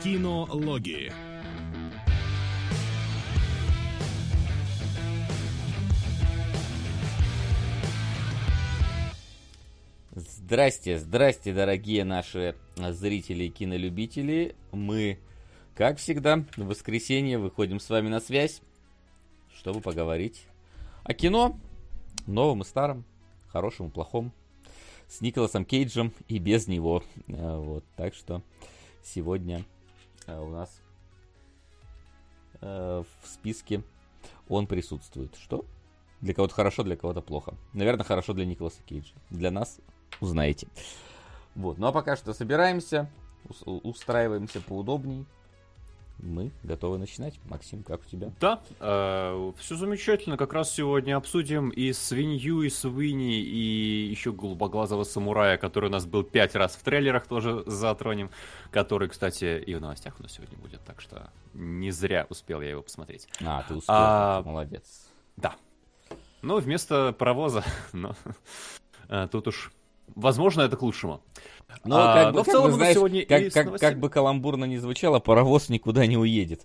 Кинологии. Здрасте, здрасте, дорогие наши зрители и кинолюбители. Мы, как всегда, в воскресенье выходим с вами на связь, чтобы поговорить о кино, новом и старом, хорошем и плохом, с Николасом Кейджем и без него. Вот, так что сегодня у нас в списке он присутствует. Что? Для кого-то хорошо, для кого-то плохо. Наверное, хорошо для Николаса Кейджа. Для нас узнаете. Вот. Ну а пока что собираемся, устраиваемся поудобней. Мы готовы начинать. Максим, как у тебя? Да, все замечательно. Как раз сегодня обсудим и свинью, и Суини, и еще голубоглазого самурая, который у нас был 5 раз в трейлерах, тоже затронем. Который, кстати, и в новостях у нас сегодня будет. Так что не зря успел я его посмотреть. Ты успел, ты молодец. Да. Ну, вместо паровоза. Но тут уж... Возможно, это к лучшему. Но в целом знаешь, сегодня как бы каламбурно ни звучало, паровоз никуда не уедет.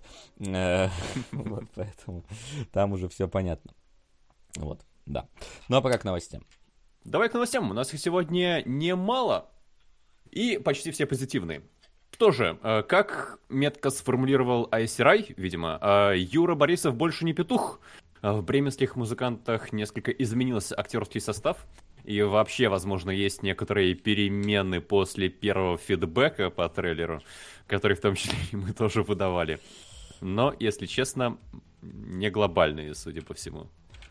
Вот, поэтому там уже все понятно. Вот, да. Ну а пока к новостям. Давай к новостям. У нас их сегодня немало. И почти все позитивные. Что же, как метко сформулировал Айсерай, видимо, Юра Борисов больше не петух. В бременских музыкантах несколько изменился актерский состав. И вообще, возможно, есть некоторые перемены после первого фидбэка по трейлеру, который в том числе и мы тоже выдавали. Но, если честно, не глобальные, судя по всему.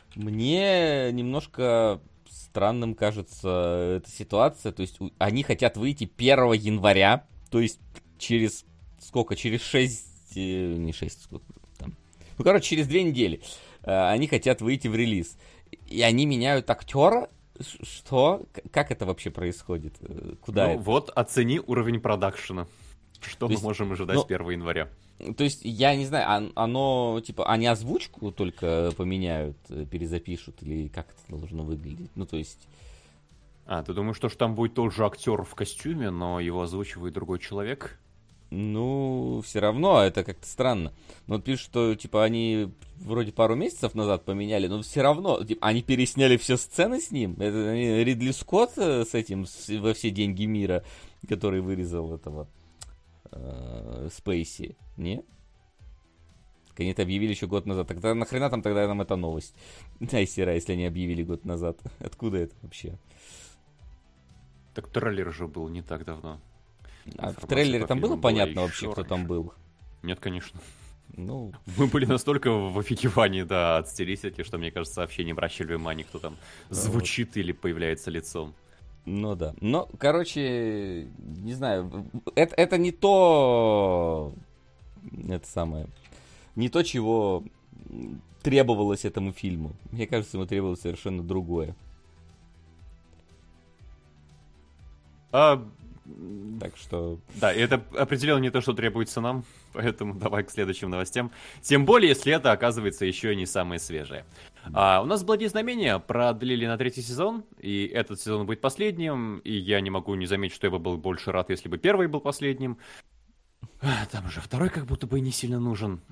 Мне немножко странным кажется эта ситуация. То есть они хотят выйти 1 января, то есть через сколько? Через 6... Не 6, сколько там? Ну, короче, через 2 недели они хотят выйти в релиз. И они меняют актера? Что? Как это вообще происходит? Куда это? Вот, оцени уровень продакшена. Что мы можем ожидать с 1 января? То есть, я не знаю, оно, типа, они озвучку только поменяют, перезапишут, или как это должно выглядеть? Ну, то есть... Ты думаешь, что там будет тот же актер в костюме, но его озвучивает другой человек? Ну, все равно, это как-то странно. Но вот пишут, что, типа, они вроде пару месяцев назад поменяли, но все равно, типа, они пересняли все сцены с ним. Это Ридли Скотт с этим, во все деньги мира, который вырезал этого Спейси, не? Они это объявили еще год назад. Тогда нахрена там тогда нам эта новость? Айсера, если они объявили год назад. Откуда это вообще? Так трейлер же был не так давно. В трейлере там было понятно вообще, кто там был? Нет, конечно. Ну... Мы были настолько в офигевании, да, от стилистики, что, мне кажется, вообще не обращали внимания, кто там звучит или появляется лицом. Ну да. Но, короче, не знаю, это не то... Это самое... Не то, чего требовалось этому фильму. Мне кажется, ему требовалось совершенно другое. Так что... Да, и это определенно не то, что требуется нам, поэтому давай к следующим новостям. Тем более, если это оказывается еще не самое свежее. У нас «Благие знамения» продлили на 3-й сезон, и этот сезон будет последним, и я не могу не заметить, что я бы был больше рад, если бы первый был последним. Там же второй как будто бы не сильно нужен.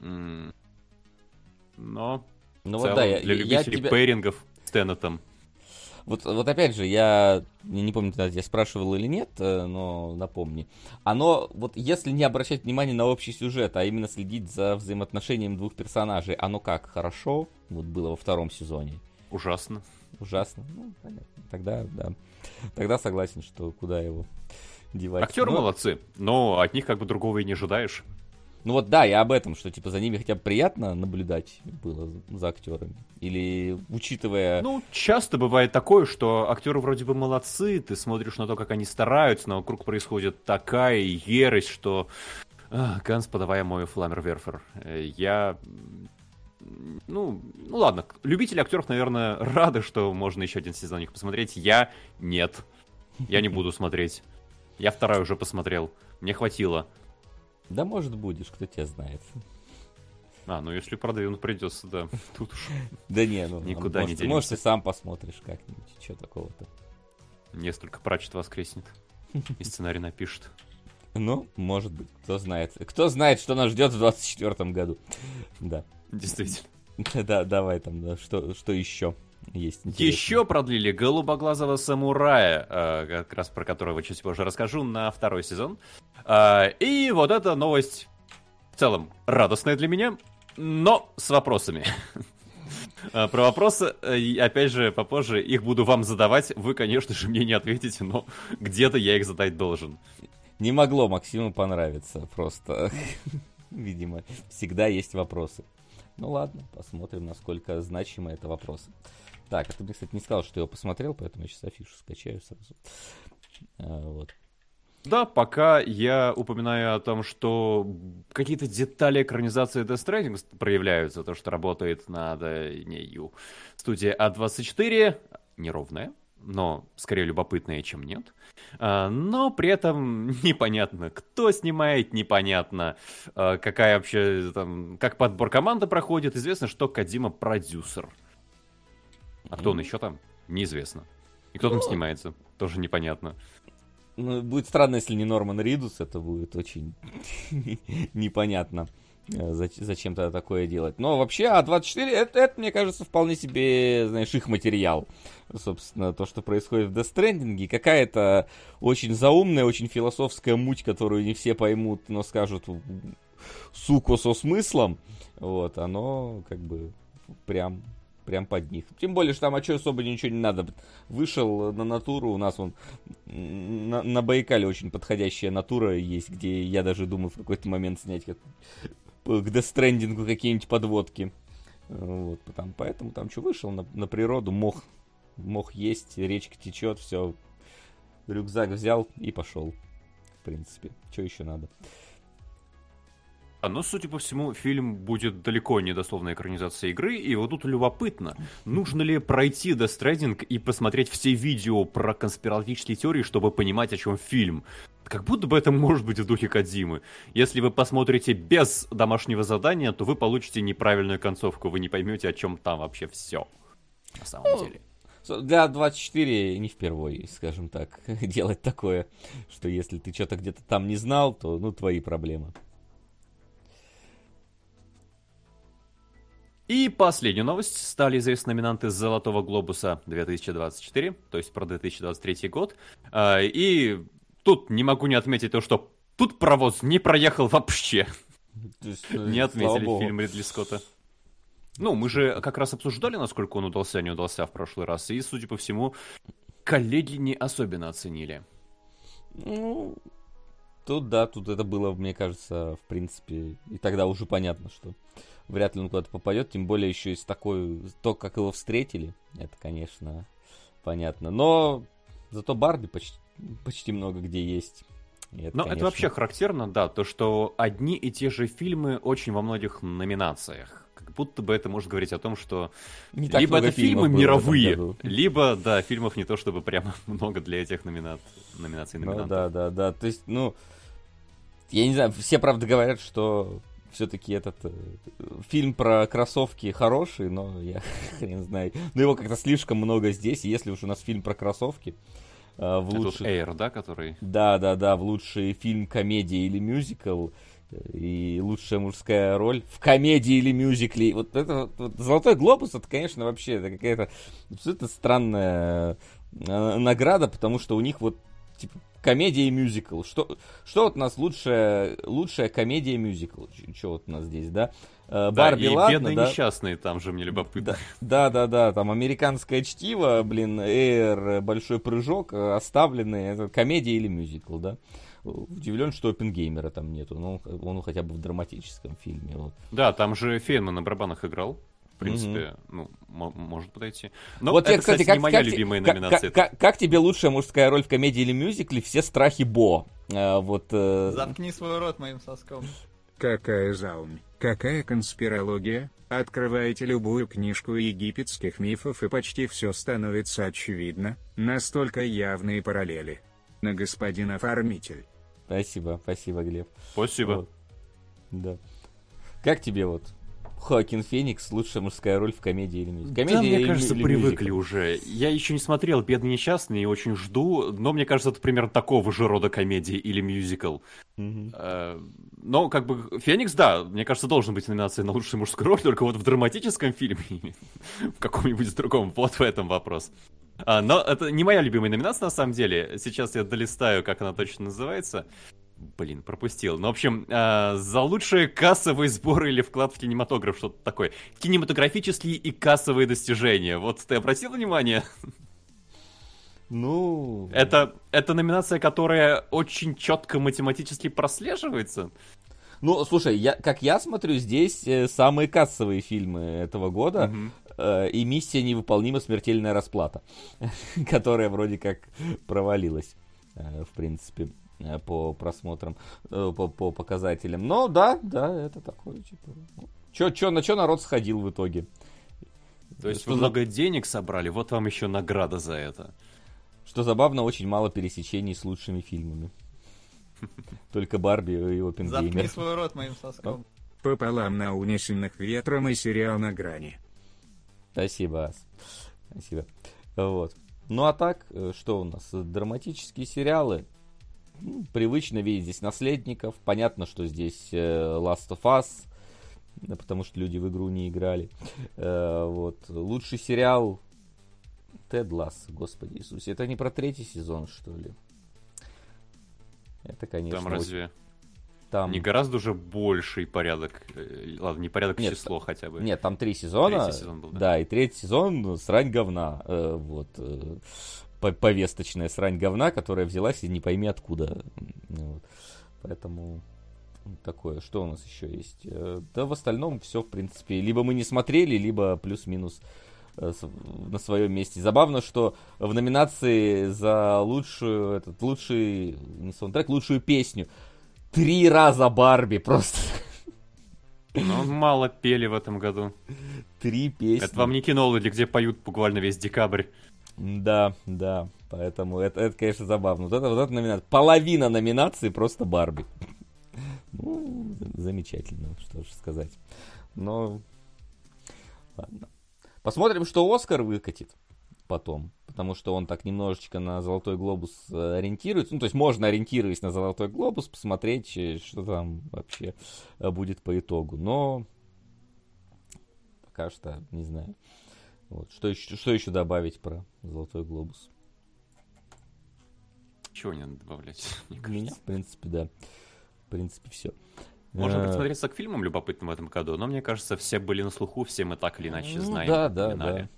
Но в целом, для любителей пэрингов с Теннетом. Вот опять же, я не помню, я спрашивал или нет, но напомни. Оно, вот если не обращать внимания на общий сюжет, а именно следить за взаимоотношением двух персонажей, оно как, хорошо? Вот было во 2-м сезоне. Ужасно. Ужасно? Ну, понятно. Тогда, да. Тогда согласен, что куда его девать. Актеры молодцы, но от них как бы другого и не ожидаешь. Ну вот да, я об этом, что типа за ними хотя бы приятно наблюдать было за актерами. Или учитывая... Ну, часто бывает такое, что актеры вроде бы молодцы, ты смотришь на то, как они стараются, но вокруг происходит такая ерость, что... Ганс, подавай мой фламерверфер. Ну, ладно, любители актеров, наверное, рады, что можно еще один сезон их посмотреть. Я нет. Я не буду смотреть. Я 2 уже посмотрел. Мне хватило. Да, может, будешь, кто тебя знает. Ну если продвинут, придется, да. Тут уж да не, ну никуда не денешься. Может, ты сам посмотришь как-нибудь, что такого-то. Несколько Пратчет воскреснет. И сценарий напишет. Ну, может быть, кто знает. Кто знает, что нас ждет в 24 году. Да. Действительно. Да, давай там, да, что еще есть интересно. Еще продлили «Голубоглазого самурая», как раз про которого чуть позже расскажу, на 2 сезон. И вот эта новость в целом радостная для меня, но с вопросами. Про вопросы, опять же, попозже их буду вам задавать. Вы, конечно же, мне не ответите, но где-то я их задать должен. Не могло Максиму понравиться, просто, видимо, всегда есть вопросы. Ну ладно, посмотрим, насколько значимы это вопросы. Так, а ты мне, кстати, не сказал, что ты его посмотрел, поэтому я сейчас афишу скачаю сразу. Вот. Да, пока я упоминаю о том, что какие-то детали экранизации Death Stranding проявляются, то, что работает над нею студия А24, неровная, но скорее любопытная, чем нет. Но при этом непонятно, кто снимает, непонятно, какая вообще там, как подбор команды проходит. Известно, что Кодзима продюсер. А кто он еще там? Неизвестно. И кто там снимается? Тоже непонятно. Ну, будет странно, если не Норман Ридус, это будет очень непонятно, зачем тогда такое делать. Но вообще, А24, это, мне кажется, вполне себе, знаешь, их материал. Собственно, то, что происходит в Death Stranding, какая-то очень заумная, очень философская муть, которую не все поймут, но скажут суко со смыслом, вот, оно как бы прям под них. Тем более, что там особо ничего не надо. Вышел на натуру, у нас вон на Байкале очень подходящая натура есть, где я даже думаю в какой-то момент снять к Death Stranding какие-нибудь подводки. Вот, поэтому там что, вышел на природу, мох есть, речка течет, все, рюкзак взял и пошел. В принципе, что еще надо? Но, судя по всему, фильм будет далеко не дословной экранизацией игры, и вот тут любопытно, нужно ли пройти Death Stranding и посмотреть все видео про конспирологические теории, чтобы понимать, о чем фильм. Как будто бы это может быть в духе Кодзимы. Если вы посмотрите без домашнего задания, то вы получите неправильную концовку, вы не поймете, о чем там вообще все. На самом деле. Для 24 не впервой, скажем так, делать такое, что если ты что-то где-то там не знал, то, ну, твои проблемы. И последняя новость. Стали известны номинанты «Золотого глобуса» 2024, то есть про 2023 год. И тут не могу не отметить то, что тут паровоз не проехал вообще. Не отметили фильм Ридли Скотта. Ну, мы же как раз обсуждали, насколько он удался, не удался в прошлый раз. И, судя по всему, коллеги не особенно оценили. Ну, тут это было, мне кажется, в принципе, и тогда уже понятно, что вряд ли он куда-то попадет, тем более еще и с такой, то, как его встретили, это, конечно, понятно. Но зато Барби почти много где есть. Это, но конечно... это вообще характерно, да, то, что одни и те же фильмы очень во многих номинациях. Как будто бы это может говорить о том, что либо это фильмы мировые, либо, да, фильмов не то чтобы прямо много для этих номинаций номинантов. Ну, да. То есть, ну, я не знаю, все, правда, говорят, что все-таки этот фильм про кроссовки хороший, но я хрен знаю. Но его как-то слишком много здесь, и если уж у нас фильм про кроссовки, в лучших... Это Air, да, который... Да, в лучший фильм, комедия или мюзикл, и лучшая мужская роль в комедии или мюзикле. Вот это вот «Золотой глобус», это, конечно, вообще это какая-то абсолютно странная награда, потому что у них вот типа комедия и мюзикл. Что вот у нас лучшая комедия и мюзикл? Что вот у нас здесь, да? Барби, и ладно, бедные да? несчастные, там же мне любопытно. Да, там «Американское чтиво», Эйр, «Большой прыжок», «Оставленные», это комедия или мюзикл, да? Удивлен, что Оппенгеймера там нету, но он хотя бы в драматическом фильме. Вот. Да, там же Фейнман на барабанах играл. В принципе, ну, может подойти. Но вот это, я, кстати, не моя любимая номинация. Как тебе лучшая мужская роль в комедии или мюзикле «Все страхи Бо»? Заткни свой рот моим соском. Какая заумь, какая конспирология? Открываете любую книжку египетских мифов и почти все становится очевидно, настолько явные параллели. На господин оформитель. Спасибо, Глеб. Спасибо. Вот. Да. Как тебе вот Хоакин Феникс, лучшая мужская роль в комедии или мюзикле. Да, мне кажется, привыкли уже. Я еще не смотрел «Бедный несчастный» и очень жду, но мне кажется, это примерно такого же рода комедии или мюзикл. Но, как бы, Феникс, да, мне кажется, должен быть номинацией на лучшую мужскую роль, только вот в драматическом фильме, в каком-нибудь другом, вот в этом вопрос. Но это не моя любимая номинация, на самом деле. Сейчас я долистаю, как она точно называется. Блин, пропустил. Ну, в общем, за лучшие кассовые сборы или вклад в кинематограф, что-то такое. Кинематографические и кассовые достижения. Вот ты обратил внимание? Ну... Это номинация, которая очень четко математически прослеживается. Ну, слушай, как я смотрю, здесь самые кассовые фильмы этого года. И «Миссия невыполнима. Смертельная расплата», которая вроде как провалилась, в принципе, по просмотрам, по показателям. Но да, это такое, типа... На чё народ сходил в итоге? То есть вы много денег собрали, вот вам еще награда за это. Что забавно, очень мало пересечений с лучшими фильмами. Только Барби и Оппенгеймер. Заткни свой рот моим соском. Пополам на «Унесенных ветром» и сериал «На грани». Спасибо, Ас. Спасибо. Вот. Ну а так, что у нас? Драматические сериалы. Привычно видеть здесь «Наследников». Понятно, что здесь Last of Us, потому что люди в игру не играли. Вот. Лучший сериал Тед Лассо, Господи Иисусе. Это не про 3-й сезон, что ли? Это, конечно... Там разве... Там... Не гораздо уже больший порядок. Ладно, не порядок, нет, число хотя бы. Нет, там 3 сезона. 3-й сезон был, да? Да, и 3-й сезон срань говна. Повесточная срань говна, которая взялась и не пойми откуда. Вот. Поэтому такое. Что у нас еще есть? Да, в остальном все, в принципе, либо мы не смотрели, либо плюс-минус на своем месте. Забавно, что в номинации за лучший не саундтрек, лучшую песню 3 раза Барби просто. Ну, мало пели в этом году. 3 песни. Это вам не кинологи, где поют буквально весь декабрь. Да, поэтому это, конечно, забавно. Вот это номинация. Половина номинаций просто Барби. Ну, замечательно, что же сказать. Но, ладно. Посмотрим, что Оскар выкатит потом. Потому что он так немножечко на «Золотой глобус» ориентируется. Ну, то есть можно, ориентируясь на «Золотой глобус», посмотреть, что там вообще будет по итогу. Но пока что не знаю. Вот. Что еще добавить про «Золотой глобус»? Чего не надо добавлять? У меня, в принципе, да. В принципе, все. Можно присмотреться к фильмам любопытным в этом году, но мне кажется, все были на слуху, все мы так или иначе знаем. Да.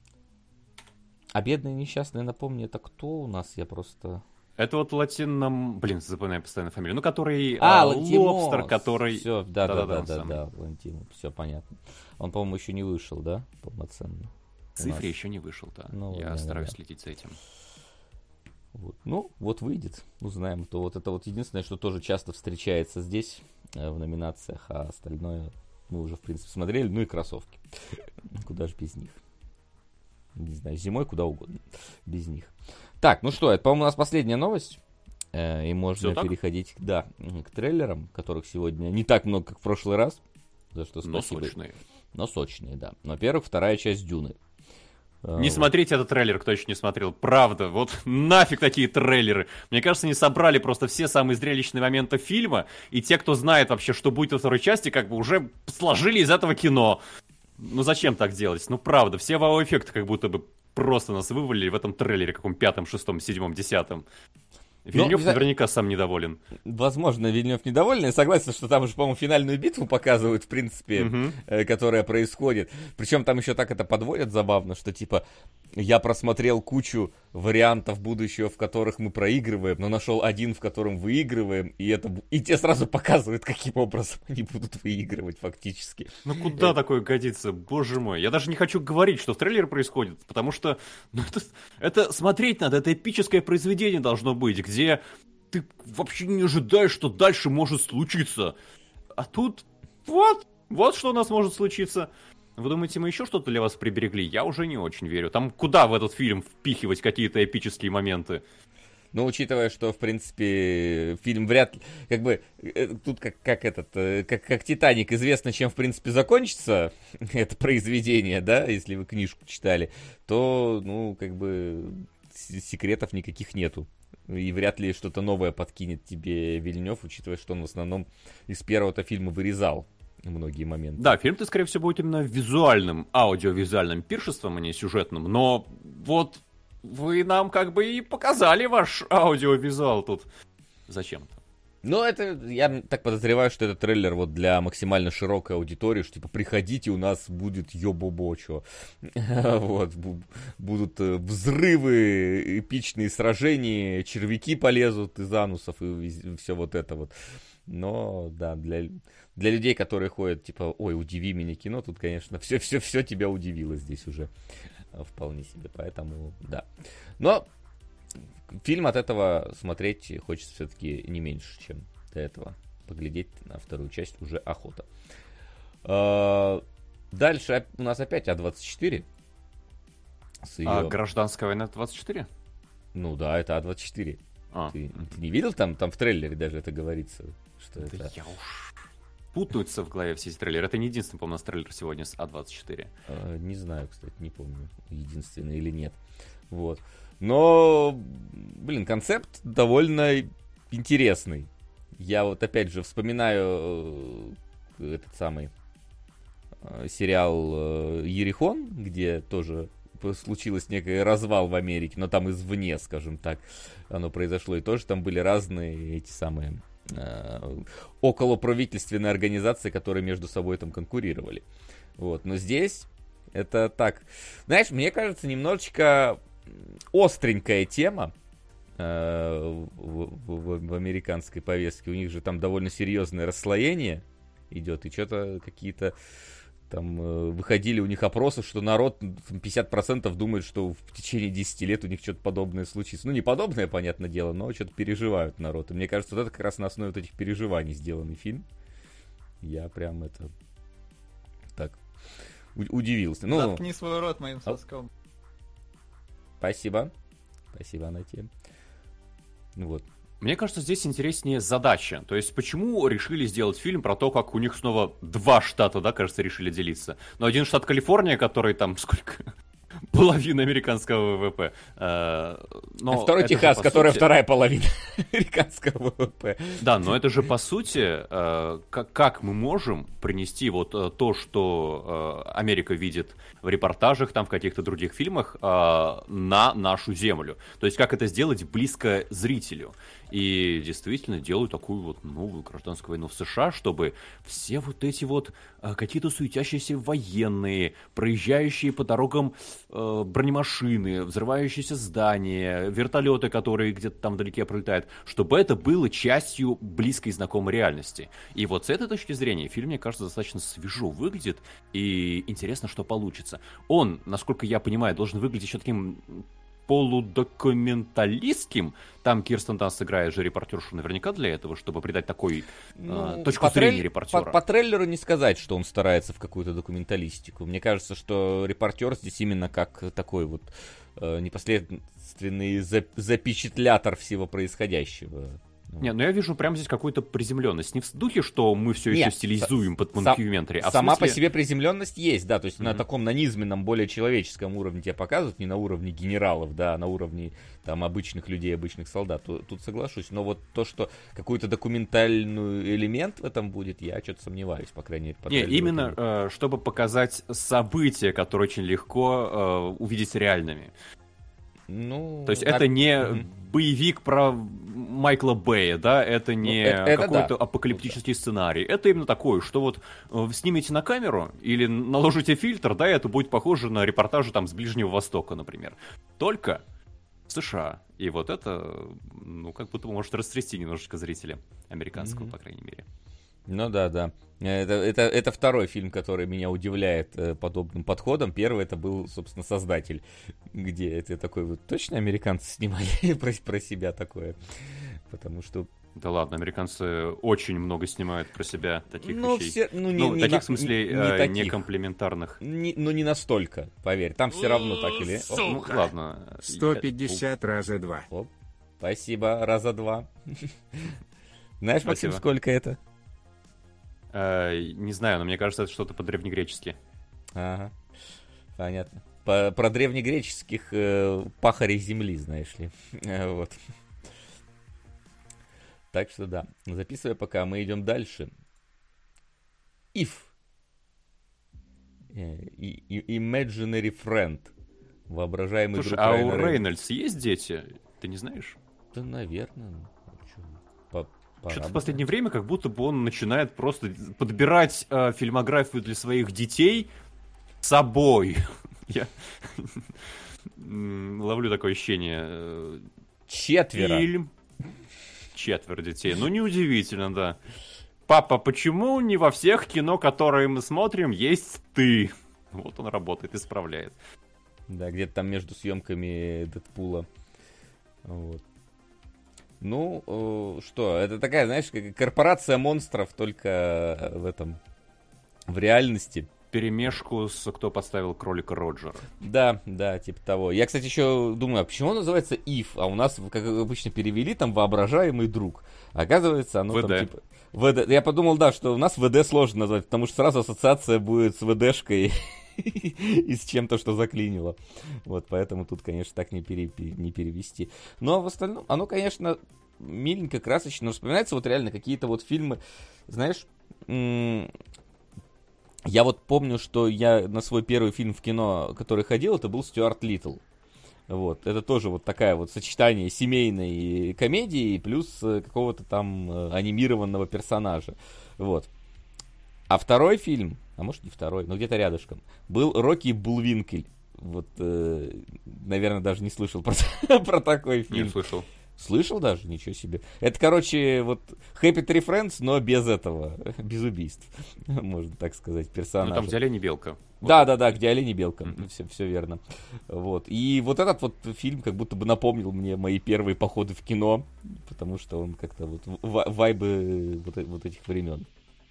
А «Бедные несчастные», напомни, это кто у нас? Я просто... Это вот латином... Блин, запоминаю постоянно фамилию. Ну, который... Лантимос. Лобстер, который... Все, да, Лантимос, все понятно. Он, по-моему, еще не вышел, да? Полноценно. В цифре еще не вышел, да. Ну, я стараюсь следить за этим. Вот. Ну, вот выйдет, узнаем. То вот это вот единственное, что тоже часто встречается здесь, в номинациях, а остальное мы уже, в принципе, смотрели. Ну и кроссовки. Куда же без них? Не знаю, зимой куда угодно. Без них. Так, ну что, это, по-моему, у нас последняя новость. И можно переходить, к трейлерам, которых сегодня не так много, как в прошлый раз. За что спасибо. Но сочные, да. Но, во-первых, вторая часть «Дюны». Не смотрите этот трейлер, кто еще не смотрел. Правда, вот нафиг такие трейлеры. Мне кажется, они собрали просто все самые зрелищные моменты фильма, и те, кто знает вообще, что будет во второй части, как бы уже сложили из этого кино. Ну зачем так делать? Ну правда, все вау-эффекты как будто бы просто нас вывалили в этом трейлере, каком 5-м, 6-м, 7-м, 10-м. Вильнёв наверняка сам недоволен. Возможно, Вильнёв недоволен. Я согласен, что там уже, по-моему, финальную битву показывают, в принципе, которая происходит. Причем там еще так это подводят забавно, что типа я просмотрел кучу вариантов будущего, в которых мы проигрываем, но нашел один, в котором выигрываем, и те сразу показывают, каким образом они будут выигрывать фактически. Ну куда такое годится, боже мой. Я даже не хочу говорить, что в трейлере происходит, потому что это смотреть надо, это эпическое произведение должно быть, где ты вообще не ожидаешь, что дальше может случиться. А тут вот что у нас может случиться. Вы думаете, мы еще что-то для вас приберегли? Я уже не очень верю. Там куда в этот фильм впихивать какие-то эпические моменты? Но учитывая, что, в принципе, фильм вряд ли... Как бы, тут как «Титаник» известно, чем, в принципе, закончится это произведение, да, если вы книжку читали, то, ну, как бы, секретов никаких нету. И вряд ли что-то новое подкинет тебе Вильнёв, учитывая, что он в основном из первого-то фильма вырезал многие моменты. Да, фильм-то, скорее всего, будет именно визуальным, аудиовизуальным пиршеством, а не сюжетным. Но вот вы нам как бы и показали ваш аудиовизуал тут зачем-то. Ну, это, я так подозреваю, что это трейлер вот для максимально широкой аудитории, что типа приходите, у нас будет ёбо-бочо. Вот, будут взрывы, эпичные сражения, червяки полезут из анусов и все вот это вот. Но, да, для людей, которые ходят, типа, ой, удиви меня кино, тут, конечно, все тебя удивило здесь уже вполне себе, поэтому, да. Но фильм от этого смотреть хочется все-таки не меньше, чем до этого. Поглядеть на вторую часть уже охота. Дальше у нас опять А24. А «Гражданская война» 24? Ну да, это А24. Ты не видел там в трейлере даже это говорится? Что да это... я уж... Путаются в голове все эти трейлеры. Это не единственный, по-моему, у нас трейлер сегодня с А24. Не знаю, кстати, не помню, единственный или нет. Вот. Но, блин, концепт довольно интересный. Я вот опять же вспоминаю этот самый сериал «Иерихон», где тоже случилось некий развал в Америке, но там извне, скажем так, оно произошло. И тоже там были разные эти самые околоправительственные организации, которые между собой там конкурировали. Вот. Но здесь это так... Знаешь, мне кажется, немножечко остренькая тема в американской повестке. У них же там довольно серьезное расслоение идет, и что-то какие-то там выходили у них опросы, что народ, 50% думает, что в течение 10 лет у них что-то подобное случится. Ну, не подобное, понятное дело, но что-то переживают народ. И мне кажется, вот это как раз на основе вот этих переживаний сделанный фильм. Я прям это... Так, удивился. Ну, заткни свой рот моим соском. Спасибо. Спасибо, Анатия. Вот. Мне кажется, здесь интереснее задача. То есть, почему решили сделать фильм про то, как у них снова два штата, да, кажется, решили делиться. Но один штат Калифорния, который там сколько... половина американского ВВП. Но второй Техас, который вторая половина американского ВВП. Да, но это же по сути, как мы можем принести вот то, что Америка видит в репортажах, там в каких-то других фильмах, на нашу землю. То есть как это сделать близко зрителю. И действительно делают такую вот новую гражданскую войну в США, чтобы все вот эти вот какие-то суетящиеся военные, проезжающие по дорогам бронемашины, взрывающиеся здания, вертолеты, которые где-то там вдалеке пролетают, чтобы это было частью близкой и знакомой реальности. И вот с этой точки зрения фильм, мне кажется, достаточно свежо выглядит, и интересно, что получится. Он, насколько я понимаю, должен выглядеть еще таким полудокументалистским. Там Кирстен Данст сыграет же репортершу наверняка для этого, чтобы придать такой точку зрения репортера. По трейлеру не сказать, что он старается в какую-то документалистику. Мне кажется, что репортер здесь именно как такой вот непосредственный запечатлятор всего происходящего. Не, ну я вижу прямо здесь какую-то приземленность. Не в духе, что мы все еще стилизуем под монокюментари, а сама в смысле... по себе приземленность есть, да, то есть на таком, на низменном, более человеческом уровне тебя показывают, не на уровне генералов, да, а на уровне там обычных людей, обычных солдат. Тут соглашусь, но вот то, что какой-то документальный элемент в этом будет, я что-то сомневаюсь, по крайней мере. Не, именно чтобы показать события, которые очень легко увидеть реальными. Ну, то есть это не боевик про Майкла Бэя, да, это не какой-то апокалиптический сценарий. Это именно такое, что вот снимете на камеру или наложите фильтр, да, и это будет похоже на репортажи там с Ближнего Востока, например. Только в США. И вот это, ну, как будто может растрясти немножечко зрителя американского, по крайней мере. Ну да. Это второй фильм, который меня удивляет подобным подходом. Первый это был, собственно, «Создатель», где это такой вот точно американцы снимали про себя такое. Потому что... Да ладно, американцы очень много снимают про себя таких вещей. Все, таких, в смысле, не комплементарных. Не настолько, поверь. Там все равно так или... Ладно. 150 раза 2. Спасибо, раза два. Знаешь, Максим, Спасибо. сколько это? Не знаю, но мне кажется, это что-то по-древнегречески. Ага, понятно. Про древнегреческих пахарей земли, знаешь ли. Вот. Так что да, записывай пока, мы идем дальше. If. Imaginary friend. Воображаемый Слушай, друг а Райана у Рейнольдса. Рейнольдс есть дети? Ты не знаешь? Да, наверное. Что-то в последнее время как будто бы он начинает просто подбирать фильмографию для своих детей с собой. Я ловлю такое ощущение. Четверо. Фильм. Четверо детей. Ну, неудивительно, да. Папа, почему не во всех кино, которые мы смотрим, есть ты? Вот он работает, исправляет. Да, где-то там между съемками Дэдпула. Вот. Ну, что, это такая, знаешь, как корпорация монстров, только в реальности. Перемешку с «Кто подставил кролика Роджера». Да, типа того. Я, кстати, еще думаю, а почему он называется If? А у нас, как обычно, перевели там воображаемый друг. Оказывается, оно ВД. там типа... ВД. Я подумал, да, что у нас ВД сложно назвать, потому что сразу ассоциация будет с ВДшкой и с чем-то, что заклинило. Вот, поэтому тут, конечно, так не перевести. Но в остальном, оно, конечно, миленько, красочно. Но вспоминается вот реально какие-то вот фильмы, знаешь... Я вот помню, что я на свой первый фильм в кино, который ходил, это был «Стюарт Литтл». Вот. Это тоже вот такая вот сочетание семейной комедии плюс какого-то там анимированного персонажа. Вот. А второй фильм, а может не второй, но где-то рядышком, был «Рокки Буллвинкель». Вот, наверное, даже не слышал про такой фильм. Не слышал. Слышал даже? Ничего себе. Это, короче, вот Happy Tree Friends, но без этого, без убийств, можно так сказать, персонажа. Ну, там где олень и белка. Да, где олень и белка. Все верно. Вот. И вот этот вот фильм как будто бы напомнил мне мои первые походы в кино, потому что он как-то вот вайбы вот этих времен.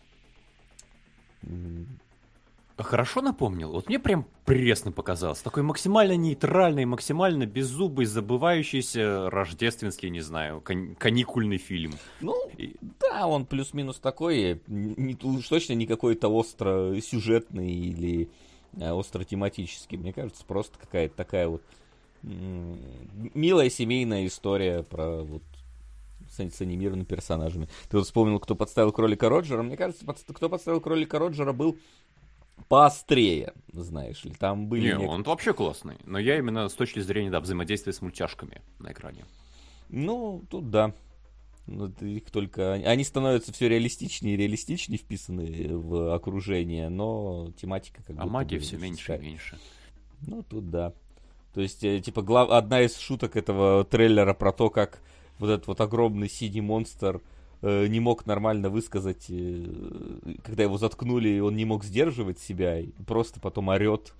Хорошо напомнил. Вот мне прям пресно показался. Такой максимально нейтральный, максимально беззубый, забывающийся рождественский, не знаю, каникульный фильм. Ну, да, он плюс-минус такой, уж точно не какой-то остро-сюжетный или остро-тематический. Мне кажется, просто какая-то такая вот милая семейная история про вот с анимированными персонажами. Ты вот вспомнил, «Кто подставил кролика Роджера». Мне кажется, «Кто подставил кролика Роджера» был поострее, знаешь ли. Там были... Не, он вообще классный. Но я именно с точки зрения, да, взаимодействия с мультяшками на экране. Ну, тут да. Вот их только... Они становятся все реалистичнее и реалистичнее вписаны в окружение, но тематика как будто... А магия бы все меньше и меньше. Ну, тут да. То есть, типа, одна из шуток этого трейлера про то, как вот этот вот огромный синий монстр не мог нормально высказать, когда его заткнули, и он не мог сдерживать себя, и просто потом орет.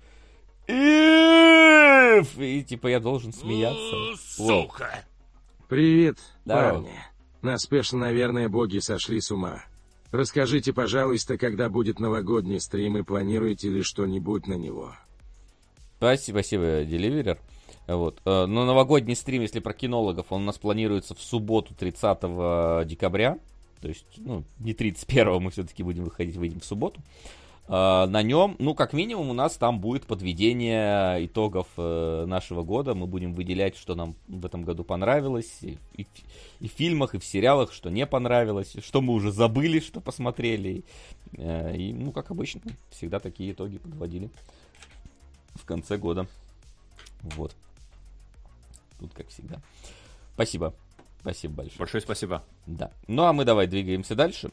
И типа я должен смеяться. Сука! Привет, Здорово. парни. На спешл, наверное, боги сошли с ума. Расскажите, пожалуйста, когда будет новогодний стрим и планируете ли что-нибудь на него? Спасибо, Деливерер. Вот. Но новогодний стрим, если про кинологов, он у нас планируется в субботу 30 декабря. То есть, ну, не 31-го мы все-таки будем выйдем в субботу. На нем, ну, как минимум, у нас там будет подведение итогов нашего года. Мы будем выделять, что нам в этом году понравилось. И в фильмах, и в сериалах, что не понравилось. Что мы уже забыли, что посмотрели. И, ну, как обычно, всегда такие итоги подводили в конце года. Вот. Тут как всегда. Спасибо. Спасибо большое. Большое спасибо. Да. Ну, а мы давай двигаемся дальше.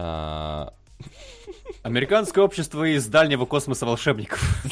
Американское общество из дальнего космоса волшебников.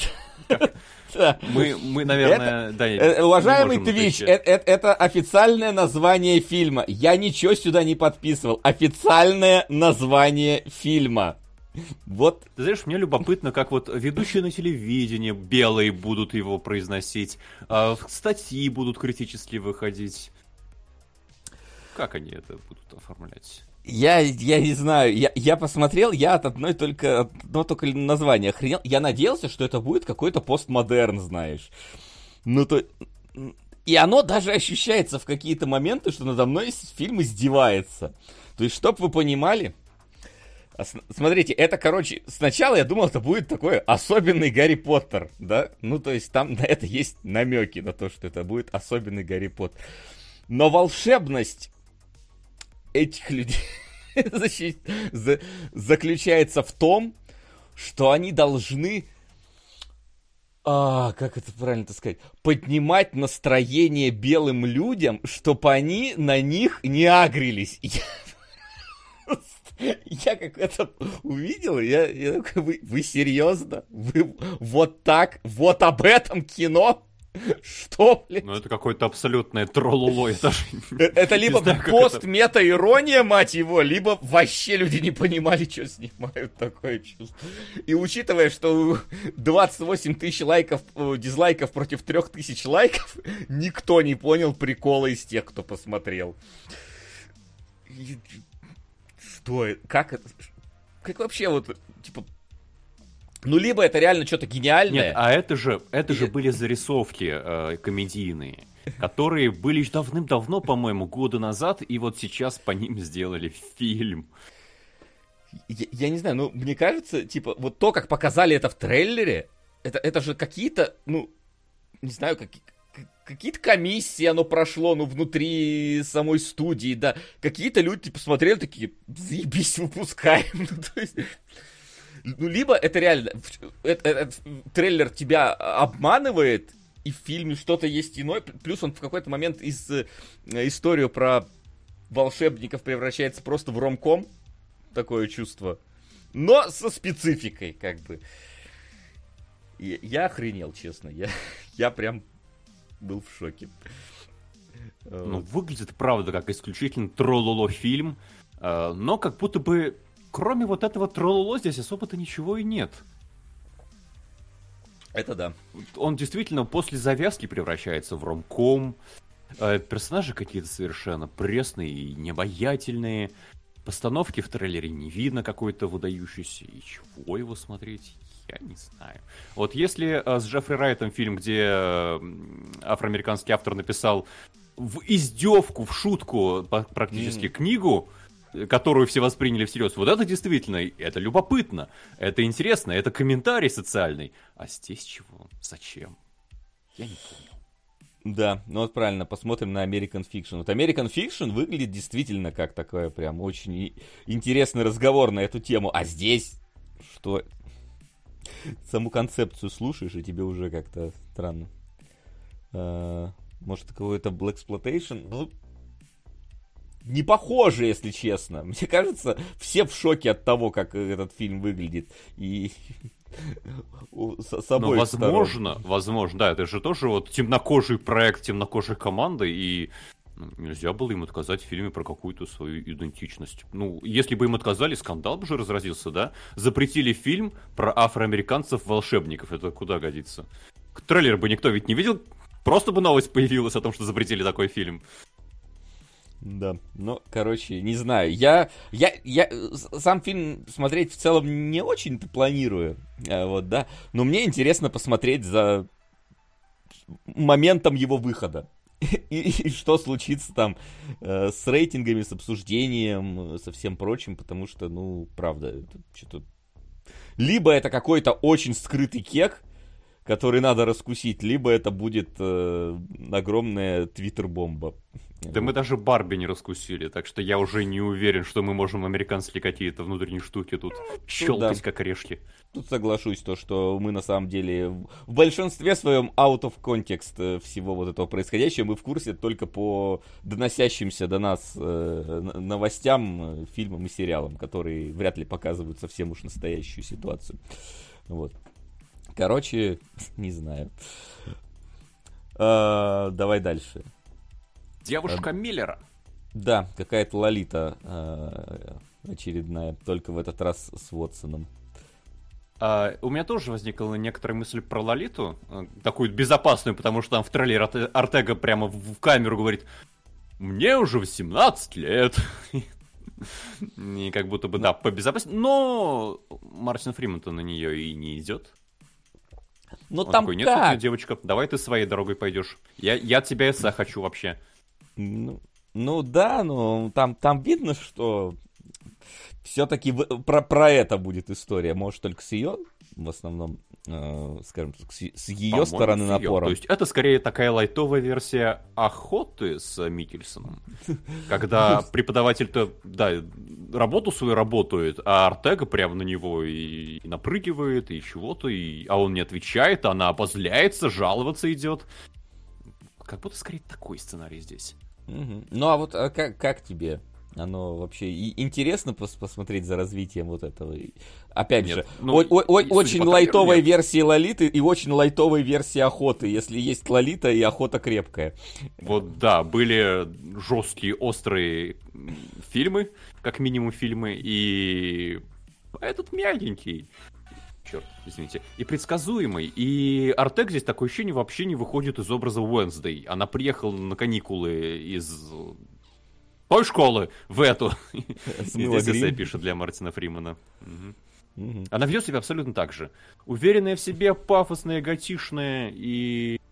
Мы, наверное, да. Уважаемый Твич, это официальное название фильма. Я ничего сюда не подписывал. Официальное название фильма. Вот. Ты знаешь, мне любопытно, как вот ведущие на телевидении белые будут его произносить, статьи будут критически выходить. Как они это будут оформлять? Я не знаю, я посмотрел, я от одно только название охренел. Я надеялся, что это будет какой-то постмодерн, знаешь. Ну то... И оно даже ощущается в какие-то моменты, что надо мной фильм издевается. То есть, чтоб вы понимали... Смотрите, это, короче, сначала я думал, это будет такой особенный Гарри Поттер, да? Ну, то есть, там на это есть намеки на то, что это будет особенный Гарри Поттер. Но волшебность этих людей заключается в том, что они должны... как это правильно сказать? Поднимать настроение белым людям, чтобы они на них не агрились. Я как это увидел, я такой, вы серьезно? Вы вот так, вот об этом кино? Что, блядь? Ну, это какое-то абсолютное троллоло. Это либо пост-мета-ирония, мать его, либо вообще люди не понимали, что снимают, такое чувство. И учитывая, что 28 тысяч дизлайков против 3000 лайков, никто не понял прикола из тех, кто посмотрел. Что это? Как это? Как вообще вот, типа... Ну, либо это реально что-то гениальное. Нет, а это же были зарисовки комедийные, которые были еще давным-давно, по-моему, года назад, и вот сейчас по ним сделали фильм. Я не знаю, ну, мне кажется, типа, вот то, как показали это в трейлере, это же какие-то, ну, не знаю, какие-то комиссии оно прошло, ну, внутри самой студии, да. Какие-то люди, типа, смотрели, такие, заебись, выпускаем. Ну, то есть... Ну, либо это реально, трейлер тебя обманывает, и в фильме что-то есть иное, плюс он в какой-то момент историю про волшебников превращается просто в ромком, такое чувство, но со спецификой, как бы. Я охренел, честно, я прям был в шоке. Ну, выглядит, правда, как исключительно трололо фильм, но как будто бы кроме вот этого трололо здесь особо-то ничего и нет. Это да. Он действительно после завязки превращается в ромком. Персонажи какие-то совершенно пресные и необаятельные. Постановки в трейлере не видно какой-то выдающийся. И чего его смотреть, я не знаю. Вот если с Джеффри Райтом фильм, где афроамериканский автор написал в издевку, в шутку практически книгу, которую все восприняли всерьез. Вот это действительно, это любопытно, это интересно, это комментарий социальный. А здесь чего? Зачем? Я не понял. Да, ну вот правильно, посмотрим на American Fiction. Вот American Fiction выглядит действительно как такое прям очень интересный разговор на эту тему. А здесь что? Саму концепцию слушаешь, и тебе уже как-то странно. Может, какой-то blaxploitation? Ну, не похоже, если честно. Мне кажется, все в шоке от того, как этот фильм выглядит. И с обоих сторон. Возможно, да, это же тоже вот темнокожий проект, темнокожей команды, и нельзя было им отказать в фильме про какую-то свою идентичность. Ну, если бы им отказали, скандал бы же разразился, да? Запретили фильм про афроамериканцев-волшебников. Это куда годится? Трейлер бы никто ведь не видел, просто бы новость появилась о том, что запретили такой фильм. Да, ну, короче, не знаю. Я сам фильм смотреть в целом не очень-то планирую, вот, да. Но мне интересно посмотреть за моментом его выхода. И что случится там с рейтингами, с обсуждением, со всем прочим, потому что, ну, правда, это что-то... Либо это какой-то очень скрытый кек, который надо раскусить, либо это будет огромная твиттер-бомба. Да мы даже Барби не раскусили, так что я уже не уверен, что мы можем американские какие-то внутренние штуки тут щелкать, да, как орешки. Тут соглашусь, то, что мы на самом деле в большинстве своем out of context всего вот этого происходящего, мы в курсе только по доносящимся до нас новостям, фильмам и сериалам, которые вряд ли показывают совсем уж настоящую ситуацию. Вот. Короче, не знаю. Давай дальше. Девушка Миллера. Да, какая-то Лолита очередная, только в этот раз с Уотсоном. У меня тоже возникла некоторая мысль про Лолиту, такую безопасную, потому что там в трейлере Ортега прямо в камеру говорит: мне уже 18 лет. И как будто бы, да, побезопаснее. Но Мартин Фриман-то на нее и не идет. Ну Он там такой, нет, как? нет, девочка, давай ты своей дорогой пойдешь. Я от тебя эссе хочу вообще. Ну да, но там видно, что все-таки про это будет история. Может, только с ее, в основном, скажем так, с ее По-моему, стороны с её. напором. То есть это скорее такая лайтовая версия охоты с Миккельсоном. Когда преподаватель-то, да, работу свою работает, а Ортега прямо на него и напрыгивает, и чего-то, а он не отвечает, она обозляется, жаловаться идет. Как будто скорее такой сценарий здесь. Мгм. Ну а вот как тебе? Оно вообще интересно посмотреть за развитием вот этого. Опять Нет, же, ну, очень судя по лайтовой трейлеру, нет. версии Лолиты и очень лайтовой версии Охоты, если есть Лолита и Охота крепкая. Вот да, были жесткие, острые фильмы, как минимум фильмы, и этот мягенький. Черт, извините. И предсказуемый. И Артек здесь такое ощущение вообще не выходит из образа Уэнсдей. Она приехала на каникулы из той школы в эту. И Смыла здесь эссе грим. пишет для Мартина Фримена. Мгм. Мгм. Она ведет себя абсолютно так же. Уверенная в себе, пафосная, готишная и...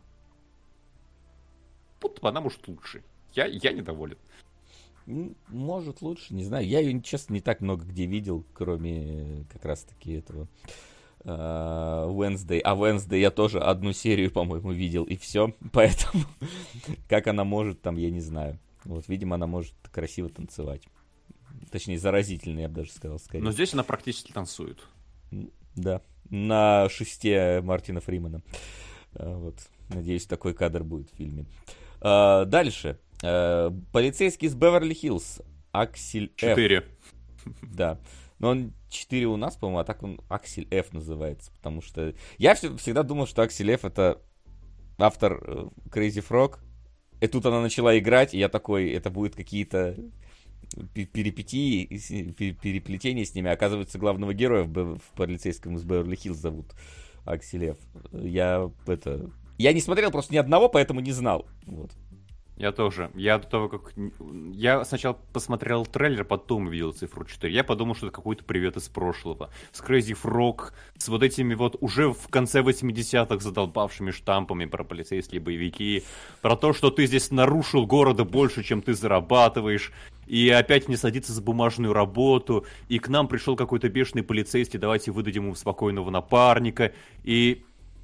Будто бы она может лучше. Я недоволен. Может, лучше, не знаю. Я ее, честно, не так много где видел, кроме как раз-таки этого Wednesday. А Wednesday я тоже одну серию, по-моему, видел, и все. Поэтому как она может, там, я не знаю. Вот, видимо, она может красиво танцевать. Точнее, заразительно, я бы даже сказал, скорее. Но здесь она практически танцует. Да, на шесте Мартина Фримена. Вот. Надеюсь, такой кадр будет в фильме. Дальше. Полицейский из Беверли-Хиллз. Аксель Ф. 4. Да. Но он 4 у нас, по-моему, а так он Аксель Ф называется. Потому что я всегда думал, что Аксель Ф это автор Crazy Frog. И тут она начала играть, и я такой, это будут какие-то перипетии, переплетения с ними. Оказывается, главного героя в полицейском из Беверли-Хиллз зовут Аксель Ф. Я не смотрел просто ни одного, поэтому не знал. Вот. Я тоже. Я до того, как... Я сначала посмотрел трейлер, потом увидел цифру 4. Я подумал, что это какой-то привет из прошлого. С Crazy Frog, с вот этими вот уже в конце 80-х задолбавшими штампами про полицейские боевики, про то, что ты здесь нарушил города больше, чем ты зарабатываешь, и опять не садиться за бумажную работу, и к нам пришел какой-то бешеный полицейский, давайте выдадим ему спокойного напарника, и...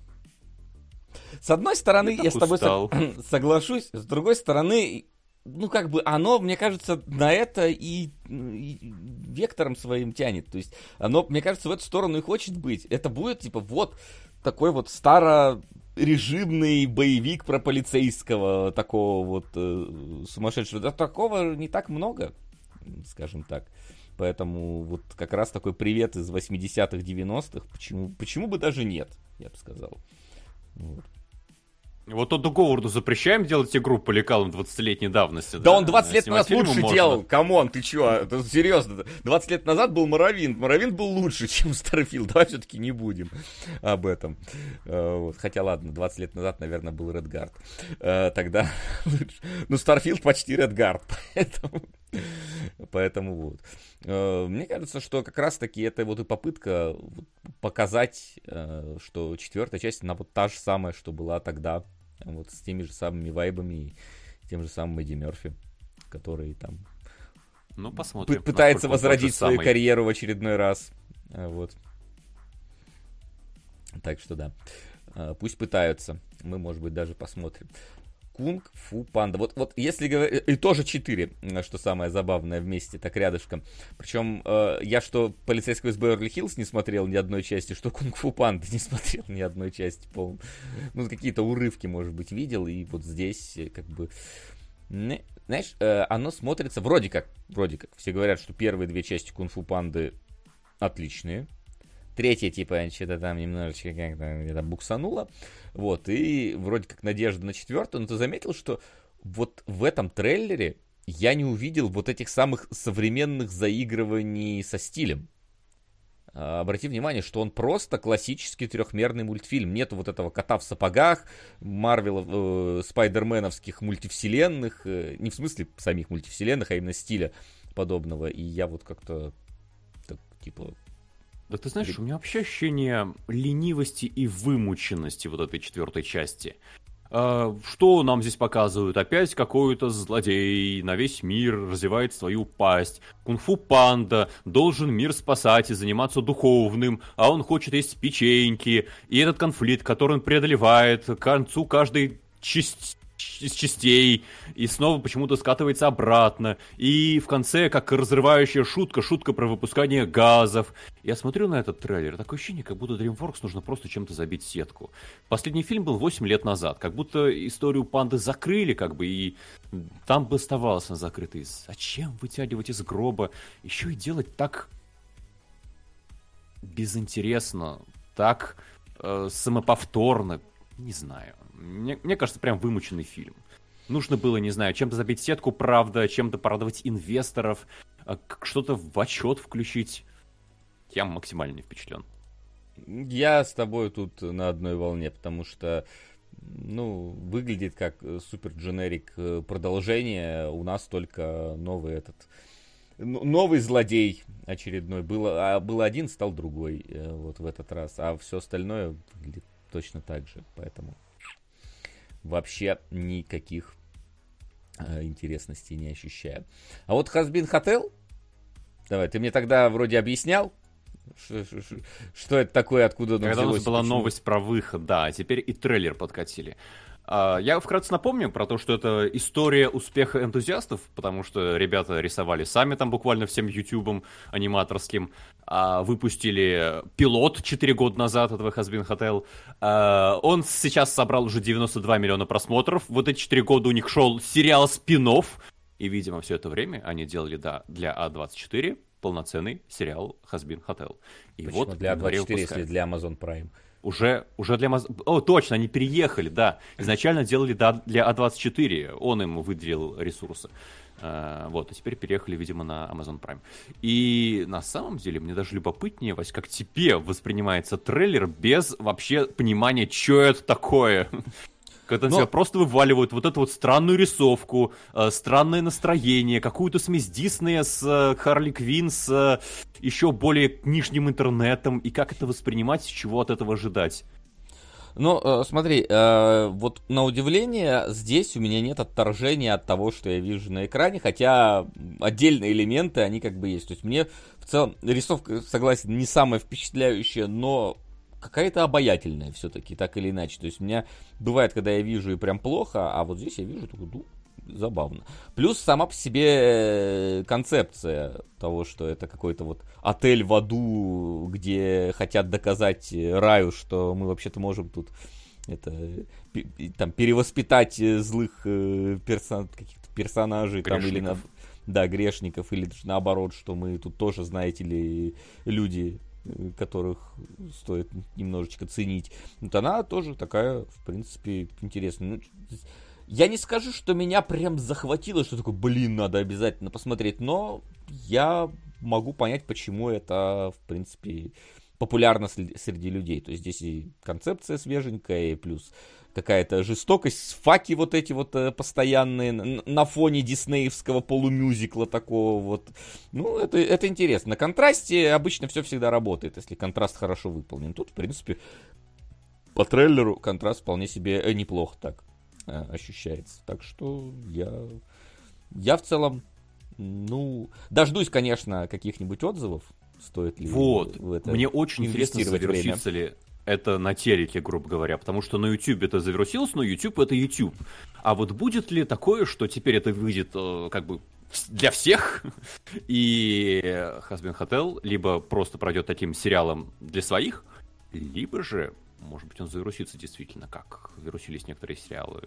С одной стороны, я с тобой устал. соглашусь, с другой стороны, ну, как бы оно, мне кажется, на это и вектором своим тянет. То есть оно, мне кажется, в эту сторону и хочет быть. Это будет, типа, вот такой вот старорежимный боевик про полицейского, такого вот сумасшедшего. Да такого не так много, скажем так. Поэтому вот как раз такой привет из 80-х, 90-х, почему бы даже нет, я бы сказал. Вот Тодду Говарду запрещаем делать игру по лекалам 20-летней давности. Да он 20 лет назад Снимать фильмы лучше можно. делал. Камон, ты чё? Это серьезно. 20 лет назад был Моровинд. Моровинд был лучше, чем Старфилд. Давай все-таки не будем об этом. Вот. Хотя ладно, 20 лет назад, наверное, был Редгард. Тогда лучше. Ну, Старфилд почти Редгард. Поэтому вот. Мне кажется, что как раз-таки это вот и попытка показать, что четвертая часть, она вот та же самая, что была тогда. Вот с теми же самыми вайбами и тем же самым Эдди Мерфи, который там Ну, посмотрим. пытается насколько он тот возродить же свою самый. карьеру в очередной раз. Вот. Так что да. Пусть пытаются. Мы, может быть, даже посмотрим. Кунг-фу панда. Вот если говорить... И тоже 4, что самое забавное, вместе, так рядышком. Причем я что полицейского из Беверли-Хиллз не смотрел ни одной части, что кунг-фу панды не смотрел ни одной части. Ну, какие-то урывки, может быть, видел. И вот здесь как бы... Знаешь, оно смотрится вроде как. Все говорят, что первые 2 части кунг-фу панды отличные. Третья, типа, что-то там немножечко как-то где-то буксануло. Вот, и вроде как надежда на 4-ю. Но ты заметил, что вот в этом трейлере я не увидел вот этих самых современных заигрываний со стилем. Обрати внимание, что он просто классический трехмерный мультфильм. Нету вот этого кота в сапогах, Марвелов, спайдерменовских мультивселенных. Не в смысле самих мультивселенных, а именно стиля подобного. И я вот как-то так, типа... Да ты знаешь, у меня вообще ощущение ленивости и вымученности вот этой 4-й части. Что нам здесь показывают? Опять какой-то злодей на весь мир развивает свою пасть. Кунг-фу панда должен мир спасать и заниматься духовным, а он хочет есть печеньки. И этот конфликт, который он преодолевает к концу каждой из частей, и снова почему-то скатывается обратно. И в конце, как разрывающая шутка про выпускание газов. Я смотрю на этот трейлер, такое ощущение, как будто DreamWorks нужно просто чем-то забить сетку. Последний фильм был 8 лет назад, как будто историю панды закрыли, как бы, и там бы оставалось на закрытой. Зачем вытягивать из гроба? Еще и делать так безинтересно, так самоповторно, не знаю. Мне кажется, прям вымученный фильм. Нужно было, не знаю, чем-то забить сетку, правда, чем-то порадовать инвесторов, что-то в отчет включить. Я максимально не впечатлен. Я с тобой тут на одной волне, потому что, выглядит как супер дженерик продолжение. У нас только новый злодей очередной. Был один, стал другой вот в этот раз. А все остальное выглядит точно так же. Поэтому вообще никаких интересностей не ощущаю. А вот Has-Been Hotel, давай, ты мне тогда вроде объяснял, что это такое, откуда оно взялось. Когда у нас была новость про выход, да, а теперь и трейлер подкатили. Я вкратце напомню про то, что это история успеха энтузиастов, потому что ребята рисовали сами там буквально всем ютубом аниматорским, выпустили пилот 4 года назад этого Has-Been Hotel. Он сейчас собрал уже 92 миллиона просмотров. Вот эти 4 года у них шел сериал спин-офф, и, видимо, все это время они делали, для А24 полноценный сериал Has-Been Hotel. И почему вот для А24, если для Amazon Prime? Уже для Amazon... О, точно, они переехали, да. Изначально делали для А24, он им выделил ресурсы. Вот, а теперь переехали, видимо, на Amazon Prime. И на самом деле мне даже любопытнее, Вась, как тебе воспринимается трейлер без вообще понимания, что это такое. Когда на тебя просто вываливают вот эту вот странную рисовку, странное настроение, какую-то смесь Диснея с Харли Квинн, с еще более нижним интернетом, и как это воспринимать, чего от этого ожидать? Смотри, вот на удивление, здесь у меня нет отторжения от того, что я вижу на экране, хотя отдельные элементы, они как бы есть. То есть мне в целом рисовка, согласен, не самая впечатляющая, но какая-то обаятельная все-таки, так или иначе. То есть у меня бывает, когда я вижу и прям плохо, а вот здесь я вижу, забавно. Плюс сама по себе концепция того, что это какой-то вот отель в аду, где хотят доказать раю, что мы вообще-то можем тут перевоспитать злых каких-то персонажей там, или грешников, или наоборот, что мы тут тоже, знаете ли, люди, которых стоит немножечко ценить. Вот она тоже такая, в принципе, интересная. Я не скажу, что меня прям захватило, что такое, надо обязательно посмотреть, но я могу понять, почему это, в принципе, популярно среди людей. То есть здесь и концепция свеженькая, и плюс какая-то жестокость, факи вот эти вот постоянные на фоне диснеевского полумюзикла такого вот. Это интересно. На контрасте обычно все всегда работает, если контраст хорошо выполнен. Тут, в принципе, по трейлеру контраст вполне себе неплохо так ощущается. Так что я в целом, дождусь, конечно, каких-нибудь отзывов. Стоит ли в это мне очень интересно, завирусится ли это на телеке, грубо говоря, потому что на YouTube это завирусилось, но YouTube это YouTube. А вот будет ли такое, что теперь это выйдет как бы для всех, и Has-Been Hotel либо просто пройдет таким сериалом для своих, либо же, может быть, он завирусится действительно, как вирусились некоторые сериалы.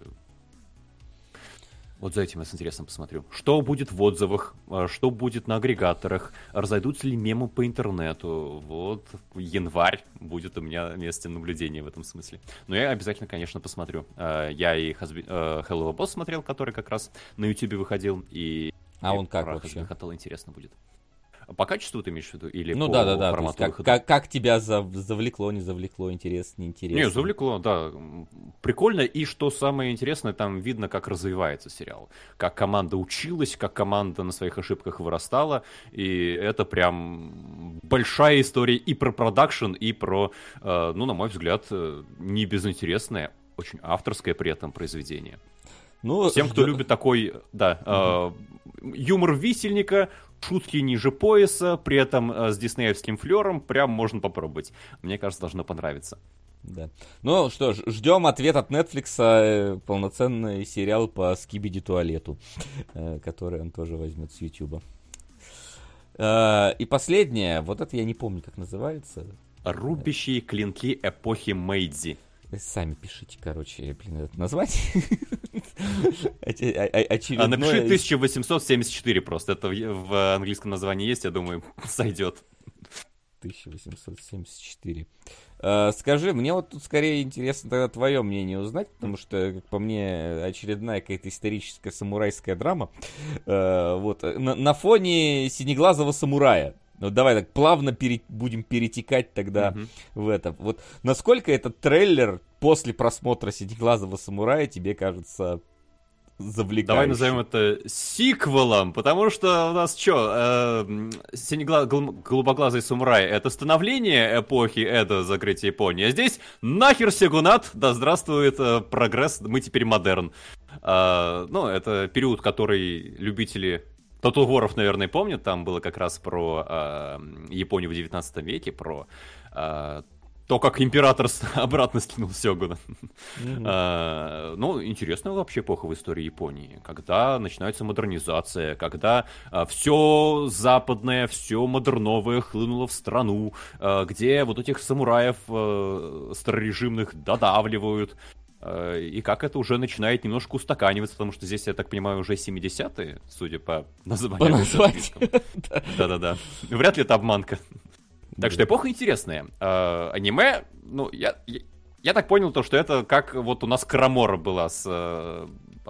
Вот за этим я с интересом посмотрю. Что будет в отзывах, что будет на агрегаторах, разойдутся ли мемы по интернету. Вот январь будет у меня место наблюдения в этом смысле. Но я обязательно, конечно, посмотрю. Я и Hello Boss смотрел, который как раз на YouTube выходил. И он как про вообще? Has-Been Hotel интересно будет. По качеству ты имеешь в виду? Или Ну по да. формату То есть выхода? как тебя завлекло, не завлекло, интересно, не интересно? Не, завлекло, да. Прикольно. И что самое интересное, там видно, как развивается сериал. Как команда училась, как команда на своих ошибках вырастала. И это прям большая история и про продакшн, и про, ну, на мой взгляд, не безинтересное, очень авторское при этом произведение. Ну, Всем, кто любит такой, да, юмор висельника, шутки ниже пояса, при этом с диснеевским флером, прям можно попробовать. Мне кажется, должно понравиться. Да. Ну что ж, ждем ответ от Netflix, полноценный сериал по Скибиди Туалету, который он тоже возьмет с Ютуба. И последнее, вот это я не помню, как называется. Рубящие клинки эпохи Мэйдзи. Сами пишите, короче, это название. Очередное... Напиши 1874 просто, это в английском названии есть, я думаю, сойдет. 1874. Скажи, мне вот тут скорее интересно тогда твое мнение узнать, потому что, как по мне, очередная какая-то историческая самурайская драма. Вот, на фоне синеглазого самурая. Ну, давай так плавно будем перетекать тогда в это. Вот насколько этот трейлер после просмотра «Синеглазого самурая» тебе кажется завлекающим? Давай назовем это сиквелом, потому что у нас что, голубоглазый самурай — это становление эпохи Эдо, закрытие Японии, а здесь нахер сёгунат, да здравствует прогресс, мы теперь модерн. Ну, это период, который любители Total War'ов, наверное, помнят, там было как раз про Японию в 19 веке, про то, как император обратно скинул сёгуна. Ну, интересная вообще эпоха в истории Японии, когда начинается модернизация, когда все западное, все модерновое хлынуло в страну, где вот этих самураев старорежимных додавливают, и как это уже начинает немножко устаканиваться, потому что здесь, я так понимаю, уже 70-е, судя по названию. По названию. Да-да-да. Вряд ли это обманка. Так что эпоха интересная. Аниме, ну, я так понял, то, что это как вот у нас Карамора была с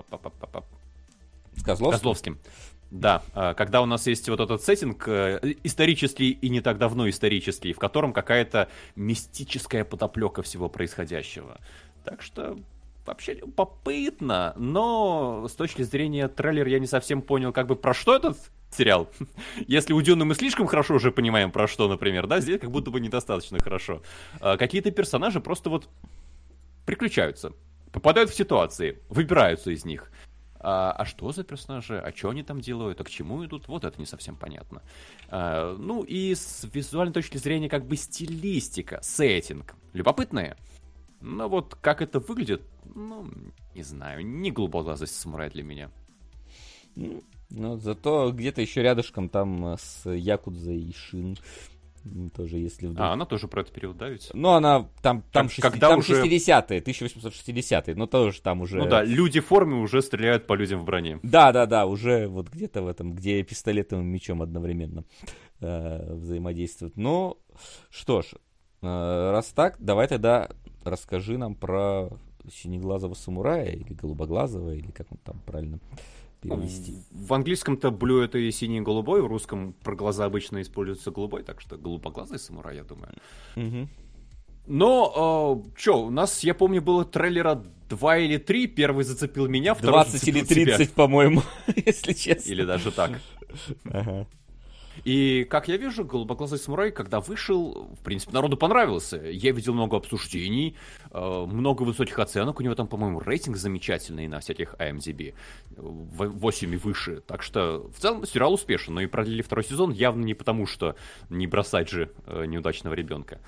Козловским. Да, когда у нас есть вот этот сеттинг исторический и не так давно исторический, в котором какая-то мистическая подоплека всего происходящего. Так что вообще любопытно, но с точки зрения трейлера я не совсем понял, как бы про что этот сериал. Если у Дюны мы слишком хорошо уже понимаем, про что, например, да, здесь как будто бы недостаточно хорошо. Какие-то персонажи просто вот приключаются, попадают в ситуации, выбираются из них. А что за персонажи? А что они там делают? А к чему идут? Вот это не совсем понятно. Ну и с визуальной точки зрения как бы стилистика, сеттинг. Любопытные. Но вот как это выглядит, ну, не знаю, не голубоглазость самурая для меня. Ну, зато где-то еще рядышком там с Якудзой и Шин. Тоже, если вдруг... она тоже про этот период, да, ведь? Ну, она там когда уже... 60-е, 1860-е, но тоже там уже... Ну да, люди в форме уже стреляют по людям в броне. Да, уже вот где-то в этом, где пистолетом и мечом одновременно взаимодействуют. Ну, что ж, раз так, давай тогда расскажи нам про синеглазого самурая, или голубоглазого, или как он там правильно перевести. В английском-то blue это и синий и голубой, в русском про глаза обычно используется голубой, так что голубоглазый самурай, я думаю. Угу. Но, у нас, я помню, было трейлера 2 или 3, первый зацепил меня, второй 20 зацепил или 30, тебя. По-моему, если честно. Или даже так. Ага. И, как я вижу, голубоглазый самурай, когда вышел, в принципе, народу понравился. Я видел много обсуждений, много высоких оценок. У него там, по-моему, рейтинг замечательный на всяких IMDb. 8 и выше. Так что, в целом, сериал успешен. Но и продлили второй сезон явно не потому, что не бросать же неудачного ребенка.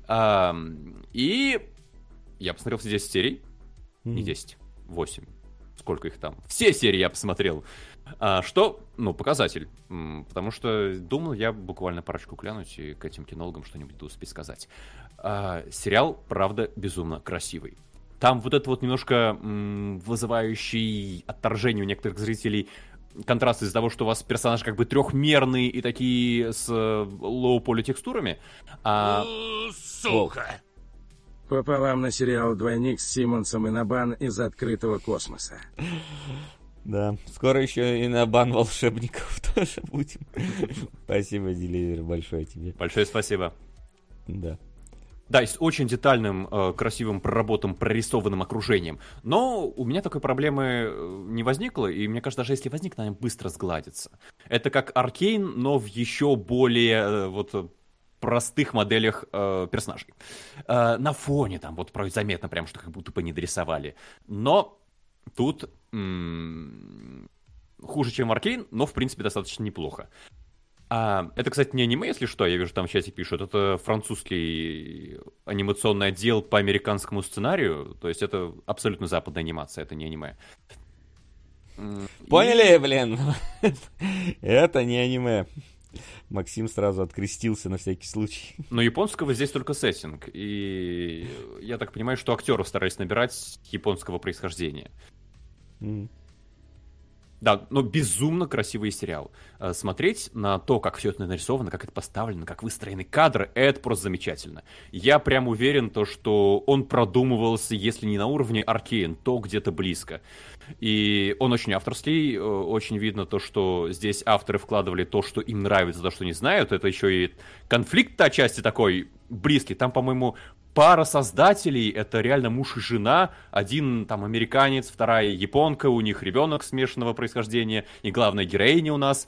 И я посмотрел все 10 серий. Не 10, 8. Сколько их там? Все серии я посмотрел. Что? Ну, показатель. Потому что думал я буквально парочку глянуть и к этим кинологам что-нибудь успеть сказать. Сериал, правда, безумно красивый. Там вот это вот немножко вызывающий отторжение у некоторых зрителей контраст из-за того, что у вас персонажи как бы трехмерные и такие с лоу-поли текстурами. Сука! Пополам на сериал «Двойник» с Симмонсом и Набан из «Открытого космоса». Да, скоро еще и на бан волшебников тоже будем. Спасибо, Деливер, большое тебе. Большое спасибо. Да. Да, и с очень детальным, красивым, проработанным, прорисованным окружением. Но у меня такой проблемы не возникло, и мне кажется, даже если возникнет, она быстро сгладится. Это как Аркейн, но в еще более вот простых моделях персонажей. На фоне там вот заметно прям, что как будто бы не дорисовали. Но тут хуже, чем Аркейн, но в принципе достаточно неплохо. Это, кстати, не аниме, если что, я вижу, там в чате пишут. Это французский анимационный отдел по американскому сценарию. То есть это абсолютно западная анимация, это не аниме. Поняли, блин? Это не аниме. Максим сразу открестился на всякий случай. Но японского здесь только сеттинг. И я так понимаю, что актеров старались набирать японского происхождения. Да, но безумно красивый сериал. Смотреть на то, как все это нарисовано, как это поставлено, как выстроены кадры, это просто замечательно. Я прям уверен, что он продумывался, если не на уровне Аркейн, то где-то близко. И он очень авторский, очень видно то, что здесь авторы вкладывали то, что им нравится, то, что не знают. Это еще и конфликт отчасти такой близкий. Там, по-моему, пара создателей, это реально муж и жена, один там американец, вторая японка, у них ребенок смешанного происхождения, и главная героиня у нас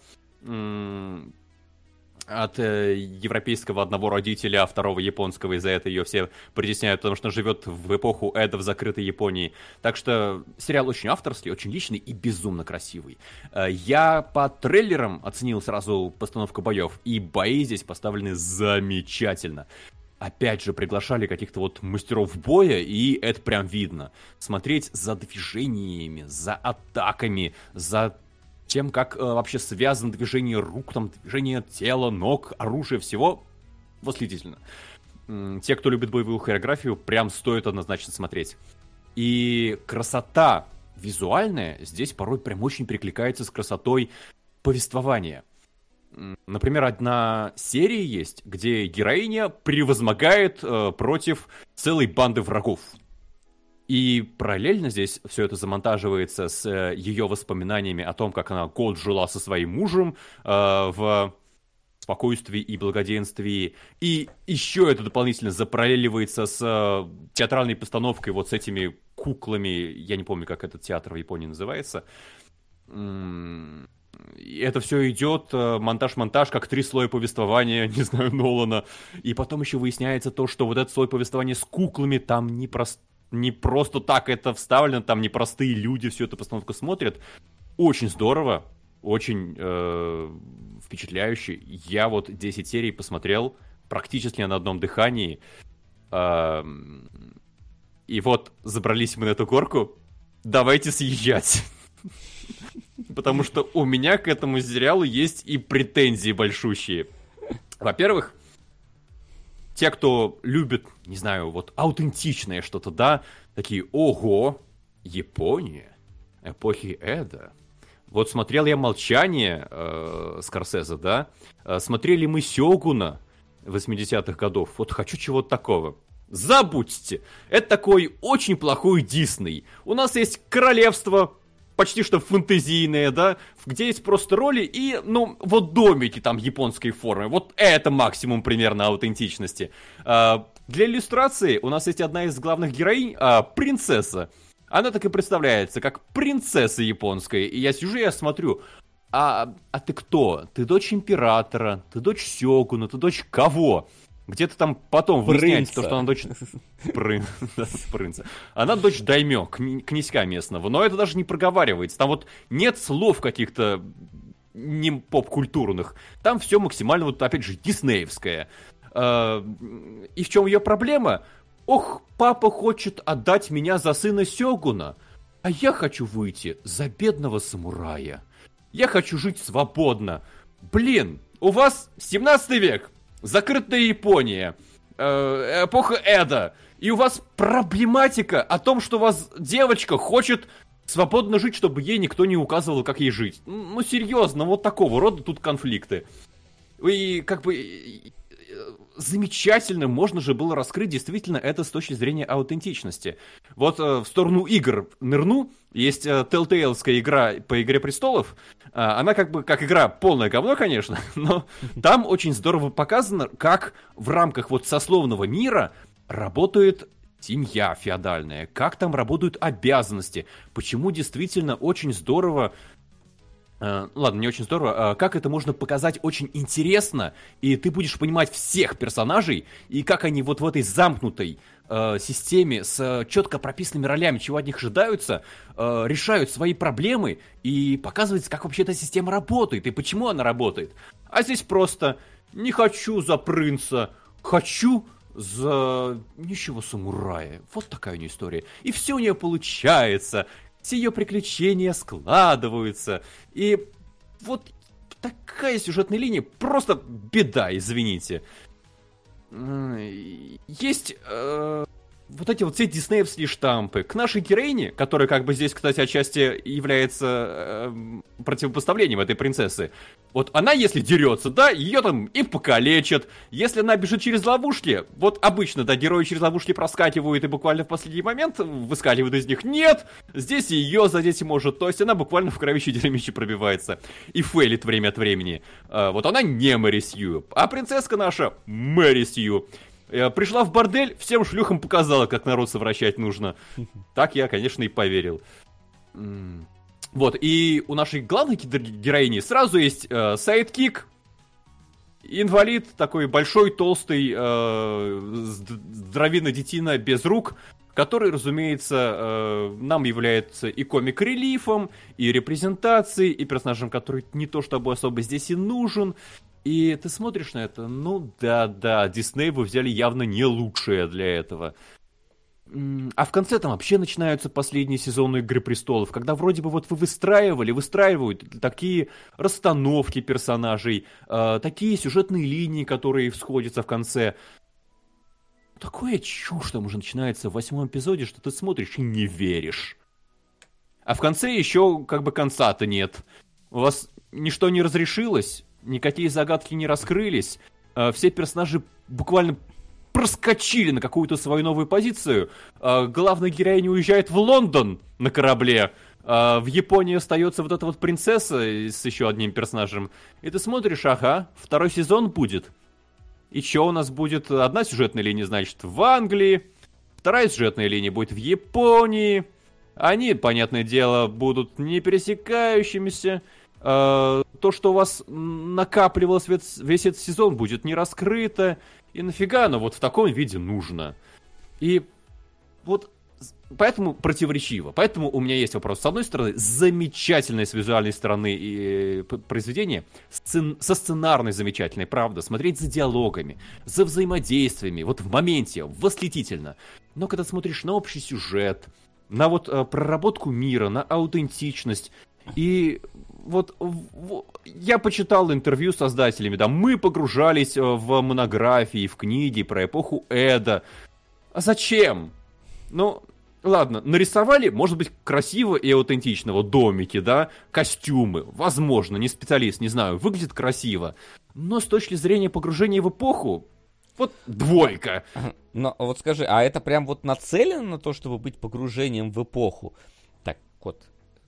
от европейского одного родителя, а второго японского, из-за этого ее все притесняют, потому что она живет в эпоху Эда в закрытой Японии. Так что сериал очень авторский, очень личный и безумно красивый. Я по трейлерам оценил сразу постановку боев, и бои здесь поставлены замечательно. Опять же, приглашали каких-то вот мастеров боя, и это прям видно. Смотреть за движениями, за атаками, за тем, как вообще связано движение рук, там, движение тела, ног, оружия, всего восхитительно. Те, кто любит боевую хореографию, прям стоит однозначно смотреть. И красота визуальная здесь порой прям очень перекликается с красотой повествования. Например, одна серия есть, где героиня превозмогает против целой банды врагов. И параллельно здесь все это замонтаживается с ее воспоминаниями о том, как она год жила со своим мужем в спокойствии и благоденствии. И еще это дополнительно запараллеливается с театральной постановкой, вот с этими куклами. Я не помню, как этот театр в Японии называется. Это все идет, монтаж, как 3 слоя повествования, не знаю, Нолана. И потом еще выясняется то, что вот этот слой повествования с куклами, там не просто так это вставлено, там непростые люди всю эту постановку смотрят. Очень здорово, очень впечатляюще. Я вот 10 серий посмотрел практически на одном дыхании. И вот забрались мы на эту горку. Давайте съезжать. Потому что у меня к этому сериалу есть и претензии большущие. Во-первых, те, кто любит, не знаю, вот аутентичное что-то, да, такие: ого, Япония, эпохи Эда. Вот смотрел я «Молчание» Скорсезе, да, смотрели мы «Сёгуна» 80-х годов. Вот хочу чего-то такого. Забудьте! Это такой очень плохой Дисней. У нас есть королевство, почти что фэнтезийные, да, где есть просто роли и, ну, вот домики там японской формы. Вот это максимум примерно аутентичности. Для иллюстрации у нас есть одна из главных героинь, принцесса. Она так и представляется, как принцесса японская. И я сижу, я смотрю, а ты кто? Ты дочь императора, ты дочь сёгуна, ты дочь кого? Где-то там потом выясняется, то, что она дочь принца. Она дочь даймё, князька местного. Но это даже не проговаривается. Там вот нет слов каких-то не поп-культурных. Там все максимально, вот опять же, диснеевское. И в чем ее проблема? Ох, папа хочет отдать меня за сына сёгуна, а я хочу выйти за бедного самурая. Я хочу жить свободно. Блин, у вас 17 век. Закрытая Япония, эпоха Эда, и у вас проблематика о том, что у вас девочка хочет свободно жить, чтобы ей никто не указывал, как ей жить. Ну, серьезно, вот такого рода тут конфликты. И как бы замечательно можно же было раскрыть действительно это с точки зрения аутентичности. Вот в сторону игр нырну, есть Telltale'ская игра по «Игре престолов», она как бы, как игра, полное говно, конечно, но там очень здорово показано, как в рамках вот сословного мира работает семья феодальная, как там работают обязанности, почему действительно очень здорово. Ладно, не очень здорово. Как это можно показать очень интересно, и ты будешь понимать всех персонажей, и как они вот в этой замкнутой системе с четко прописанными ролями, чего от них ожидаются, решают свои проблемы, и показывается, как вообще эта система работает, и почему она работает. А здесь просто не хочу за принца, хочу за нищего самурая. Вот такая у нее история. И все у нее получается. Все ее приключения складываются. И вот такая сюжетная линия, просто беда, извините. Есть вот эти вот все диснеевские штампы. К нашей героине, которая как бы здесь, кстати, отчасти является противопоставлением этой принцессы. Вот она, если дерется, да, ее там и покалечат. Если она бежит через ловушки, вот обычно, да, герои через ловушки проскакивают и буквально в последний момент выскакивают из них. Нет, здесь ее задеть может. То есть она буквально в кровище дерьмище пробивается. И фейлит время от времени. Вот она не Мэри Сью, а принцесска наша Мэри Сью. Пришла в бордель, всем шлюхам показала, как народ совращать нужно. Так я, конечно, и поверил. Вот, и у нашей главной героини сразу есть сайдкик, инвалид, такой большой, толстый, здоровенный детина без рук, который, разумеется, нам является и комик-релифом, и репрезентацией, и персонажем, который не то чтобы особо здесь и нужен. И ты смотришь на это, ну да, Дисней вы взяли явно не лучшее для этого. А в конце там вообще начинаются последние сезоны «Игры престолов», когда вроде бы вот вы выстраивают такие расстановки персонажей, такие сюжетные линии, которые всходятся в конце. Такое чушь там уже начинается в 8-м эпизоде, что ты смотришь и не веришь. А в конце еще как бы конца-то нет. У вас ничто не разрешилось, никакие загадки не раскрылись, все персонажи буквально проскочили на какую-то свою новую позицию. Главная героиня уезжает в Лондон на корабле, в Японии остается вот эта вот принцесса с еще одним персонажем. И ты смотришь, ага, 2-й сезон будет. И что у нас будет? Одна сюжетная линия, значит, в Англии, 2-я сюжетная линия будет в Японии. Они, понятное дело, будут не пересекающимися. То, что у вас накапливалось весь этот сезон, будет не раскрыто. И нафига оно вот в таком виде нужно? И вот поэтому противоречиво. Поэтому у меня есть вопрос. С одной стороны, замечательное с визуальной стороны и произведение, со сценарной замечательной, правда. Смотреть за диалогами, за взаимодействиями, вот в моменте, восхитительно. Но когда смотришь на общий сюжет, на вот проработку мира, на аутентичность, и вот я почитал интервью с создателями, да, мы погружались в монографии, в книги про эпоху Эда. А зачем? Ну, ладно, нарисовали, может быть, красиво и аутентично, вот домики, да, костюмы, возможно, не специалист, не знаю, выглядит красиво, но с точки зрения погружения в эпоху, вот 2. Но вот скажи, а это прям вот нацелено на то, чтобы быть погружением в эпоху? Так, вот.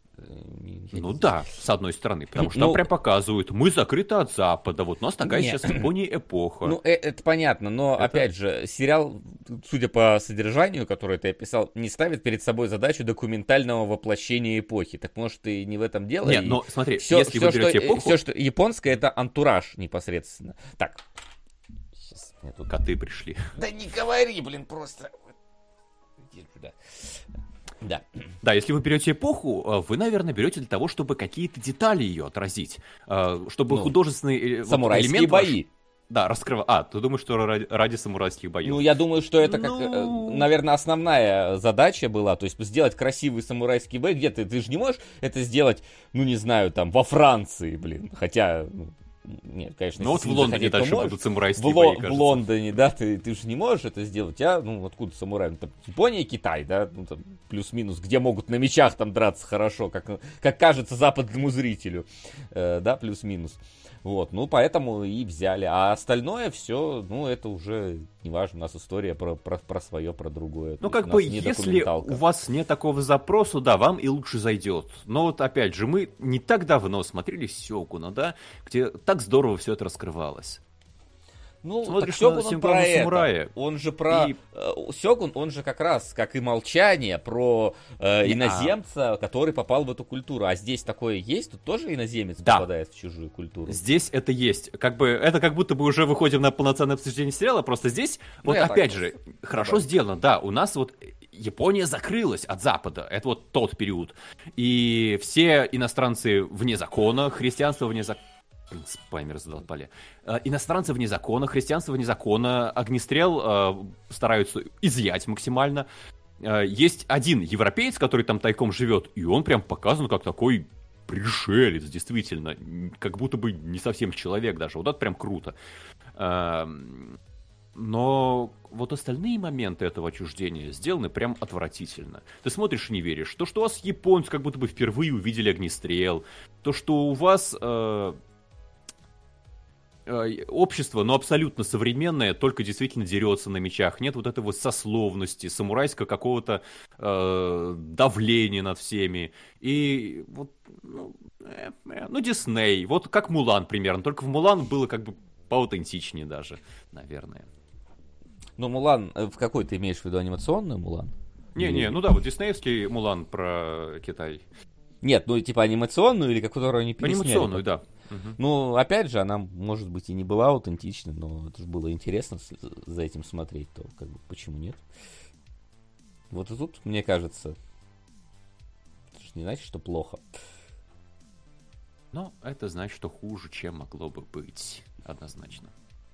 Ну да, с одной стороны, потому что там прям показывают, мы закрыты от Запада, вот у нас такая сейчас в Японии эпоха. Ну, это понятно, но, опять же, сериал, судя по содержанию, которое ты описал, не ставит перед собой задачу документального воплощения эпохи. Так может и не в этом дело? Нет, но смотри, если вы берете эпоху... Все, что японское, это антураж непосредственно. Так. Сейчас мне тут коты пришли. Да не говори, блин, просто... Иди сюда. Да. Да, если вы берете эпоху, вы, наверное, берете для того, чтобы какие-то детали ее отразить, чтобы художественный самурайские элемент бои. Да, раскрывать. Ты думаешь, что ради самурайских боев? Ну, я думаю, что это, наверное, основная задача была, то есть сделать красивый самурайский бой. Где ты же не можешь это сделать, ну, не знаю, там, во Франции, блин, хотя... Нет, конечно, ну вот в Лондоне дальше будут самурайские бои, кажется. В Лондоне, да, ты же не можешь это сделать, ну, откуда самурай? Ну, там, Япония, Китай, да, ну, там, плюс-минус, где могут на мечах там драться хорошо, как кажется западному зрителю, да, плюс-минус. Вот, ну, поэтому и взяли. А остальное все, ну, это уже, неважно, у нас история про свое, про другое. Ну, То как есть у бы, нас не если документалка. у вас нет такого запроса, да, вам и лучше зайдет. Но вот, опять же, мы не так давно смотрели Сёгуна, да, где так здорово все это раскрывалось. Ну, Смотришь так Сёгун, на он «Симпану про самурая». это. Он же про... И- Сёгун, он же как раз, как и «Молчание», про иноземца, который попал в эту культуру. А здесь такое есть? Тут тоже иноземец Да. попадает в чужую культуру? Здесь это есть. Как бы, это как будто бы уже выходим на полноценное обсуждение сериала, просто здесь, Ну, вот я опять так же, просто хорошо добавил. сделано, да, у нас вот Япония закрылась от Запада, это вот тот период, и все иностранцы вне закона, христианство вне закона, спаймер задолбали. Иностранцы вне закона, христианство вне закона, огнестрел стараются изъять максимально. Есть один европеец, который там тайком живет, и он прям показан как такой пришелец, действительно, как будто бы не совсем человек даже. Вот это прям круто. Но вот остальные моменты этого отчуждения сделаны прям отвратительно. Ты смотришь и не веришь. То, что у вас японцы как будто бы впервые увидели огнестрел, то, что у вас общество, но абсолютно современное, только действительно дерется на мечах. Нет вот этой вот сословности, самурайского какого-то давления над всеми. И вот, ну, Дисней. Вот как Мулан примерно. Только в Мулан было как бы поаутентичнее даже, наверное. Ну, Мулан, в какой ты имеешь в виду, анимационный Мулан? Не, ну да, вот диснеевский Мулан про Китай. Нет, ну, типа анимационную или которую они пересняли? Анимационную, да. Мгм. Ну, опять же, она, может быть, и не была аутентичной, но это же было интересно за этим смотреть, то как бы почему нет? Вот и тут, мне кажется, это же не значит, что плохо. Но это значит, что хуже, чем могло бы быть. Однозначно.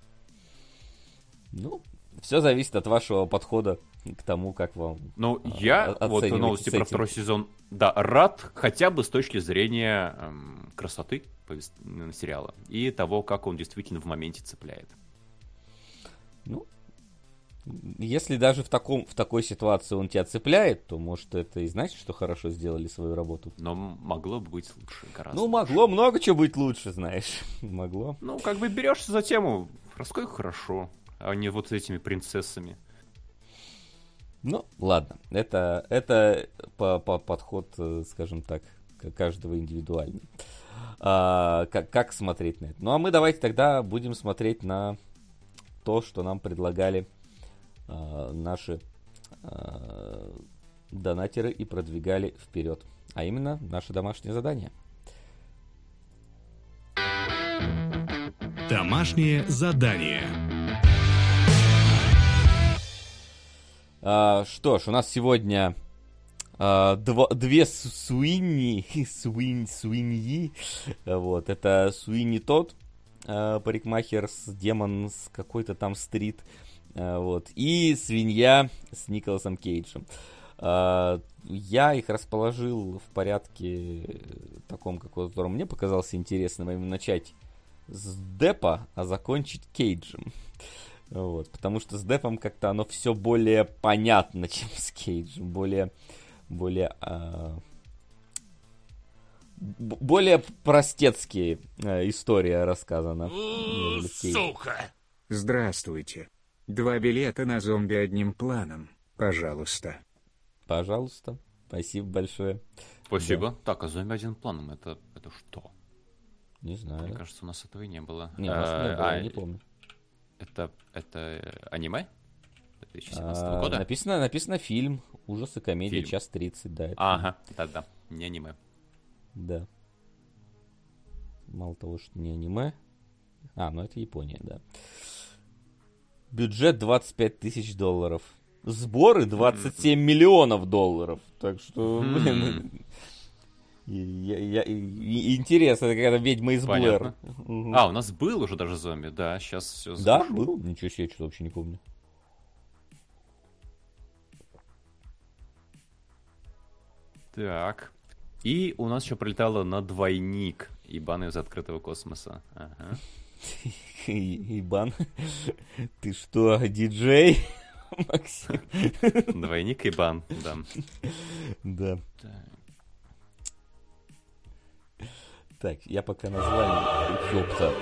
Ну, все зависит от вашего подхода к тому, как вам... Но я, вот оцениваете новости про сеттинг. второй сезон, да, рад хотя бы с точки зрения красоты сериала и того, как он действительно в моменте цепляет. Ну, если даже в такой ситуации он тебя цепляет, то, может, это и значит, что хорошо сделали свою работу. Но могло бы быть лучше гораздо. Ну, могло много чего быть лучше, знаешь. Могло. Ну, как бы берешься за тему, раскрой хорошо, а не вот этими принцессами. Ну, ладно. Это подход, скажем так, каждого индивидуальный. Как смотреть на это? Ну, а мы давайте тогда будем смотреть на то, что нам предлагали наши донатеры и продвигали вперед. А именно, наше домашнее задание. Домашнее задание. Что ж, у нас сегодня две свиньи. Вот, это Суини Тодд, парикмахер с демон с какой-то там стрит. Вот, и свинья с Николасом Кейджем. Я их расположил в порядке таком, которым мне показался интересным, именно начать с Деппа, а закончить Кейджем. Вот, потому что с Деппом как-то оно все более понятно, чем с Кейджем. Более простецкие история рассказана. нежели с Кейджем. Здравствуйте. 2 билета на зомби одним планом, пожалуйста. Пожалуйста. Спасибо большое. Спасибо. Так, а зомби один планом, это что? Не знаю. Мне кажется, у нас этого и не было. Не, может, не было, я не помню. Это аниме? 2017 года? Написано фильм. Ужасы, комедия, Фильм. час 30, да. это Ага, да, не аниме. Да. Мало того, что не аниме. Ну это Япония, да. Бюджет $25 тысяч. Сборы $27 миллионов. Так что, блин... Интересно, это какая-то ведьма из Блэр. Понятно. У нас был уже даже зомби, да, сейчас все Да, был? Ничего себе, я что-то вообще не помню. Так. И у нас еще прилетало на двойник. Ибан из открытого космоса. Ага. Ибан, ты что, диджей, Максим? Двойник Ибан, да. Да. Так, я пока название... Ёпта.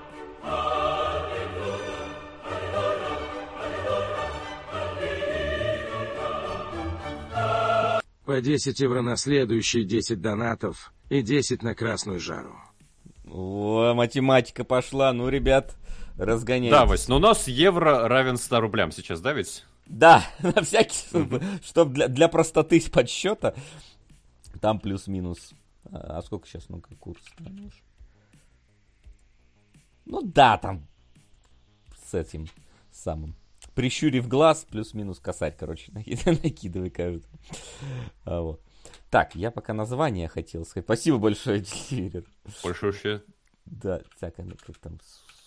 По 10 евро на следующие 10 донатов и 10 на красную жару. О, математика пошла. Ну, ребят, разгоняйтесь. Да, Вась, но у нас евро равен 100 рублям сейчас, да ведь? Да, на всякий случай, чтобы для простоты подсчета, там плюс-минус. А сколько сейчас, ну-ка, курс? Ну да, там с этим самым. Прищурив глаз, плюс-минус косарь, короче, накидывай каждый. Вот. Так, я пока название хотел сказать. Спасибо большое, Дилер. Большое. Да, так, оно как там,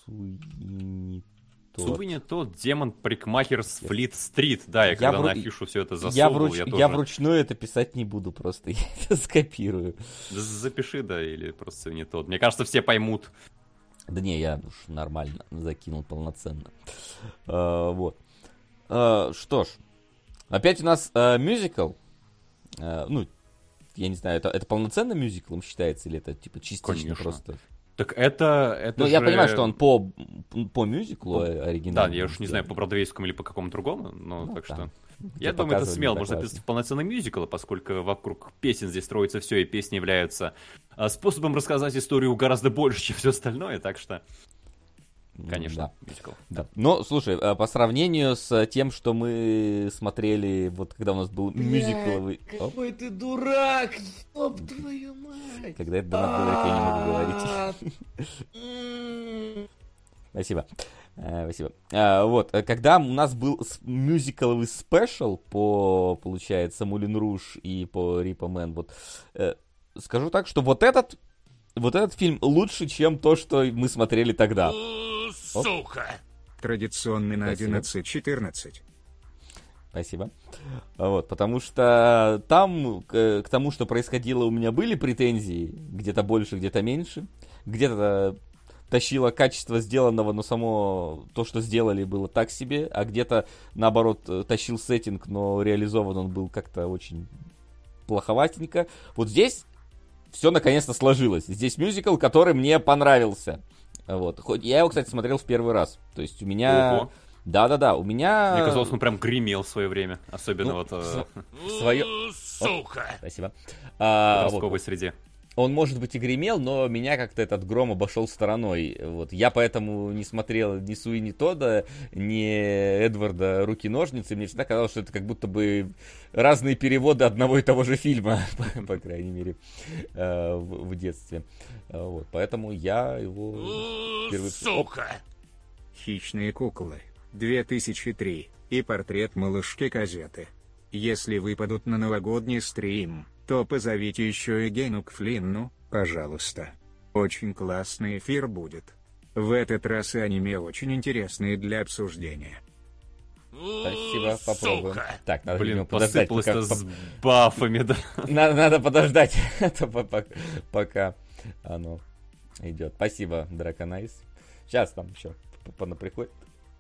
Суини тот, демон парикмахер с Флит-стрит. Да, я когда на афишу все это засовывал, я тоже... Я вручную это писать не буду, просто я это скопирую. Запиши, да, или просто Суини тот. Мне кажется, все поймут. Да не, я уж нормально закинул полноценно. Вот. Что ж. Опять у нас мюзикл. Ну, я не знаю, это полноценно мюзиклом считается, или это типа частично? Конечно. Просто? Так это ну, же... я понимаю, что он по мюзиклу оригинальному. Да, я уж не знаю, по бродвейскому или по какому другому, но ну, так да. что... Я думаю, это смело можно классно. записать в полноценный мюзикл, поскольку вокруг песен здесь строится все, и песни являются способом рассказать историю гораздо больше, чем все остальное, так что... Конечно, да. мюзикл. Да. Но, слушай, по сравнению с тем, что мы смотрели, вот когда у нас был мюзикловый... Какой ты дурак, ёб твою мать! Когда это донат говорит, я не могу говорить. Спасибо. Спасибо. Вот, когда у нас был мюзикловый спешл по, получается, Мулен Руж и по Рипа Мэн, вот, скажу так, что вот этот фильм лучше, чем то, что мы смотрели тогда. Сука! Традиционный на 11-14. Спасибо. Вот, потому что там к тому, что происходило, у меня были претензии, где-то больше, где-то меньше. Где-то тащило качество сделанного, но само то, что сделали, было так себе, а где-то, наоборот, тащил сеттинг, но реализован он был как-то очень плоховатенько. Вот здесь все наконец-то сложилось. Здесь мюзикл, который мне понравился. Вот. Я его, кстати, смотрел в первый раз. То есть у меня... Ого. Да-да-да, у меня... Мне казалось, он прям гремел в свое время. Особенно вот... В свое... Сука! Спасибо. В подростковой среде. Он, может быть, и гремел, но меня как-то этот гром обошел стороной. Вот. Я поэтому не смотрел ни Суини Тодда, ни Эдварда «Руки-ножницы». Мне всегда казалось, что это как будто бы разные переводы одного и того же фильма, по крайней мере, в детстве. Вот. Поэтому я его впервые... Сука! Хищные куклы. 2003. И портрет малышки Казеты. Если выпадут на новогодний стрим, то позовите еще и Гену к Флинну, пожалуйста. Очень классный эфир будет. В этот раз и аниме очень интересные для обсуждения. Спасибо, попробуем. Сука. Так, надо Блин, подождать, посыпалось-то с бафами, да. Надо подождать, пока оно идет. Спасибо, Драконайс. Сейчас там еще приходит.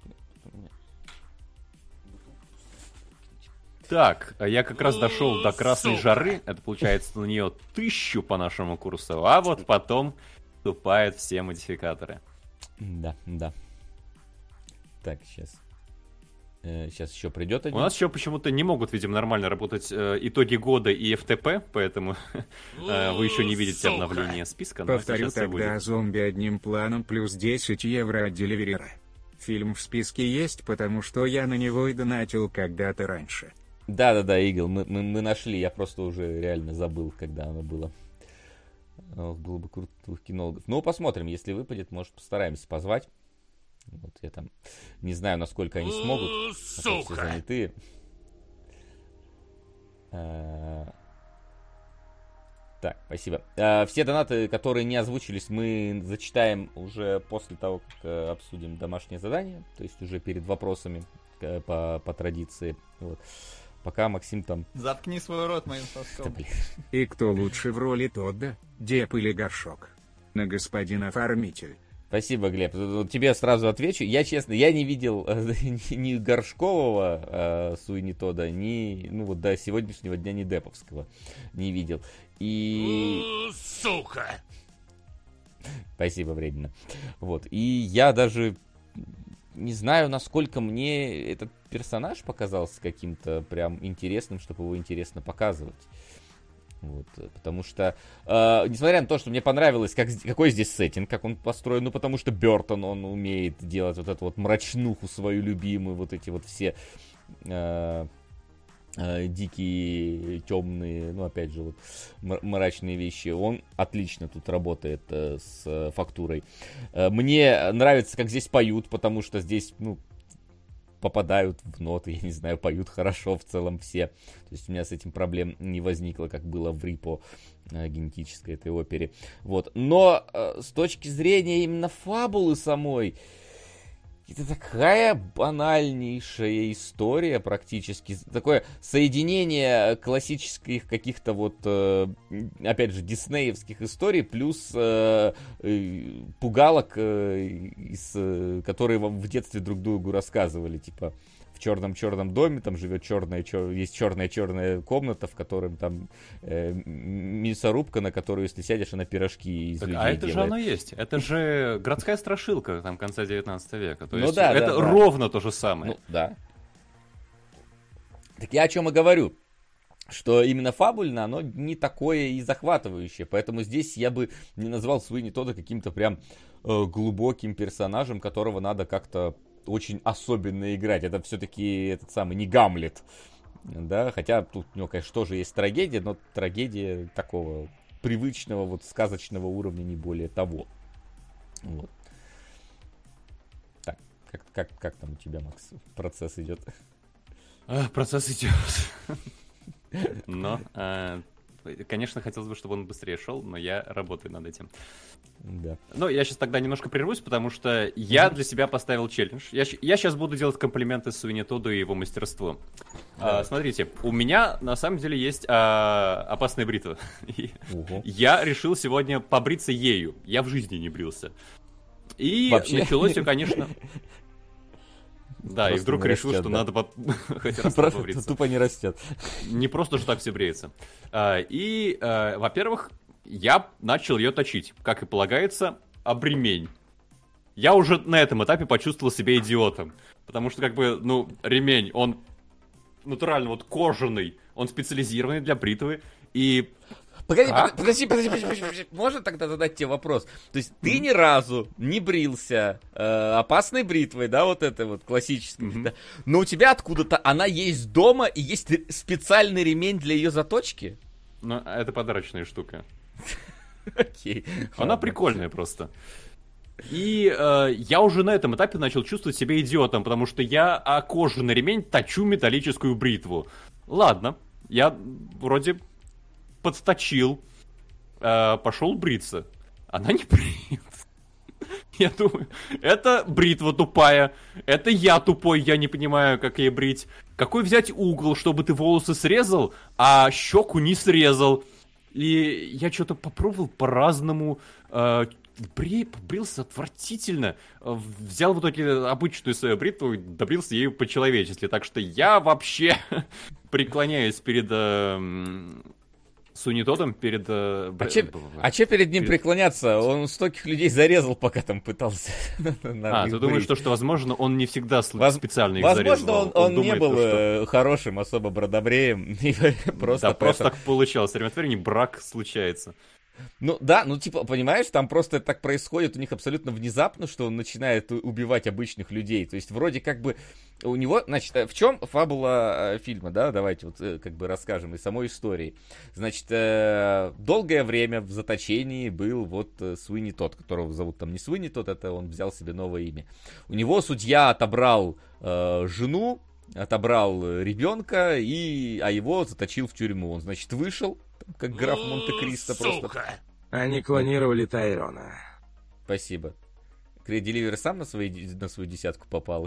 Так, я как раз дошел до красной жары. Это получается на нее 1000 по нашему курсу. А вот потом вступают все модификаторы. Да. Так, сейчас. Сейчас еще придет один. У нас еще почему-то не могут, видимо, нормально работать итоги года и FTP, поэтому вы еще не видите обновление списка. Но Повторю тогда, зомби одним планом плюс 10 евро от Деливерера. Фильм в списке есть, потому что я на него и донатил когда-то раньше. Да, Игл, мы нашли, я просто уже реально забыл, когда оно было. Было бы круто двух кинологов. Ну, посмотрим, если выпадет, может, постараемся позвать. Вот я там не знаю, насколько они смогут. Все занятые. Так, спасибо. Все донаты, которые не озвучились, мы зачитаем уже после того, как обсудим домашнее задание. То есть уже перед вопросами по традиции. Вот. Пока Максим там... Заткни свой рот моим соском. И кто лучше в роли Тодда, Деп или Горшок? На господин оформитель. Спасибо, Глеб. Тебе сразу отвечу. Я, честно, я не видел ни Горшкового Суини Тодда, ни, ну вот до сегодняшнего дня, ни Деповского не видел. И... Сука! Спасибо, временно. Вот. И я даже не знаю, насколько мне этот персонаж показался каким-то прям интересным, чтобы его интересно показывать. Вот, потому что, несмотря на то, что мне понравилось, какой здесь сеттинг, как он построен, ну, потому что Бёртон, он умеет делать вот эту вот мрачнуху свою любимую, вот эти вот все дикие, темные, ну, опять же, вот, мрачные вещи. Он отлично тут работает с фактурой. Мне нравится, как здесь поют, потому что здесь, ну, попадают в ноты, я не знаю, поют хорошо в целом все. То есть у меня с этим проблем не возникло, как было в Рипо генетической этой опере. Вот. Но с точки зрения именно фабулы самой, это такая банальнейшая история практически. Такое соединение классических каких-то вот, опять же, диснеевских историй, плюс пугалок, которые вам в детстве друг другу рассказывали. Типа, в черном доме там живет есть черная комната, в котором там мясорубка, на которую, если сядешь, она пирожки из людей А это делает. же оно есть. Это же городская страшилка там конца 19 века. То есть да, это ровно то же самое. Ну, да. Так я о чем и говорю. Что именно фабульно, оно не такое и захватывающее. Поэтому здесь я бы не назвал Суини Тодда каким-то прям глубоким персонажем, которого надо как-то очень особенно играть. Это все-таки этот самый не Гамлет. Да, хотя тут у него, конечно, тоже есть трагедия, но трагедия такого привычного, вот сказочного уровня, не более того. Вот. Так, как там у тебя, Макс, процесс идет? Процесс идет. Но, конечно, хотелось бы, чтобы он быстрее шел, но я работаю над этим. Да. Ну, я сейчас тогда немножко прервусь, потому что я для себя поставил челлендж. Я сейчас буду делать комплименты Суини Тодду и его мастерству. Смотрите, у меня на самом деле есть опасная бритва. Я решил сегодня побриться ею. Я в жизни не брился. И вообще? Началось все, конечно... Да, Просто и вдруг не решил, растет, что да. надо хоть раз Просто побриться. тупо не растет. Не просто же так все бреется. Во-первых, я начал ее точить, как и полагается, об ремень. Я уже на этом этапе почувствовал себя идиотом. Потому что, ремень, он натурально вот кожаный, он специализированный для бритвы, и... Подожди. Можно тогда задать тебе вопрос? То есть ты ни разу не брился опасной бритвой, да, вот этой вот классической, да? Но у тебя откуда-то она есть дома и есть специальный ремень для ее заточки? Ну, это подарочная штука. Окей. Она прикольная просто. И я уже на этом этапе начал чувствовать себя идиотом, потому что я о кожаный ремень точу металлическую бритву. Ладно, я вроде подточил, пошел бриться. Она не бреет. Я думаю, это бритва тупая, это я тупой, я не понимаю, как ей брить. Какой взять угол, чтобы ты волосы срезал, а щеку не срезал? И я что-то попробовал по-разному, брился отвратительно. Взял вот эту обычную свою бритву и добрился ею по-человечески. Так что я вообще преклоняюсь перед... Суини Тоддом перед... А че перед ним преклоняться? Он стольких людей зарезал, пока там пытался. Ты думаешь, что, возможно, он не всегда специально их зарезал? Возможно, он не был хорошим особо бродобреем. Да, просто так получалось. Время от времени брак случается. Ну да, понимаешь, там просто это так происходит у них абсолютно внезапно, что он начинает убивать обычных людей. То есть вроде как бы у него, значит, в чем фабула фильма, да, давайте вот как бы расскажем из самой истории. Значит, долгое время в заточении был вот Суини Тодд, которого зовут там не Суини Тодд, это он взял себе новое имя. У него судья отобрал жену, отобрал ребенка, а его заточил в тюрьму. Он, значит, вышел, как граф Монте-Кристо просто. Они клонировали Тайрона. Спасибо. Крейг Деливер сам на свою десятку попал?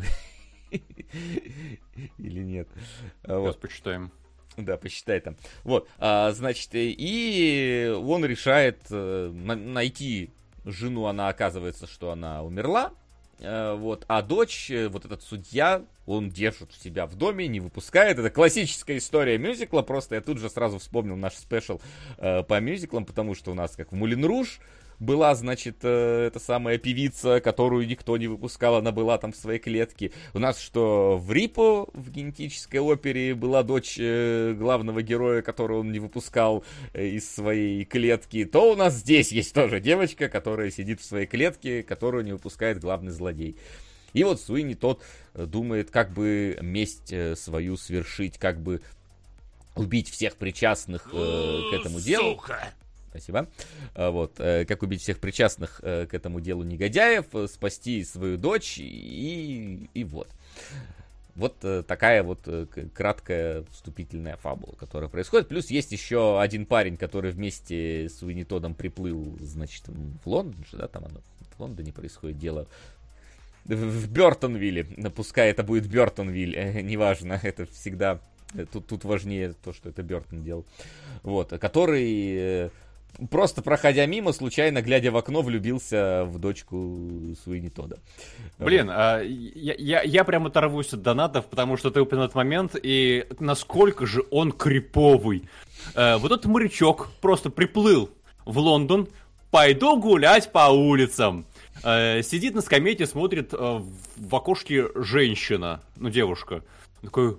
Или нет? Сейчас почитаем. Да, посчитай там. Вот, значит, и он решает найти жену, она оказывается, что она умерла. Вот, а дочь, вот этот судья, он держит у себя в доме, не выпускает. Это классическая история мюзикла. Просто я тут же сразу вспомнил наш спешл по мюзиклам, потому что у нас, как в Мулен Руж, была, значит, эта самая певица, которую никто не выпускал, она была там в своей клетке. У нас что, в Рипо, в генетической опере, была дочь главного героя, которую он не выпускал из своей клетки, то у нас здесь есть тоже девочка, которая сидит в своей клетке, которую не выпускает главный злодей. И вот Суини Тодд думает, как бы месть свою свершить, как бы убить всех причастных к этому делу. Спасибо. Вот, как убить всех причастных к этому делу негодяев, спасти свою дочь и вот. Вот такая вот краткая вступительная фабула, которая происходит. Плюс есть еще один парень, который вместе с Суини Тоддом приплыл, значит, в Лондон, да, там оно, в Лондоне происходит дело. В Бёртонвилле, пускай это будет Бёртонвиль, неважно, это всегда, тут важнее то, что это Бёртон делал, вот, который, просто проходя мимо, случайно, глядя в окно, влюбился в дочку Суини Тодда. Блин, я прям оторвусь от донатов, потому что ты упомянул этот момент, и насколько же он криповый. Вот этот морячок просто приплыл в Лондон, пойду гулять по улицам. Сидит на скамейке, смотрит в окошке женщина, ну, девушка. Такой...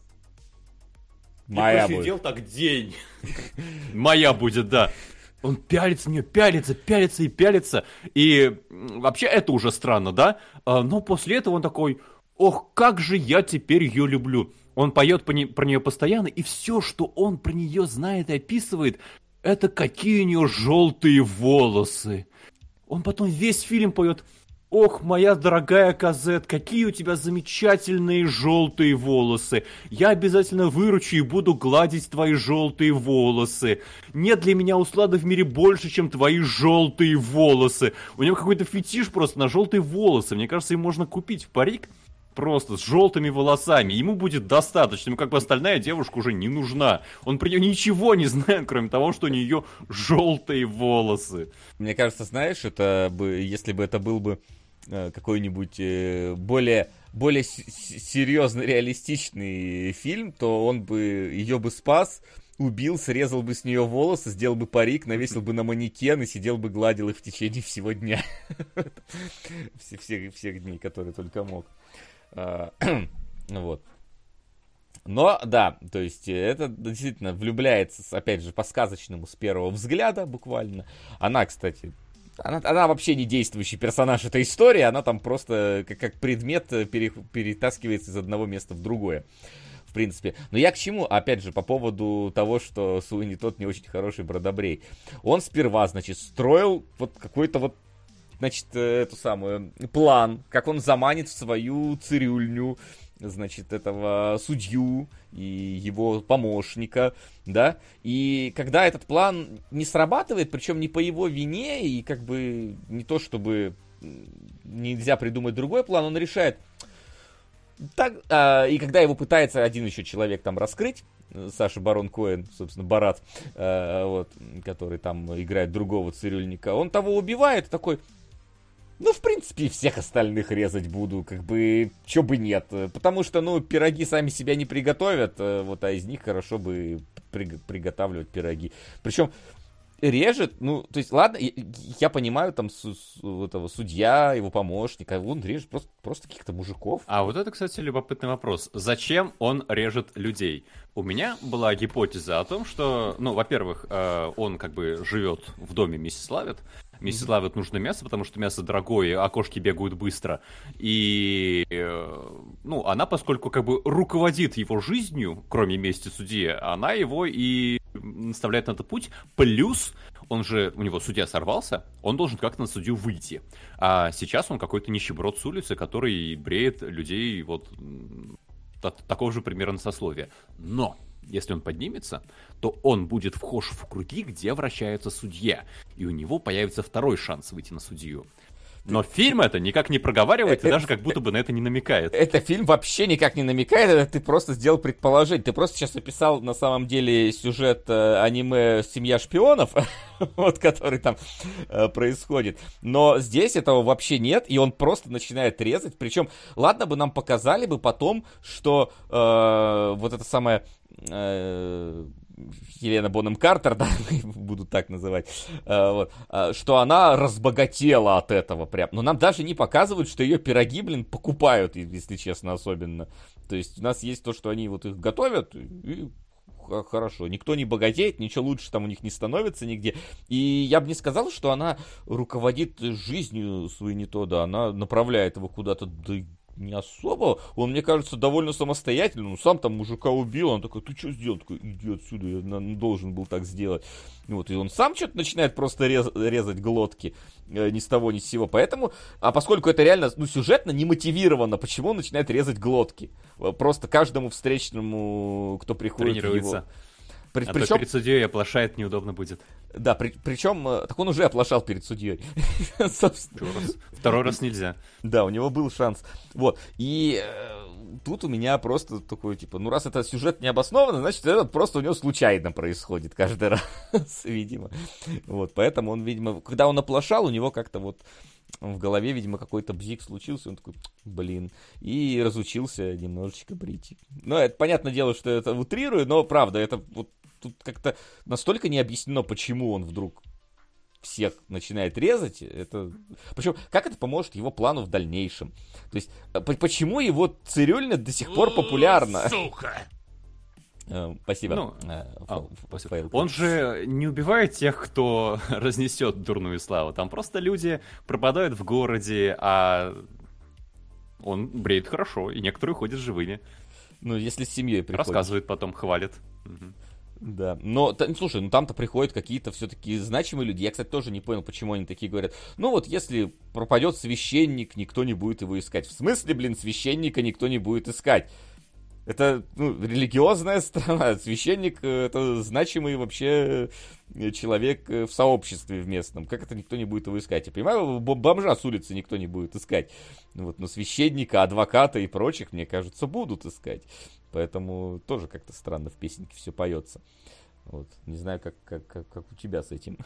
Моя будет. Сидел так день. Моя будет, да. Он пялится в нее, пялится и пялится. И вообще это уже странно, да? Но после этого он такой: ох, как же я теперь ее люблю. Он поет про нее постоянно, и все, что он про нее знает и описывает, это какие у нее желтые волосы. Он потом весь фильм поет: ох, моя дорогая Казет, какие у тебя замечательные желтые волосы. Я обязательно выручу и буду гладить твои желтые волосы. Нет для меня услады в мире больше, чем твои желтые волосы. У него какой-то фетиш просто на желтые волосы. Мне кажется, им можно купить парик просто с желтыми волосами. Ему будет достаточно. Ему как бы остальная девушка уже не нужна. Он про нее ничего не знает, кроме того, что у нее желтые волосы. Мне кажется, знаешь, это бы, если бы это был бы какой-нибудь более серьезный, реалистичный фильм, то он бы ее бы спас, убил, срезал бы с нее волосы, сделал бы парик, навесил бы на манекен и сидел бы, гладил их в течение всего дня. Всех дней, которые только мог. Вот. Но, да, то есть это действительно влюбляется, опять же, по-сказочному с первого взгляда, буквально. Она, кстати, она вообще не действующий персонаж этой истории, она там просто как предмет перетаскивается из одного места в другое. В принципе. Но я к чему? Опять же, по поводу того, что Суини Тодд не очень хороший бродобрей. Он сперва, значит, строил вот какой-то вот, значит, эту самую план, как он заманит в свою цирюльню, значит, этого судью и его помощника, да, и когда этот план не срабатывает, причем не по его вине, и как бы не то, чтобы нельзя придумать другой план, он решает, так, и когда его пытается один еще человек там раскрыть, Саша Барон Коэн, собственно, Барат, вот, который там играет другого цирюльника, он того убивает, такой: ну, в принципе, и всех остальных резать буду, как бы, чё бы нет. Потому что, ну, пироги сами себя не приготовят, вот, а из них хорошо бы приготавливать пироги. Причем режет, ну, то есть, ладно, я понимаю, там, этого судья, его помощника, он режет просто каких-то мужиков. А вот это, кстати, любопытный вопрос. Зачем он режет людей? У меня была гипотеза о том, что, ну, во-первых, он как бы живет в доме миссис Лавет. Миссис Лавет нужно мясо, потому что мясо дорогое, а кошки бегают быстро. И, ну, она, поскольку как бы руководит его жизнью, кроме мести судьи, она его и наставляет на этот путь. Плюс, он же, у него судья сорвался, он должен как-то на судью выйти. А сейчас он какой-то нищеброд с улицы, который бреет людей вот такого же примерно сословия. Но если он поднимется, то он будет вхож в круги, где вращается судья, и у него появится второй шанс выйти на судью. Но фильм это никак не проговаривает и даже как будто бы на это не намекает. Это фильм вообще никак не намекает, это ты просто сделал предположение. Ты просто сейчас описал на самом деле сюжет аниме «Семья шпионов», вот, который там происходит. Но здесь этого вообще нет, и он просто начинает резать. Причем, ладно бы нам показали бы потом, что вот это самое... Хелена Бонем Картер, да, буду так называть, вот, что она разбогатела от этого прям. Но нам даже не показывают, что ее пироги, блин, покупают, если честно, особенно. То есть у нас есть то, что они вот их готовят, и хорошо. Никто не богатеет, ничего лучше там у них не становится нигде. И я бы не сказал, что она руководит жизнью Суини-Тодда, она направляет его куда-то, да не особо. Он, мне кажется, довольно самостоятельный. Он сам там мужика убил. Он такой, ты что сделал? Такой, иди отсюда, я должен был так сделать. Вот, и он сам что-то начинает просто резать глотки. Ни с того, ни с сего. Поэтому, а поскольку это реально, ну, сюжетно не мотивировано, почему он начинает резать глотки? Просто каждому встречному, кто приходит тренируется. Его... Причем... перед судьей оплошает, неудобно будет. Да, причем, так он уже оплошал перед судьей. Второй раз нельзя. Да, у него был шанс. Вот, и тут у меня просто такой, типа, ну раз это сюжет не обоснованный, значит, это просто у него случайно происходит каждый раз, видимо. Вот, поэтому он, видимо, когда он оплошал, у него как-то вот в голове, видимо, какой-то бзик случился, он такой, блин, и разучился немножечко брить. Ну, это понятное дело, что это утрирую, но правда, это вот тут как-то настолько не объяснено, почему он вдруг всех начинает резать. Это... Причем, как это поможет его плану в дальнейшем? То есть, почему его цирюльня до сих пор популярна? Сука! Спасибо. Спасибо. Он же не убивает тех, кто разнесет дурную славу. Там просто люди пропадают в городе, а он бреет хорошо, и некоторые ходят живыми. Ну, если с семьей приходит. Рассказывает потом, хвалит. Да, но, слушай, ну там-то приходят какие-то все-таки значимые люди. Я, кстати, тоже не понял, почему они такие говорят. Ну вот, если пропадет священник, никто не будет его искать. В смысле, блин, священника никто не будет искать? Это, ну, религиозная страна. Священник — это значимый вообще человек в сообществе в местном. Как это никто не будет его искать? Я понимаю, бомжа с улицы никто не будет искать. Вот, но священника, адвоката и прочих, мне кажется, будут искать. Поэтому тоже как-то странно в песенке все поется. Вот. Не знаю, как у тебя с этим.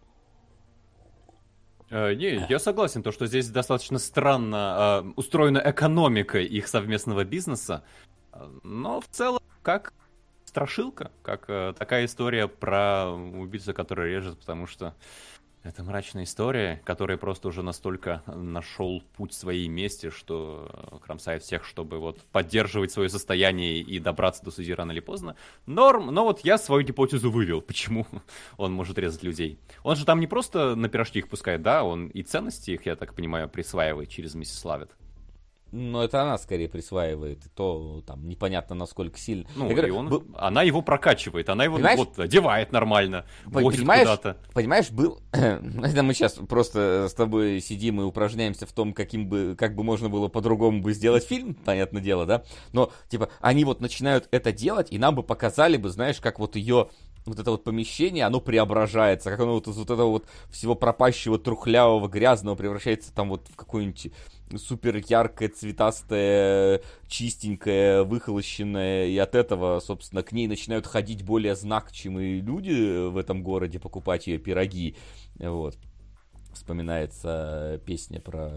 Не, я согласен, то, что здесь достаточно странно устроена экономика их совместного бизнеса. Но в целом, как страшилка, как такая история про убийцу, который режет, потому что это мрачная история, которая просто уже настолько нашел путь своей мести, что кромсает всех, чтобы вот поддерживать свое состояние и добраться до судьи рано или поздно. Норм, но вот я свою гипотезу вывел, почему он может резать людей. Он же там не просто на пирожки их пускает, да, он и ценности их, я так понимаю, присваивает через миссис Лавет. Но это она скорее присваивает, то там непонятно насколько сильно. Ну, говорю, она его прокачивает, она его вот одевает нормально, возит куда-то. Понимаешь, был... Это мы сейчас просто с тобой сидим и упражняемся в том, как бы можно было по-другому бы сделать фильм, понятное дело, да? Но, типа, они вот начинают это делать, и нам бы показали бы, знаешь, как вот ее... Вот это вот помещение, оно преображается, как оно вот из вот этого вот всего пропащего, трухлявого, грязного превращается там вот в какое-нибудь супер яркое, цветастое, чистенькое, выхолощенное, и от этого, собственно, к ней начинают ходить более значимые люди в этом городе, покупать ее пироги. Вот. Вспоминается песня про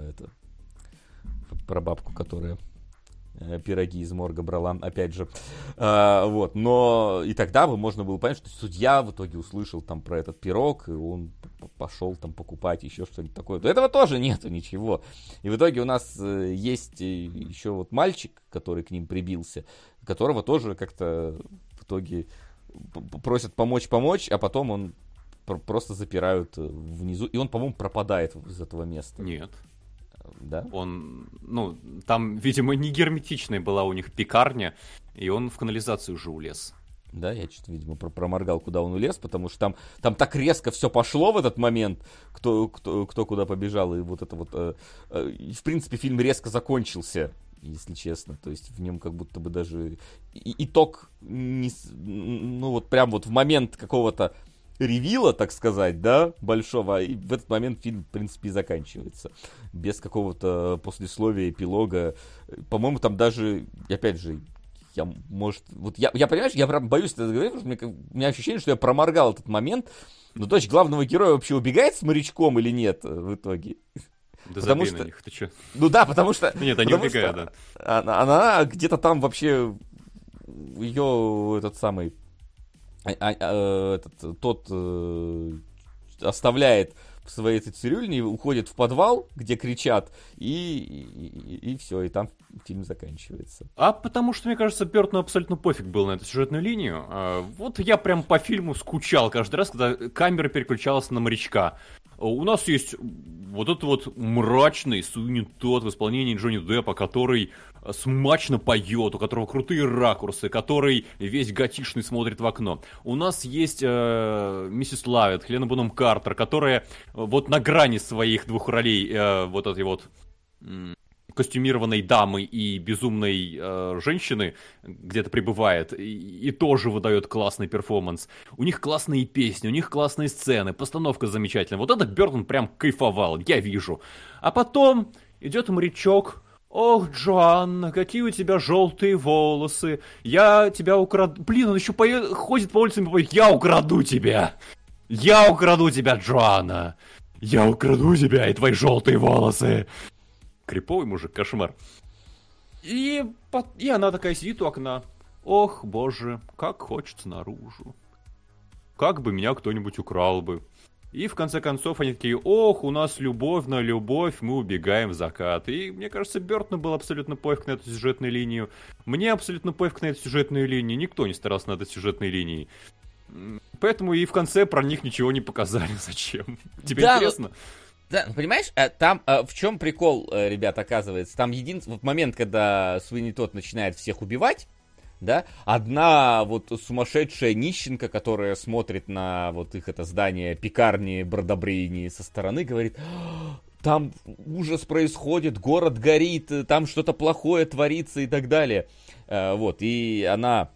бабку, которая пироги из морга брала, опять же. Вот. Но и тогда бы можно было понять, что судья в итоге услышал там про этот пирог, и он пошел там покупать еще что-нибудь такое. Этого тоже нету ничего. И в итоге у нас есть еще вот мальчик, который к ним прибился, которого тоже как-то в итоге просят помочь, а потом он просто запирают внизу, и он, по-моему, пропадает из этого места. Нет. Да? Он, там, видимо, не герметичная была у них пекарня, и он в канализацию уже улез. Да, я что-то, видимо, проморгал, куда он улез, потому что там так резко все пошло в этот момент, кто куда побежал, и вот это вот... в принципе, фильм резко закончился, если честно, то есть в нем как будто бы даже итог, вот прям вот в момент какого-то ревила, так сказать, да, большого, и в этот момент фильм, в принципе, и заканчивается. Без какого-то послесловия, эпилога. По-моему, там даже, опять же, я понимаешь, я прям боюсь это говорить, потому что у меня ощущение, что я проморгал этот момент, но дочь главного героя вообще убегает с морячком или нет в итоге? Да забей на них, ты чё? Ну да, потому что... Нет, они убегают, да. Она где-то там вообще, ее этот самый... тот оставляет в своей этой цирюльне, уходит в подвал, где кричат, и все, и там фильм заканчивается. А потому что, мне кажется, Бёртону абсолютно пофиг был на эту сюжетную линию. Вот я прям по фильму скучал каждый раз, когда камера переключалась на морячка. У нас есть вот этот вот мрачный Суини Тодд в исполнении Джонни Деппа, который смачно поет, у которого крутые ракурсы, который весь готичный смотрит в окно. У нас есть миссис Лавет, Хелена Бонем Картер, которая вот на грани своих двух ролей, вот этой вот костюмированной дамы и безумной женщины где-то пребывает, и тоже выдает классный перформанс. У них классные песни, у них классные сцены, постановка замечательная. Вот это Бёртон прям кайфовал, я вижу. А потом идет морячок. Ох, Джоанна, какие у тебя желтые волосы. Я тебя украду. Блин, он еще ходит по улицам и поет: я украду тебя. Я украду тебя, Джоанна. Я украду тебя и твои желтые волосы. Криповый мужик, кошмар. И она такая сидит у окна. Ох, боже, как хочется наружу. Как бы меня кто-нибудь украл бы. И в конце концов они такие: ох, у нас любовь на любовь, мы убегаем в закат. И мне кажется, Бёртону был абсолютно пофиг на эту сюжетную линию. Мне абсолютно пофиг на эту сюжетную линию. Никто не старался над этой сюжетной линией. Поэтому и в конце про них ничего не показали. Зачем? Тебе интересно? Да, понимаешь, там в чем прикол, ребят, оказывается? Там единственный момент, когда Суини Тодд начинает всех убивать, да, одна вот сумасшедшая нищенка, которая смотрит на вот их это здание пекарни Бродобрейни со стороны, говорит: там ужас происходит, город горит, там что-то плохое творится и так далее. Вот, и она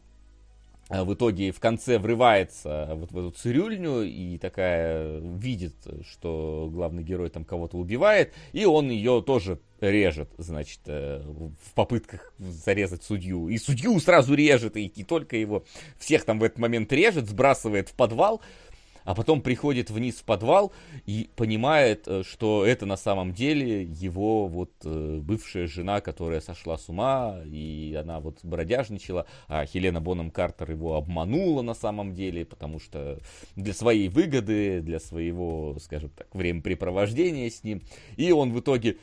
в итоге в конце врывается вот в эту цирюльню и такая видит, что главный герой там кого-то убивает, и он ее тоже режет, значит, в попытках зарезать судью. И судью сразу режет, и не только его, всех там в этот момент режет, сбрасывает в подвал, а потом приходит вниз в подвал и понимает, что это на самом деле его вот бывшая жена, которая сошла с ума, и она вот бродяжничала, а Хелена Бонем Картер его обманула на самом деле, потому что для своей выгоды, для своего, скажем так, времяпрепровождения с ним. И он в итоге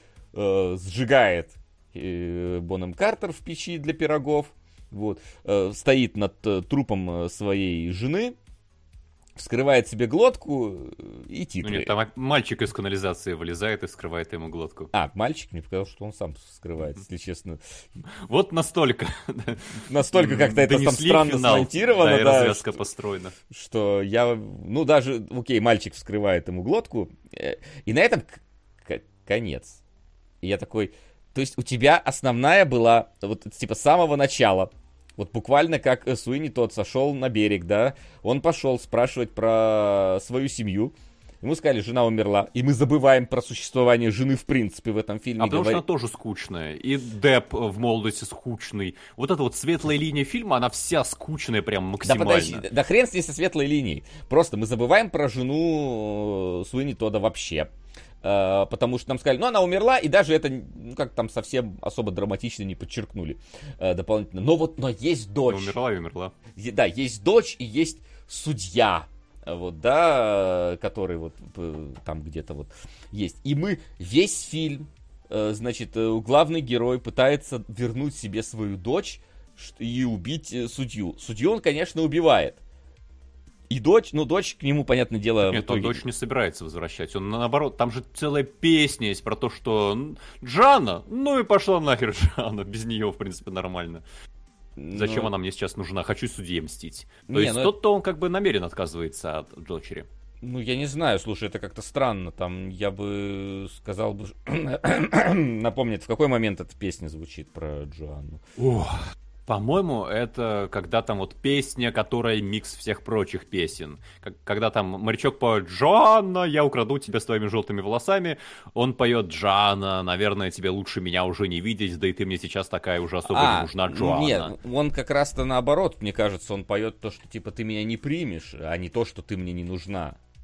сжигает Бонем Картер в печи для пирогов, вот, стоит над трупом своей жены, вскрывает себе глотку и титры. Ну нет, там мальчик из канализации вылезает и вскрывает ему глотку. А, мальчик? Мне показалось, что он сам вскрывает, если честно. Вот настолько. Настолько как-то это там странно смонтировано. Да, и развязка построена. Что я, ну даже, окей, мальчик вскрывает ему глотку, и на этом конец. И я такой, то есть у тебя основная была, вот типа с самого начала, вот буквально как Суини Тодд сошел на берег, да, он пошел спрашивать про свою семью, ему сказали, жена умерла, и мы забываем про существование жены в принципе в этом фильме. А потому что она тоже скучная, и Депп в молодости скучный. Вот эта вот светлая линия фильма, она вся скучная прям максимально. Да подожди, да хрен с ней со светлой линией, просто мы забываем про жену Суини Тодда вообще. Потому что нам сказали, ну она умерла, и даже это, ну как там совсем особо драматично не подчеркнули дополнительно. Но есть дочь. Умерла и умерла. Да, есть дочь и есть судья, вот, да, который вот там где-то вот есть. И мы весь фильм, значит, главный герой пытается вернуть себе свою дочь и убить судью. Судью он, конечно, убивает. И дочь, ну дочь к нему, понятное дело, нет, в итоге... он дочь не собирается возвращать. Он наоборот, там же целая песня есть про то, что Джанна, ну и пошла нахер Джанна, без нее, в принципе, нормально. Зачем она мне сейчас нужна? Хочу судье мстить. То есть тот-то он как бы намеренно отказывается от дочери. Ну, я не знаю, слушай, это как-то странно. Там, я бы сказал бы... Напомнит, в какой момент эта песня звучит про Джоанну? По-моему, это когда там вот песня, которая микс всех прочих песен. Когда там морячок поет «Джоанна, я украду тебя с твоими желтыми волосами», он поет «Джоанна, наверное, тебе лучше меня уже не видеть, да и ты мне сейчас такая уже особо не нужна, Джоанна». Нет, он как раз-то наоборот, мне кажется, он поет то, что типа ты меня не примешь, а не то, что ты мне не нужна.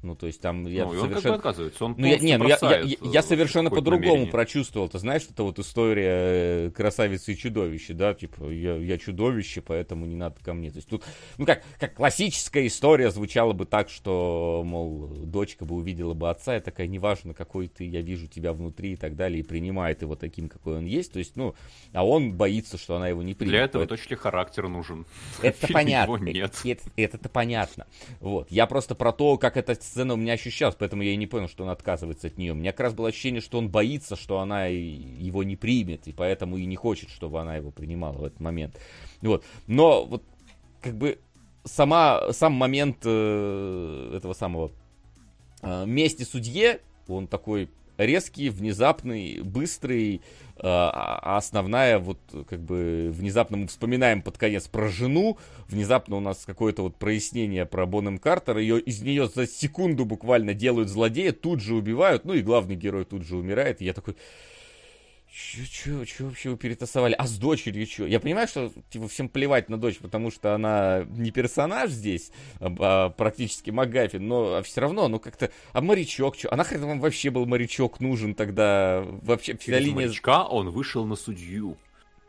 Ну, то есть там И он как бы отказывается, он я совершенно по-другому намерение. прочувствовал. Ты знаешь, это вот история красавицы и чудовища, да, типа, я чудовище, поэтому не надо ко мне. То есть тут, ну, как классическая история звучала бы так, что, мол, дочка бы увидела бы отца, и такая, неважно, какой ты, я вижу тебя внутри и так далее, и принимает его таким, какой он есть. То есть, ну, а он боится, что она его не примет. Для этого точно характер нужен. Это понятно. Нет. Это понятно. Вот. Я просто про то, как эта сцена у меня ощущалась, поэтому я и не понял, что он отказывается от нее. У меня как раз было ощущение, что он боится, что она его не примет, и поэтому и не хочет, чтобы она его принимала в этот момент. Вот. Но вот как бы сам момент этого самого мести судье, он такой резкий, внезапный, быстрый, а основная вот как бы внезапно мы вспоминаем под конец про жену, внезапно у нас какое-то вот прояснение про Бонхэм Картер, из нее за секунду буквально делают злодея, тут же убивают, ну и главный герой тут же умирает, и я такой... Чё вообще вы перетасовали? А с дочерью чё? Я понимаю, что типа всем плевать на дочь, потому что она не персонаж здесь, а практически МакГаффин, но все равно, ну как-то... А морячок чё? А нахрен вам вообще был морячок нужен тогда? Вообще вся линия... Морячка он вышел на судью.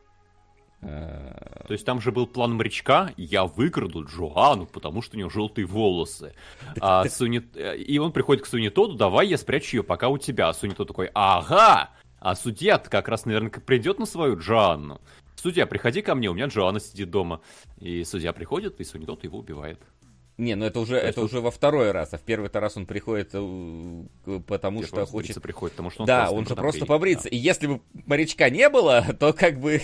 То есть там же был план морячка, я выкраду Джоанну, потому что у нее желтые волосы. И он приходит к Сунитоду, давай я спрячу ее пока у тебя. А Сунитод такой, ага! А судья-то как раз, наверное, придет на свою Джоанну. Судья, приходи ко мне, у меня Джоанна сидит дома. И судья приходит, и Сунитод его убивает. Не, ну это уже во второй раз, а в первый-то раз он приходит, потому что хочет... Приходит, потому что он да, он же просто побриться. Да. И если бы морячка не было, то как бы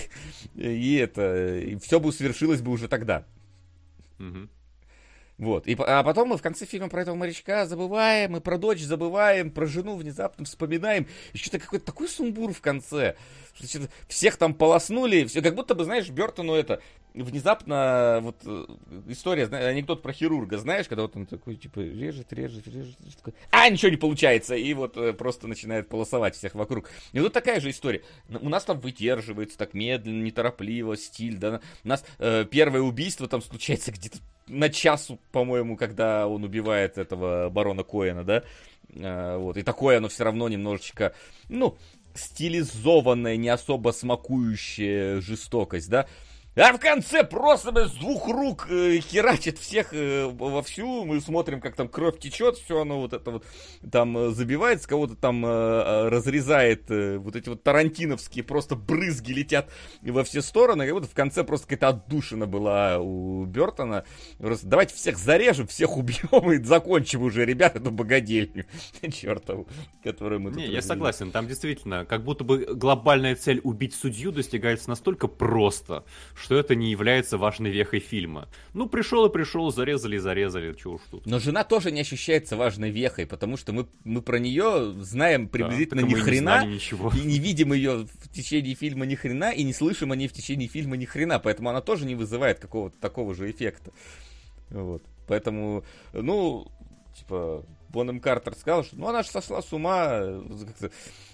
и все бы свершилось бы уже тогда. Угу. Вот. А потом мы в конце фильма про этого морячка забываем, и про дочь забываем, про жену внезапно вспоминаем. И что-то какой-то такой сумбур в конце. Что всех там полоснули, все, как будто бы, знаешь, Бёртону это внезапно вот история, анекдот про хирурга, знаешь, когда вот он такой, типа, режет, такой, ничего не получается, и вот просто начинает полосовать всех вокруг. И вот такая же история. У нас там выдерживается так медленно, неторопливо, стиль, да. У нас первое убийство там случается где-то на часу, по-моему, когда он убивает этого барона Коэна, да. Вот, и такое оно все равно немножечко, ну, стилизованная, не особо смакующая жестокость, да. А в конце просто с двух рук херачит всех вовсю. Мы смотрим, как там кровь течет, все оно вот это вот там забивается, кого-то там разрезает. Вот эти вот тарантиновские просто брызги летят во все стороны. Как будто в конце просто какая-то отдушина была у Бёртона. Просто давайте всех зарежем, всех убьем и закончим уже, ребят, эту богадельню чертову, которую мы тут... Не, я согласен, там действительно, как будто бы глобальная цель убить судью достигается настолько просто, что это не является важной вехой фильма. Ну, пришел, зарезали, чего уж тут. Но жена тоже не ощущается важной вехой, потому что мы про нее знаем приблизительно ни хрена, и не видим ее в течение фильма ни хрена, и не слышим о ней в течение фильма ни хрена, поэтому она тоже не вызывает какого-то такого же эффекта. Вот. Поэтому, ну, типа, Бонхэм Картер сказал, что ну она же сошла с ума, как-то...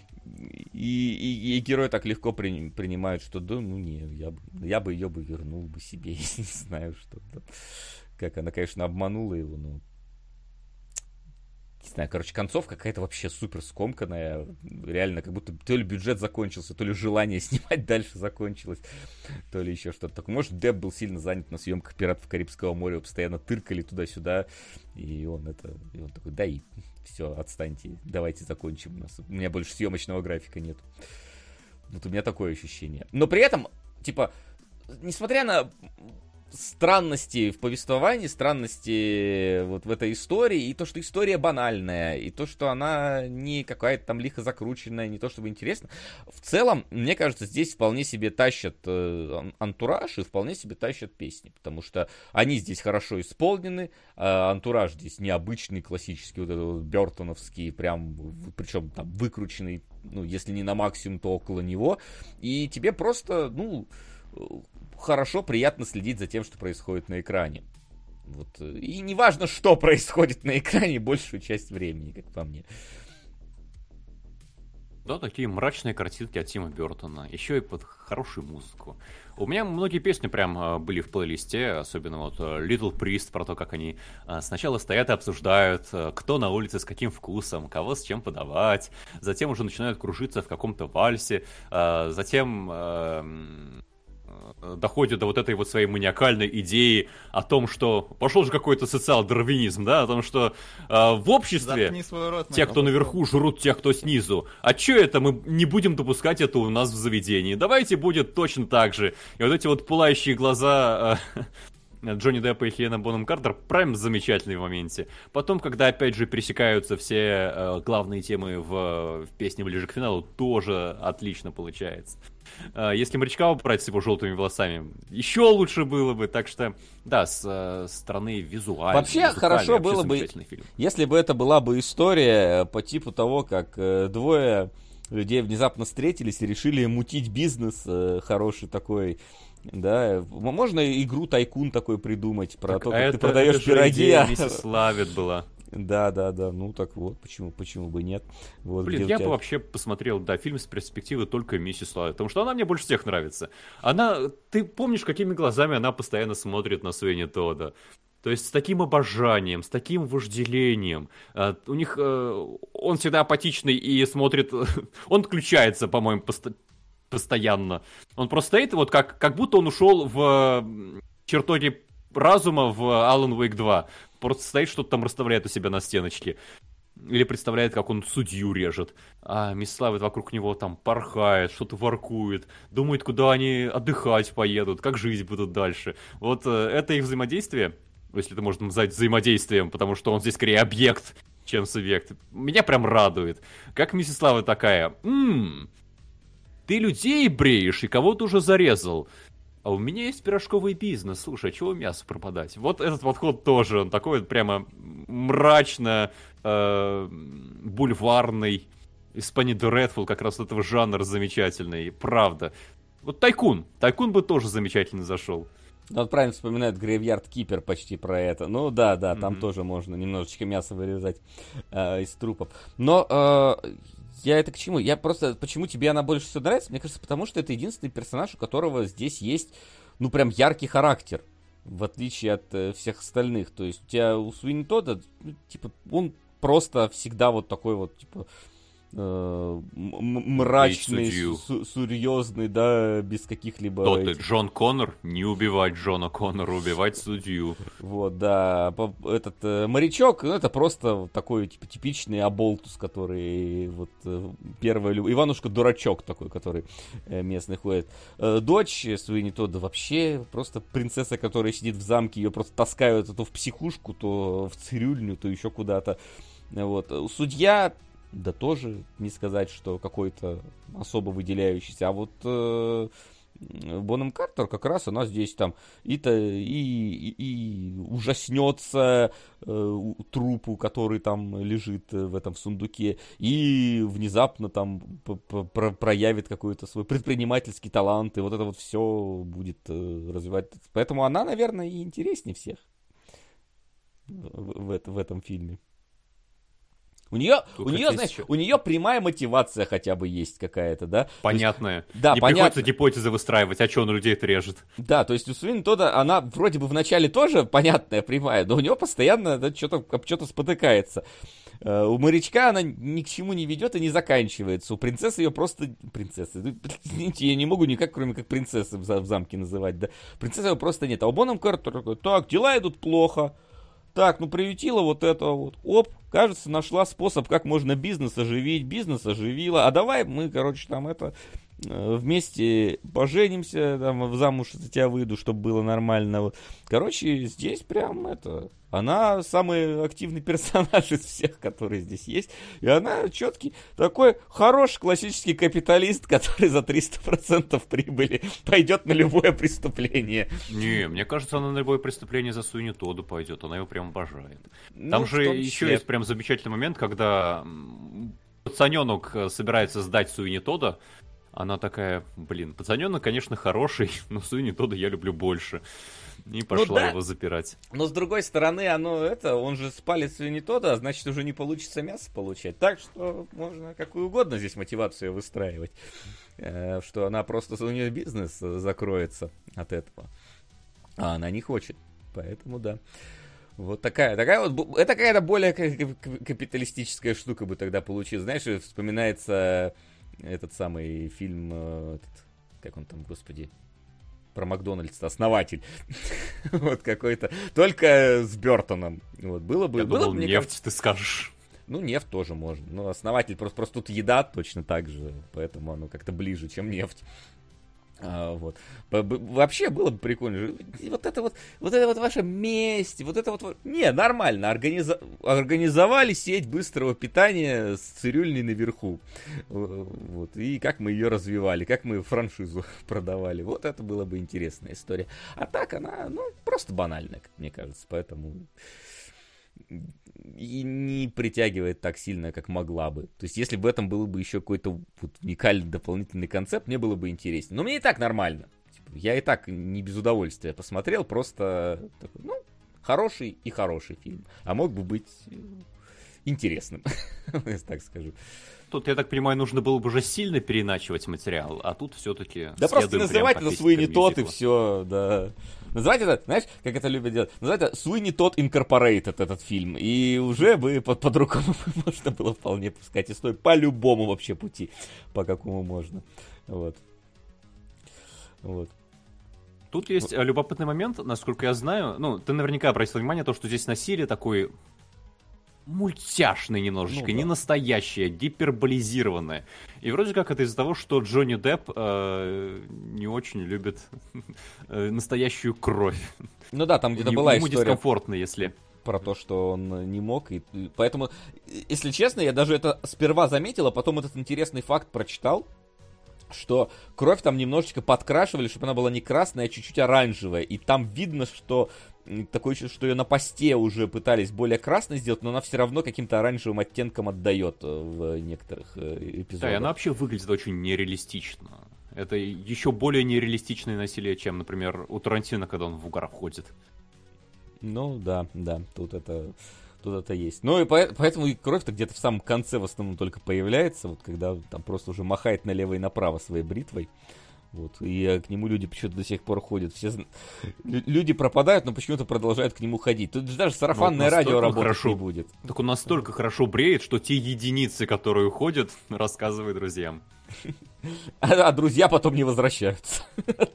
И герой так легко принимает, что да, ну не, я бы ее бы вернул бы себе, я не знаю, что там. Как она, конечно, обманула его, но... Не знаю, короче, концовка какая-то вообще супер скомканная. Реально, как будто то ли бюджет закончился, то ли желание снимать дальше закончилось, то ли еще что-то такое. Может, Депп был сильно занят на съемках «Пиратов Карибского моря», постоянно тыркали туда-сюда, и он такой, да и все, отстаньте, давайте закончим. У меня больше съемочного графика нет. Вот у меня такое ощущение. Но при этом, типа, несмотря на странности в повествовании, странности вот в этой истории, и то, что история банальная, и то, что она не какая-то там лихо закрученная, не то чтобы интересно, в целом, мне кажется, здесь вполне себе тащат антураж и вполне себе тащат песни, потому что они здесь хорошо исполнены, антураж здесь необычный, классический, вот этот вот бёртоновский, прям, причем там выкрученный, ну, если не на максимум, то около него, и тебе просто, ну, хорошо, приятно следить за тем, что происходит на экране. Вот. И неважно, что происходит на экране большую часть времени, как по мне. Да, такие мрачные картинки от Тима Бёртона. Еще и под хорошую музыку. У меня многие песни прям были в плейлисте, особенно вот Little Priest, про то, как они сначала стоят и обсуждают, кто на улице с каким вкусом, кого с чем подавать, затем уже начинают кружиться в каком-то вальсе, затем доходит до вот этой вот своей маниакальной идеи о том, что пошел же какой-то социал-дарвинизм, да, о том, что в обществе Заткни свой рот, те, кто наверху, жрут тех, кто снизу. А чё это? Мы не будем допускать это у нас в заведении. Давайте будет точно так же. И вот эти вот пылающие глаза Джонни Деппа и Хелена Бонем Картер прям замечательные в моменте. Потом, когда опять же пересекаются все главные темы в песне ближе к финалу, тоже отлично получается. Если морячка убрать с его желтыми волосами, еще лучше было бы. Так что, да, с стороны визуальной. Вообще хорошо было бы, фильм. если бы это была бы история по типу того, как двое людей внезапно встретились и решили мутить бизнес хороший такой. Да, можно игру Тайкун такой придумать про то, как ты продаешь пироги. Миссис Лавит была. Да, ну так вот, почему бы нет. Вот, блин, я бы вообще посмотрел, да, фильм с перспективы только Миссис Лавит, потому что она мне больше всех нравится. Ты помнишь, какими глазами она постоянно смотрит на Суэйни Тодда? То есть с таким обожанием, с таким вожделением. У них он всегда апатичный и смотрит, он включается, по-моему, постоянно. Он просто стоит, вот как будто он ушел в чертоги разума в Alan Wake 2. Просто стоит, что-то там расставляет у себя на стеночке. Или представляет, как он судью режет. А мисс Лавит вокруг него там порхает, что-то воркует. Думает, куда они отдыхать поедут, как жить будут дальше. Вот это их взаимодействие, если это можно назвать взаимодействием, потому что он здесь скорее объект, чем субъект. Меня прям радует. Как миссис Лавит такая... Ты людей бреешь и кого-то уже зарезал. А у меня есть пирожковый бизнес. Слушай, а чего мясо пропадать? Вот этот подход тоже, он такой вот прямо мрачно бульварный. Из Penny Dreadful как раз этого жанра замечательный. Правда. Вот Тайкун. Тайкун бы тоже замечательно зашел. Вот правильно вспоминает Graveyard Keeper почти про это. Ну да, там тоже можно немножечко мяса вырезать из трупов. Но... Я это к чему? Я просто... Почему тебе она больше всего нравится? Мне кажется, потому что это единственный персонаж, у которого здесь есть, ну, прям яркий характер. В отличие от всех остальных. То есть у тебя у Суэйни Тодда, ну, типа, он просто всегда вот такой вот, типа... мрачный, серьезный, да, без каких-либо... Кто ты, Джон Коннор? Не убивать Джона Коннора, убивать судью. Вот, да. Этот морячок, ну, это просто такой, типа, типичный оболтус, который вот первая... Иванушка-дурачок такой, который местный ходит. Дочь Суэйни Тодда вообще просто принцесса, которая сидит в замке, ее просто таскают то в психушку, то в цирюльню, то еще куда-то. Вот. Судья... Да тоже не сказать, что какой-то особо выделяющийся. А вот Бонем Картер как раз она здесь там и ужаснется трупу, который там лежит в этом сундуке, и внезапно там проявит какой-то свой предпринимательский талант, и вот это вот все будет развивать. Поэтому она, наверное, и интереснее всех в этом фильме. У нее, знаешь, у нее прямая мотивация хотя бы есть какая-то, да? Понятная. Да, не приходится гипотезы выстраивать, а что он людей-то режет. Да, то есть у Суэйни Тодда она вроде бы вначале тоже понятная, прямая, но у нее постоянно что-то спотыкается. У морячка она ни к чему не ведет и не заканчивается. У принцессы ее просто... Извините, я не могу никак, кроме как принцессы в замке называть, да? Принцессы ее просто нет. А у Бонем Картера такой, так, дела идут плохо. Так, ну приютила вот это вот. Оп, кажется, нашла способ, как можно бизнес оживить. Бизнес оживила. А давай мы, короче, там это... вместе поженимся, там, в замуж за тебя выйду, чтобы было нормально. Вот. Короче, здесь прям это... Она самый активный персонаж из всех, которые здесь есть. И она четкий, такой хороший классический капиталист, который за 300% прибыли пойдет на любое преступление. Не, мне кажется, она на любое преступление за Суэйни Тодда пойдет. Она его прям обожает. Там же еще есть прям замечательный момент, когда пацаненок собирается сдать Суэйни Тодда. Она такая, блин, пацаненок, конечно, хороший, но Суэйни Тодда я люблю больше. И пошла да. его запирать. Но с другой стороны, он же спалит не тот, а значит уже не получится мясо получать. Так что можно какую угодно здесь мотивацию выстраивать. Что она просто, у нее бизнес закроется от этого. А она не хочет. Поэтому да. Вот такая вот, это какая-то более капиталистическая штука бы тогда получилась. Знаешь, вспоминается этот самый фильм, как он там, господи, про Макдональдс, «Основатель». Вот какой-то, только с Бёртоном. Вот, было бы... Я думал, мне нефть, ты скажешь. Ну, нефть тоже можно. Но «Основатель» просто тут еда точно так же, поэтому оно как-то ближе, чем нефть. Вот. Вообще было бы прикольно. И вот это вот ваша месть, вот это вот... Не, нормально. Организовали сеть быстрого питания с цирюльней наверху. Вот. И как мы ее развивали, как мы франшизу продавали. Вот это была бы интересная история. А так она, просто банальная, как мне кажется. Поэтому... и не притягивает так сильно, как могла бы. То есть, если в этом был бы еще какой-то вот уникальный дополнительный концепт, мне было бы интереснее. Но мне и так нормально. Типа, я и так не без удовольствия посмотрел, просто такой, хороший и хороший фильм. А мог бы быть интересным, если так скажу. Тут, я так понимаю, нужно было бы уже сильно переиначивать материал, а тут все-таки... Да просто называть это Суини Тодд и все, да. Называть это, знаешь, как это любят делать? Называть это Суини Тодд Инкорпорейтед, этот фильм. И уже бы под рукой можно было вполне пускать историю по любому вообще пути, по какому можно. Вот. Тут есть любопытный момент, насколько я знаю. Ты наверняка обратил внимание, то, что здесь насилие такое... мультяшный немножечко, не настоящее, гиперболизированное. И вроде как это из-за того, что Джонни Депп не очень любит настоящую кровь. Ну да, там где-то была ему история дискомфортно, если... про то, что он не мог. И поэтому, если честно, я даже это сперва заметил, а потом этот интересный факт прочитал, что кровь там немножечко подкрашивали, чтобы она была не красная, а чуть-чуть оранжевая. И там видно, что такое чувство, что ее на посте уже пытались более красной сделать, но она все равно каким-то оранжевым оттенком отдает в некоторых эпизодах. Да, и она вообще выглядит очень нереалистично. Это еще более нереалистичное насилие, чем, например, у Тарантино, когда он в угар ходит. Ну да, тут это есть. Ну и поэтому и кровь-то где-то в самом конце в основном только появляется, вот когда там просто уже махает налево и направо своей бритвой. Вот, и к нему люди почему-то до сих пор ходят. Люди пропадают, но почему-то продолжают к нему ходить. Тут же даже сарафанное радио работать не будет. Так он настолько хорошо бреет, что те единицы, которые уходят, рассказывают друзьям. А друзья потом не возвращаются.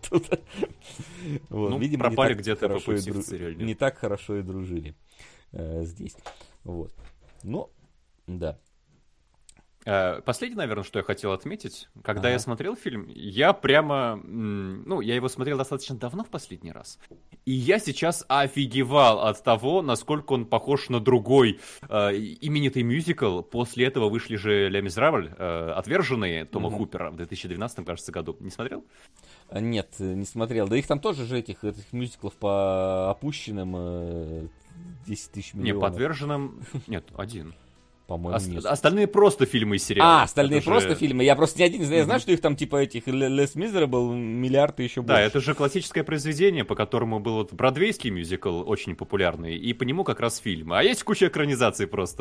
Видимо, пропали где-то по пути в цирюльню. Не так хорошо и дружили здесь. Вот. Ну, да. Последнее, наверное, что я хотел отметить, когда я смотрел фильм, я прямо, я его смотрел достаточно давно в последний раз, и я сейчас офигевал от того, насколько он похож на другой именитый мюзикл. После этого вышли же «Ля Мизерабль», «Отверженные» Тома Хупера в 2012, кажется, году. Не смотрел? Нет, не смотрел. Да их там тоже же этих мюзиклов по опущенным 10 тысяч миллионов. Не, по «Отверженным» нет, один. По-моему, нет. Остальные просто фильмы и сериалы. Остальные это просто фильмы. Я просто не один не знаю. Я знаю, что их там типа этих Les Miserables миллиард и еще больше. Да, это же классическое произведение, по которому был вот бродвейский мюзикл, очень популярный, и по нему как раз фильм. А есть куча экранизаций просто.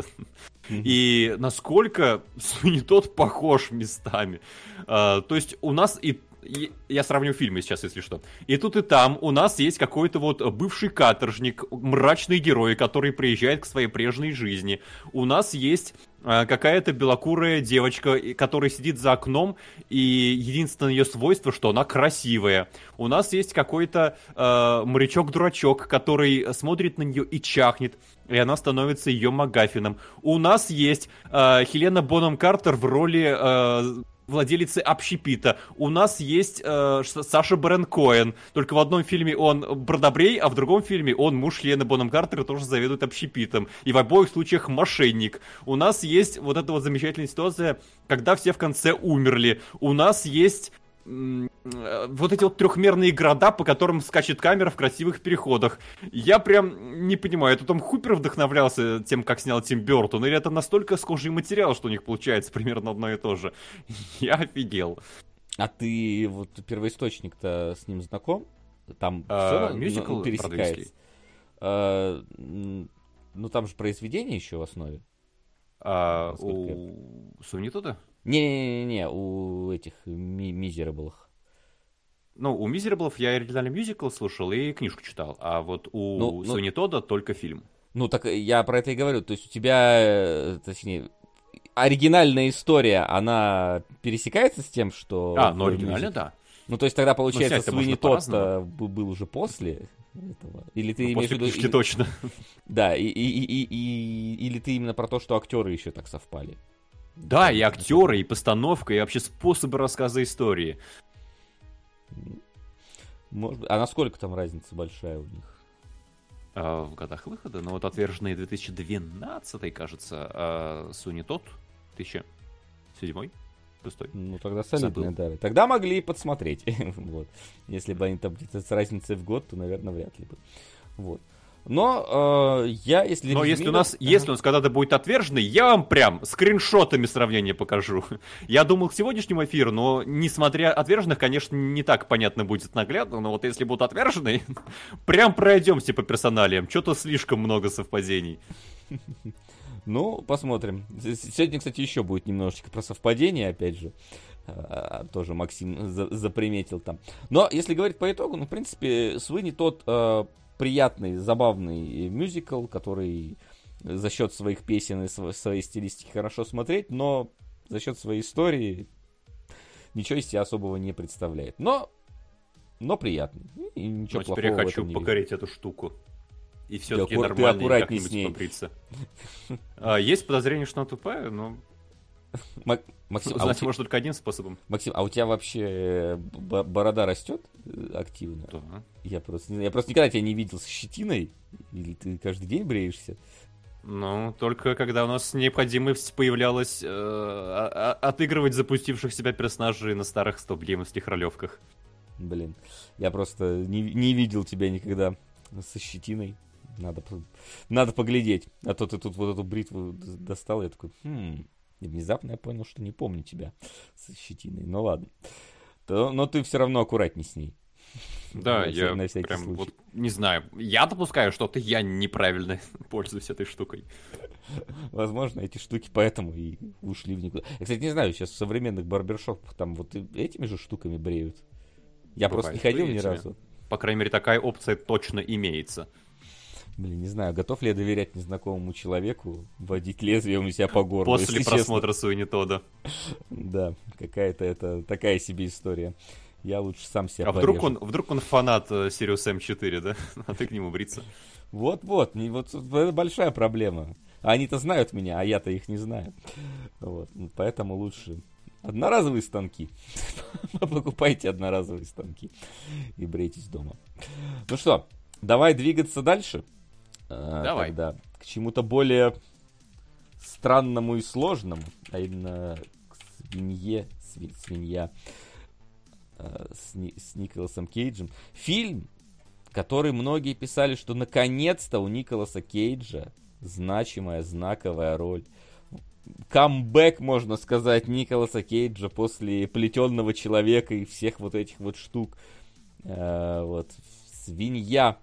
И насколько Суини Тодд похож местами. То есть у нас я сравню фильмы сейчас, если что. И тут и там у нас есть какой-то вот бывший каторжник, мрачный герой, который приезжает к своей прежней жизни. У нас есть какая-то белокурая девочка, которая сидит за окном, и единственное ее свойство, что она красивая. У нас есть какой-то морячок-дурачок, который смотрит на нее и чахнет, и она становится ее магафином. У нас есть Хелена Бонем Картер в роли... владелицы общепита. У нас есть Саша Барон Коэн. Только в одном фильме он бродобрей, а в другом фильме он муж Хелены Бонем Картер и тоже заведует общепитом. И в обоих случаях мошенник. У нас есть вот эта вот замечательная ситуация, когда все в конце умерли. У нас есть вот эти вот трехмерные города, по которым скачет камера в красивых переходах. Я прям не понимаю, это Том Хупер вдохновлялся тем, как снял Тим Бёртон, или это настолько схожий материал, что у них получается примерно одно и то же. Я офигел. А ты вот первоисточник-то с ним знаком? Там все мюзикл пересекается. Ну, там же произведение еще в основе. У Суни Тодда? Не-не-не, у этих Мизераблах. Ну, у Мизераблов я оригинальный мюзикл слушал и книжку читал, а вот у Суни Тодда только фильм. Ну, так я про это и говорю. То есть у тебя, точнее, оригинальная история, она пересекается с тем, что... Ну оригинально, да. Ну, то есть тогда, получается, Суини Тодд был уже после этого? Или ты имеешь в виду... После точно. Да, или ты именно про то, что актеры еще так совпали? Да, и актеры, и постановка, и вообще способы рассказа истории. А насколько там разница большая у них? В годах выхода? Ну вот «Отверженные» 2012, кажется, Суини Тодд 2007, 2006. Ну тогда солидные дары. Тогда могли и подсмотреть. Вот. Если бы они там где-то с разницей в год, то, наверное, вряд ли бы. Вот. Но если у нас когда-то будет «Отверженный», я вам прям скриншотами сравнения покажу. Я думал к сегодняшнему эфиру, но несмотря «Отверженных», конечно, не так понятно будет наглядно, но вот если будут «Отверженные», прям пройдемся по персоналиям. Что-то слишком много совпадений. Ну, посмотрим. Сегодня, кстати, еще будет немножечко про совпадение, опять же. Тоже Максим заприметил там. Но если говорить по итогу, ну, в принципе, Суини Тодд приятный, забавный мюзикл, который за счет своих песен и своей стилистики хорошо смотреть, но за счет своей истории ничего из себя особого не представляет. Но приятный. И ничего плохого теперь я хочу в этом покорить эту штуку. И все-таки нормально как-нибудь побриться. Есть подозрение, что она тупая, но... Максим, узнать можно только одним способом. Максим, а у тебя вообще борода растет активно? Да. Я просто никогда тебя не видел с щетиной. Или ты каждый день бреешься? Ну, только когда у нас необходимость появлялась отыгрывать запустивших себя персонажей на старых стоп-геймовских ролевках. Блин, я просто не видел тебя никогда со щетиной. Надо поглядеть. А то ты тут вот эту бритву достал, я такой, И внезапно я понял, что не помню тебя со щетиной. Ну ладно. Но ты все равно аккуратней с ней. Да, я на всякий прям случай. вот не знаю. Я допускаю, что я неправильно пользуюсь этой штукой. Возможно, эти штуки поэтому и ушли в никуда. Я, кстати, не знаю, сейчас в современных барбершопах там вот этими же штуками бреют. Я просто не ходил ни разу. По крайней мере, такая опция точно имеется. Блин, не знаю, готов ли я доверять незнакомому человеку водить лезвием у себя по горлу. После просмотра Суини Тодда. Да, какая-то это такая себе история. Я лучше сам себя порежу. Вдруг он фанат Sirius M4, да? А ты к нему бриться. Вот это большая проблема. Они-то знают меня, а я-то их не знаю. Вот, поэтому лучше одноразовые станки. Покупайте одноразовые станки и брейтесь дома. Ну что, давай двигаться дальше. Давай. Тогда к чему-то более странному и сложному, а именно к свинья с Николасом Кейджем. Фильм, который многие писали, что наконец-то у Николаса Кейджа значимая, знаковая роль. Камбэк, можно сказать, Николаса Кейджа после «Плетенного человека» и всех вот этих вот штук. Вот. «Свинья».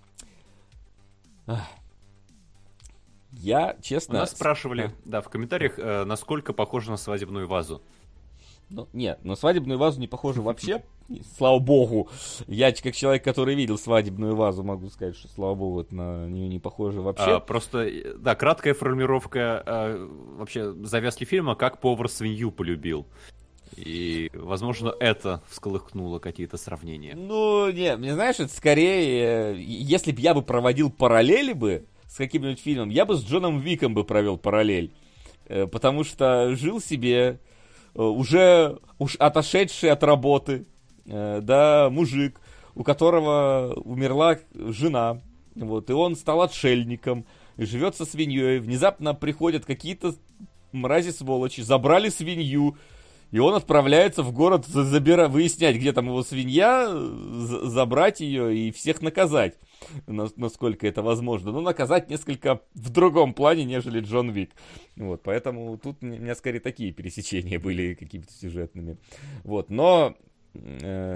Я, честно... Нас спрашивали, в комментариях, насколько похоже на свадебную вазу. Ну, нет, на свадебную вазу не похоже вообще. Слава богу. Я, как человек, который видел свадебную вазу, могу сказать, что, слава богу, на нее не похоже вообще. Просто, да, краткая формулировка вообще завязки фильма, как повар свинью полюбил. И, возможно, это всколыхнуло какие-то сравнения. Ну, нет, мне знаешь, это скорее, если бы я бы проводил параллели бы с каким-нибудь фильмом, я бы с Джоном Уиком бы провел параллель. Потому что жил себе уже отошедший от работы, да, мужик, у которого умерла жена, вот, и он стал отшельником, и живет со свиньей. Внезапно приходят какие-то мрази-сволочи, забрали свинью, и он отправляется в город выяснять, где там его свинья, забрать ее и всех наказать, насколько это возможно. Но наказать несколько в другом плане, нежели Джон Уик. Вот, поэтому тут у меня скорее такие пересечения были какими-то сюжетными. Вот, но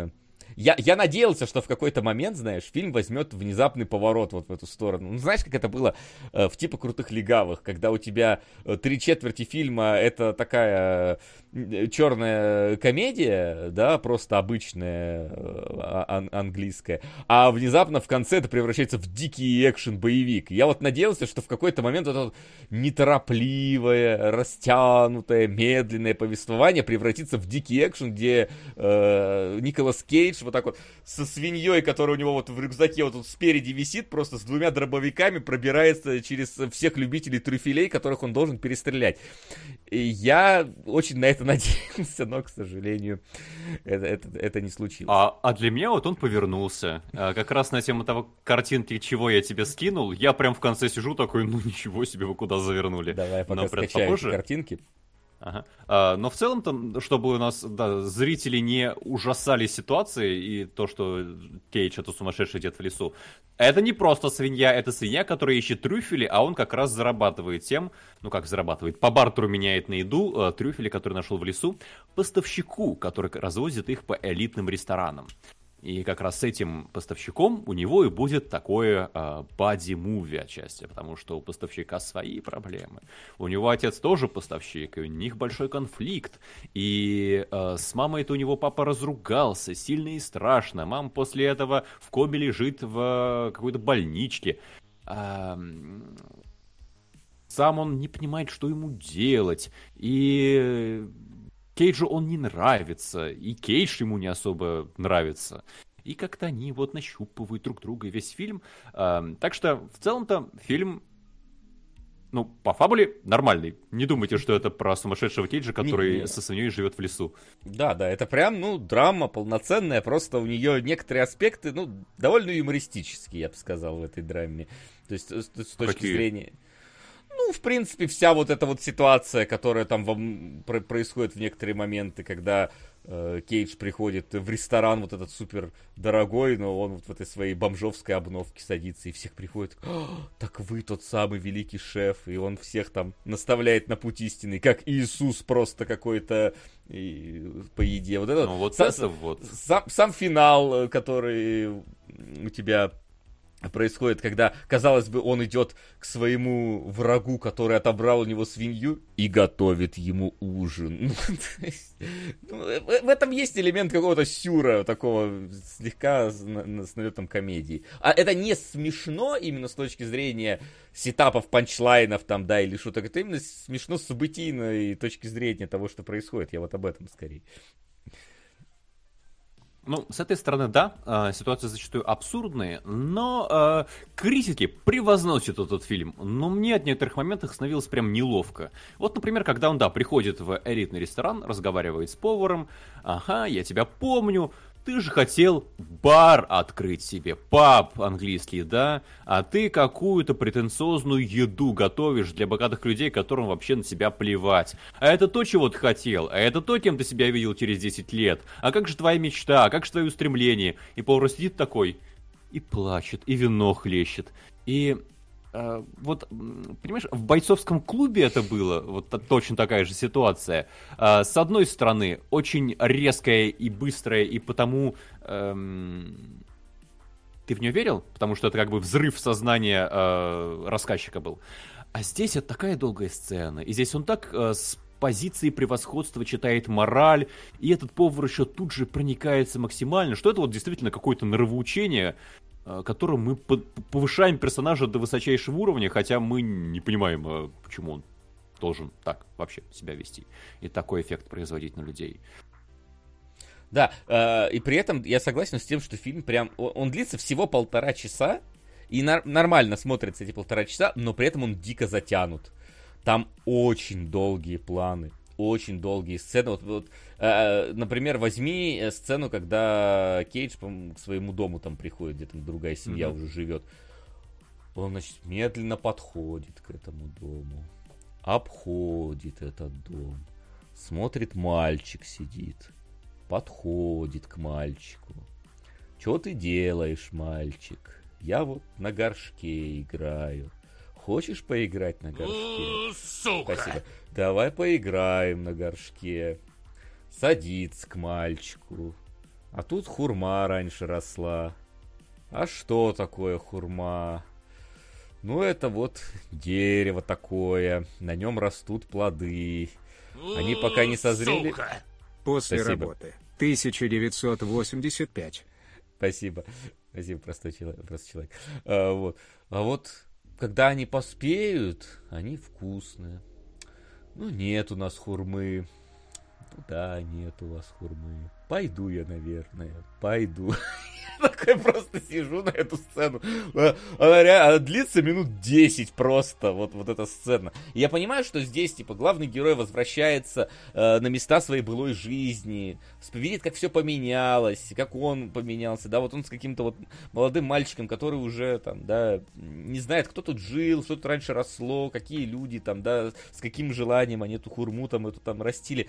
Я надеялся, что в какой-то момент, знаешь, фильм возьмет внезапный поворот вот в эту сторону. Ну, знаешь, как это было в типа «Крутых легавых», когда у тебя 3/4 фильма это такая черная комедия, да, просто обычная английская, а внезапно в конце это превращается в дикий экшен-боевик. Я вот надеялся, что в какой-то момент это вот неторопливое, растянутое, медленное повествование превратится в дикий экшен, где Николас Кейдж вот так вот со свиньей, которая у него вот в рюкзаке вот тут спереди висит, просто с 2 дробовиками пробирается через всех любителей трюфелей, которых он должен перестрелять. И я очень на это надеялся, но, к сожалению, это не случилось. А для меня вот он повернулся. Как раз на тему того картинки, чего я тебе скинул, я прям в конце сижу такой, ну ничего себе, вы куда завернули. Давай пока скачаю эти картинки. Ага. Но в целом-то, чтобы у нас зрители не ужасали ситуации и то, что Кейдж это сумасшедший дед в лесу, это не просто свинья, это свинья, которая ищет трюфели, а он как раз зарабатывает тем, ну как зарабатывает, по бартеру меняет на еду трюфели, которые нашел в лесу, поставщику, который развозит их по элитным ресторанам. И как раз с этим поставщиком у него и будет такое бади-муви отчасти, потому что у поставщика свои проблемы. У него отец тоже поставщик, и у них большой конфликт. И с мамой-то у него папа разругался сильно и страшно. Мама после этого в коме лежит в какой-то больничке. Сам он не понимает, что ему делать. И Кейджу он не нравится, и Кейдж ему не особо нравится. И как-то они вот нащупывают друг друга весь фильм. Так что, в целом-то, фильм, ну, по фабуле нормальный. Не думайте, что это про сумасшедшего Кейджа, который со свиньей живет в лесу. Да, это прям, ну, драма полноценная, просто у нее некоторые аспекты, ну, довольно юмористические, я бы сказал, в этой драме. То есть, с точки зрения... Ну, в принципе, вся вот эта вот ситуация, которая там происходит в некоторые моменты, когда Кейдж приходит в ресторан вот этот супер дорогой, но он вот в этой своей бомжовской обновке садится, и всех приходит, так вы тот самый великий шеф, и он всех там наставляет на путь истинный, как Иисус просто какой-то по еде. Вот это, ну, вот сам финал, который у тебя происходит, когда, казалось бы, он идет к своему врагу, который отобрал у него свинью, и готовит ему ужин. В этом есть элемент какого-то сюра, такого слегка с налетом комедии. А это не смешно именно с точки зрения сетапов, панчлайнов там, да, или что-то. Это именно смешно с событийной точки зрения того, что происходит. Я вот об этом скорее. Ну, с этой стороны, да, ситуации зачастую абсурдные, но критики превозносят этот фильм. Но мне от некоторых моментов становилось прям неловко. Вот, например, когда он, приходит в элитный ресторан, разговаривает с поваром. Ага, я тебя помню. Ты же хотел бар открыть себе, паб английский, да? А ты какую-то претенциозную еду готовишь для богатых людей, которым вообще на тебя плевать. А это то, чего ты хотел, а это то, кем ты себя видел через 10 лет. А как же твоя мечта, а как же твои устремления? И повар сидит такой и плачет, и вино хлещет. И вот, понимаешь, в бойцовском клубе это было, вот точно такая же ситуация. С одной стороны, очень резкая и быстрая, и потому ты в нее верил, потому что это как бы взрыв сознания рассказчика был. А здесь это такая долгая сцена, и здесь он так с позиции превосходства читает мораль, и этот повар еще тут же проникается максимально, что это вот действительно какое-то нравоучение, которым мы повышаем персонажа до высочайшего уровня, хотя мы не понимаем, почему он должен так вообще себя вести и такой эффект производить на людей. Да, и при этом я согласен с тем, что фильм прям, он длится всего 1,5 часа, и нормально смотрятся эти 1,5 часа, но при этом он дико затянут. Там очень долгие планы, очень долгие сцены. Например, возьми сцену, когда Кейдж к своему дому там приходит, где там другая семья уже живет. Он, значит, медленно подходит к этому дому, обходит этот дом, смотрит, мальчик сидит, подходит к мальчику. Что ты делаешь, мальчик? Я вот на горшке играю. Хочешь поиграть на горшке? Сука! Спасибо. Давай поиграем на горшке. Садится к мальчику. А тут хурма раньше росла. А что такое хурма? Ну, это вот дерево такое. На нем растут плоды. Они пока не созрели... После Спасибо. работы. 1985. Спасибо. Спасибо, простой человек. А вот, когда они поспеют, они вкусные. Ну, нет у нас хурмы. Ну да, нет у вас хурмы. Пойду я, наверное. Пойду. Я такой просто сижу на эту сцену. Она длится минут 10 просто. Вот эта сцена. И я понимаю, что здесь, типа, главный герой возвращается на места своей былой жизни. Видит, как все поменялось. Как он поменялся. Да, вот он с каким-то вот молодым мальчиком, который уже там, да, не знает, кто тут жил, что тут раньше росло, какие люди там, да, с каким желанием они эту хурму там, эту там растили.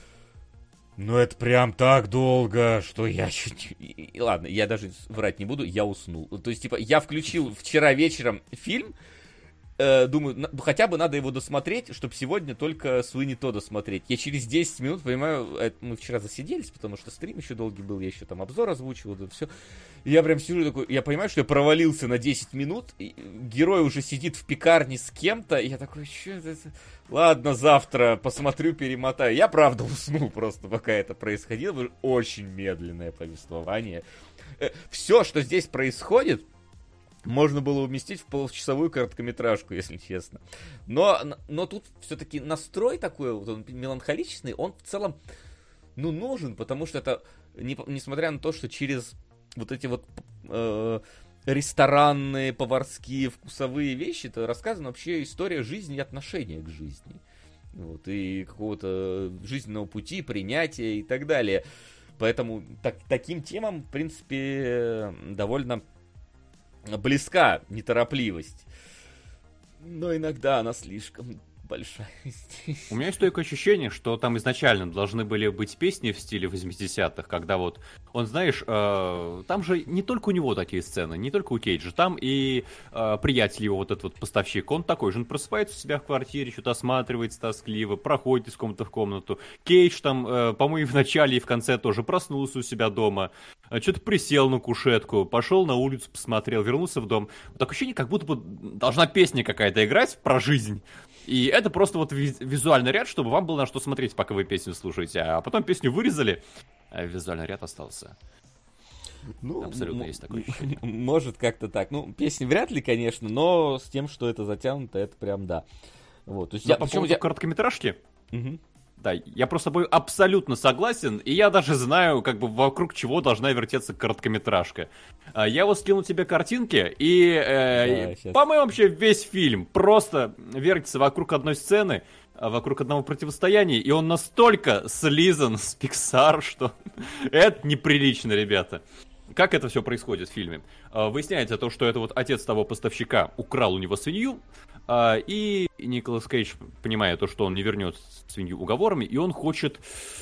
Ну, это прям так долго, что я чуть... Ладно, я даже врать не буду, я уснул. То есть, типа, я включил вчера вечером фильм, думаю, хотя бы надо его досмотреть, чтобы сегодня только Суини Тодда смотреть. Я через 10 минут понимаю, мы вчера засиделись, потому что стрим еще долгий был, я еще там обзор озвучивал, да все. И я прям сижу такой, я понимаю, что я провалился на 10 минут, и герой уже сидит в пекарне с кем-то, и я такой, что это? Ладно, завтра посмотрю, перемотаю. Я правда уснул просто, пока это происходило, очень медленное повествование. Все, что здесь происходит, можно было уместить в получасовую короткометражку, если честно. Но тут все-таки настрой такой, вот он меланхоличный, он в целом, ну, нужен, потому что это, несмотря на то, что через вот эти вот ресторанные, поварские, вкусовые вещи, это рассказана вообще история жизни и отношения к жизни. Вот, и какого-то жизненного пути, принятия и так далее. Поэтому таким темам, в принципе, довольно близка неторопливость. Но иногда она слишком большая. У меня есть только ощущение, что там изначально должны были быть песни в стиле 80-х, когда вот, он, знаешь, там же не только у него такие сцены, не только у Кейджа, там и приятель его, вот этот вот поставщик, он такой же, он просыпается у себя в квартире, что-то осматривается тоскливо, проходит из комнаты в комнату. Кейдж там, по-моему, и в начале, и в конце тоже проснулся у себя дома, что-то присел на кушетку, пошел на улицу, посмотрел, вернулся в дом. Вот ощущение, как будто бы должна песня какая-то играть про жизнь. И это просто вот визуальный ряд, чтобы вам было на что смотреть, пока вы песню слушаете. А потом песню вырезали, а визуальный ряд остался. Ну, абсолютно есть такое ощущение. Может как-то так. Ну, песни вряд ли, конечно, но с тем, что это затянуто, это прям да. Вот, то есть по поводу короткометражки? Угу. Да, я просто с тобой абсолютно согласен, и я даже знаю, как бы вокруг чего должна вертеться короткометражка. Я вот скинул тебе картинки, и, по-моему, вообще весь фильм просто вертится вокруг одной сцены, вокруг одного противостояния, и он настолько слизан с Pixar, что это неприлично, ребята. Как это все происходит в фильме? Выясняется то, что это вот отец того поставщика украл у него свинью, и Николас Кейдж, понимая то, что он не вернет свинью уговорами, и он хочет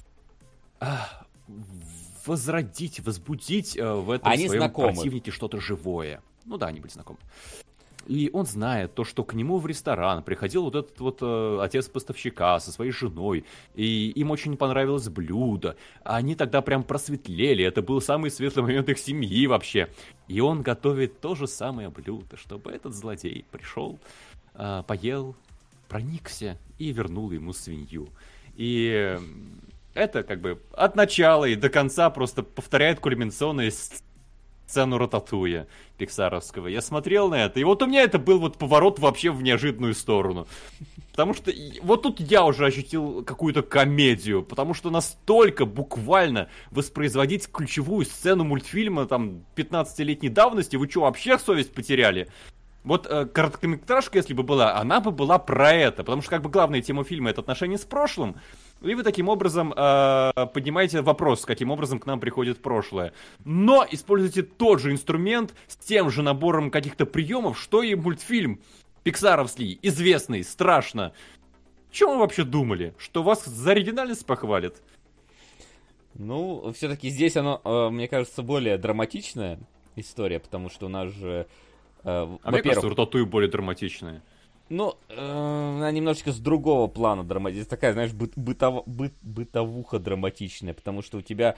возбудить в этом они своем знакомы. противнике что-то живое. Ну да, они были знакомы. И он знает то, что к нему в ресторан приходил вот этот вот отец поставщика со своей женой, и им очень понравилось блюдо. Они тогда прям просветлели, это был самый светлый момент их семьи вообще. И он готовит то же самое блюдо, чтобы этот злодей пришел, поел, проникся и вернул ему свинью. И это как бы от начала и до конца просто повторяет кульминационную сцену Рататуя пиксаровского. Я смотрел на это, и вот у меня это был вот поворот вообще в неожиданную сторону. Потому что вот тут я уже ощутил какую-то комедию, потому что настолько буквально воспроизводить ключевую сцену мультфильма там 15-летней давности, вы что, вообще совесть потеряли? Вот короткометражка, если бы была, она бы была про это, потому что как бы главная тема фильма — это отношения с прошлым, и вы таким образом поднимаете вопрос, каким образом к нам приходит прошлое. Но используйте тот же инструмент с тем же набором каких-то приемов, что и мультфильм пиксаровский, известный, страшно. Чем вы вообще думали? Что вас за оригинальность похвалят? Ну, все-таки здесь оно, мне кажется, более драматичная история, потому что у нас же... мне кажется, Рататуй более драматичная. Ну, она немножечко с другого плана драматичная. Такая, знаешь, бытовуха драматичная, потому что у тебя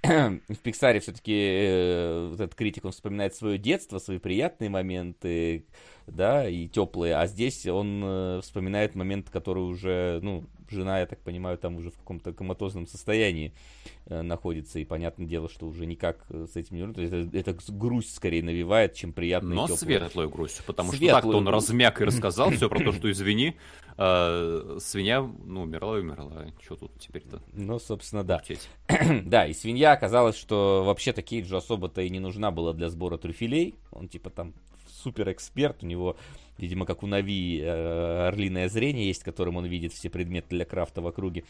в Пиксаре все-таки этот критик, он вспоминает свое детство, свои приятные моменты, да, и теплые, а здесь он вспоминает момент, который уже, ну, жена, я так понимаю, там уже в каком-то коматозном состоянии находится, и понятное дело, что уже никак с этим не... То есть это грусть скорее навевает, чем приятная но теплая. светлую грусть, потому Светлую что так-то он грусть. размяк и рассказал все про то, что извини, свинья, ну, умерла и умерла, что тут теперь-то? Ну, собственно, да. Бурчать. Да, и свинья оказалось, что вообще-то Кейджу особо-то и не нужна была для сбора трюфелей. Он типа там супер-эксперт, у него, видимо, как у Нави, орлиное зрение есть, которым он видит все предметы для крафта в округе.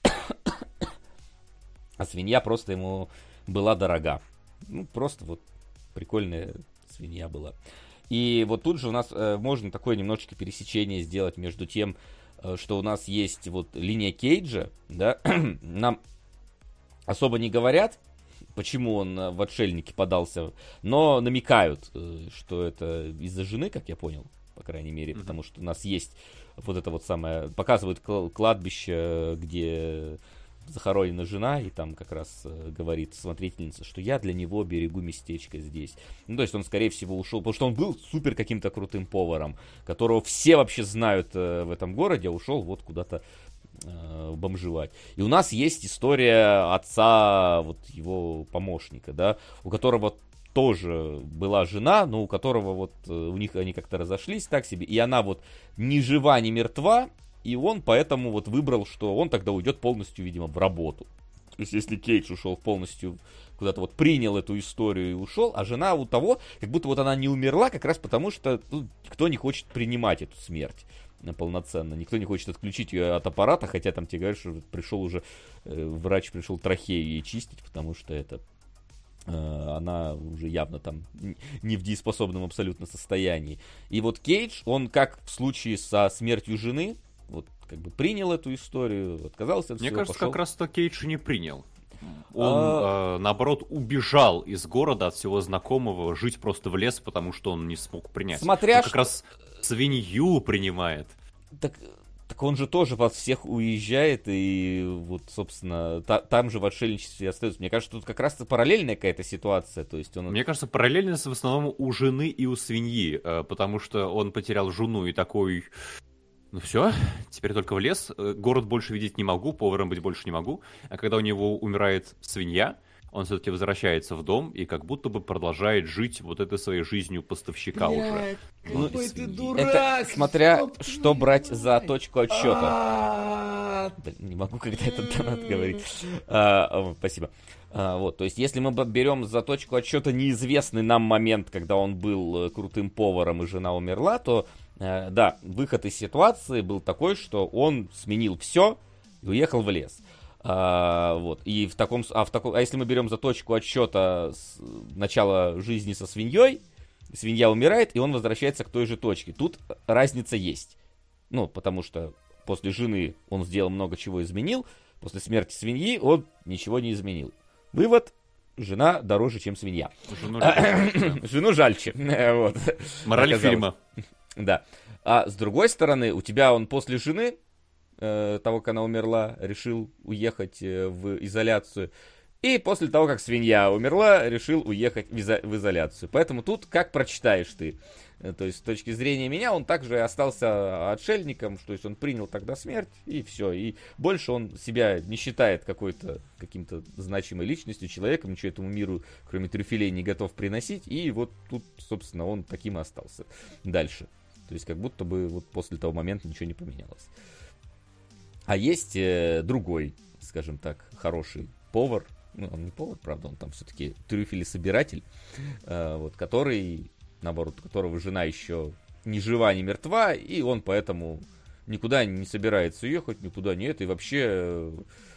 А свинья просто ему была дорога. Ну, просто вот прикольная свинья была. И вот тут же у нас можно такое немножечко пересечение сделать между тем, что у нас есть вот линия Кейджа, да, нам особо не говорят, почему он в отшельники подался, но намекают, что это из-за жены, как я понял, по крайней мере, потому что у нас есть вот это вот самое, показывают кладбище, где захоронена жена, и там как раз говорит смотрительница, что я для него берегу местечко здесь. Ну, то есть он, скорее всего, ушел, потому что он был супер каким-то крутым поваром, которого все вообще знают в этом городе, а ушел вот куда-то бомжевать. И у нас есть история отца вот его помощника, да, у которого тоже была жена, но у которого вот у них они как-то разошлись так себе, и она вот ни жива, ни мертва, и он поэтому вот выбрал, что он тогда уйдет полностью, видимо, в работу. То есть если Кейдж ушел полностью куда-то вот принял эту историю и ушел, а жена у того, как будто вот она не умерла, как раз потому что никто не хочет принимать эту смерть полноценно. Никто не хочет отключить ее от аппарата, хотя там тебе говорят, что пришел уже, врач пришел трахею ей чистить, потому что это она уже явно там не в дееспособном абсолютно состоянии. И вот Кейдж, он как в случае со смертью жены, вот как бы принял эту историю, отказался от Мне всего, кажется, пошел. как раз-то Кейдж не принял. Он, наоборот, убежал из города от всего знакомого, жить просто в лес, потому что он не смог принять. Смотря Он как раз свинью принимает. Так он же тоже от всех уезжает, и вот, собственно, там же в отшельничестве остается. Мне кажется, тут как раз параллельная какая-то ситуация. То есть он... Мне кажется, параллельность в основном у жены и у свиньи, потому что он потерял жену и такой... Ну все, теперь только в лес, город больше видеть не могу, поваром быть больше не могу. А когда у него умирает свинья, он все-таки возвращается в дом и как будто бы продолжает жить вот этой своей жизнью поставщика уже. Ну, Какой ты это дурак! смотря, ёб что твою брать за мать. точку отсчета. А, Не могу, когда этот донат говорить. Спасибо. Вот, то есть, если мы берем за точку отсчета неизвестный нам момент, когда он был крутым поваром и жена умерла, то, да, выход из ситуации был такой, что он сменил все и уехал в лес. Вот, и а если мы берем за точку отсчета начала жизни со свиньей, свинья умирает, и он возвращается к той же точке. Тут разница есть. Ну, потому что после жены он сделал много чего изменил, после смерти свиньи он ничего не изменил. Вывод: жена дороже, чем свинья. Жену жальче. Вот. Мораль Оказалось. фильма. Да. А с другой стороны, у тебя он после жены, того, как она умерла, решил уехать в изоляцию. И после того, как свинья умерла, решил уехать в изоляцию. Поэтому тут как прочитаешь ты. То есть, с точки зрения меня, он также остался отшельником, то есть он принял тогда смерть, и все. И больше он себя не считает каким-то значимой личностью, человеком, ничего этому миру, кроме трюфелей, не готов приносить. И вот тут, собственно, он таким и остался дальше. То есть, как будто бы вот после того момента ничего не поменялось. А есть другой, скажем так, хороший повар. Ну, он не повар, правда, он там все-таки трюфелесобиратель, вот, который... наоборот, у которого жена еще ни жива, ни мертва, и он поэтому никуда не собирается уехать, никуда нет, и вообще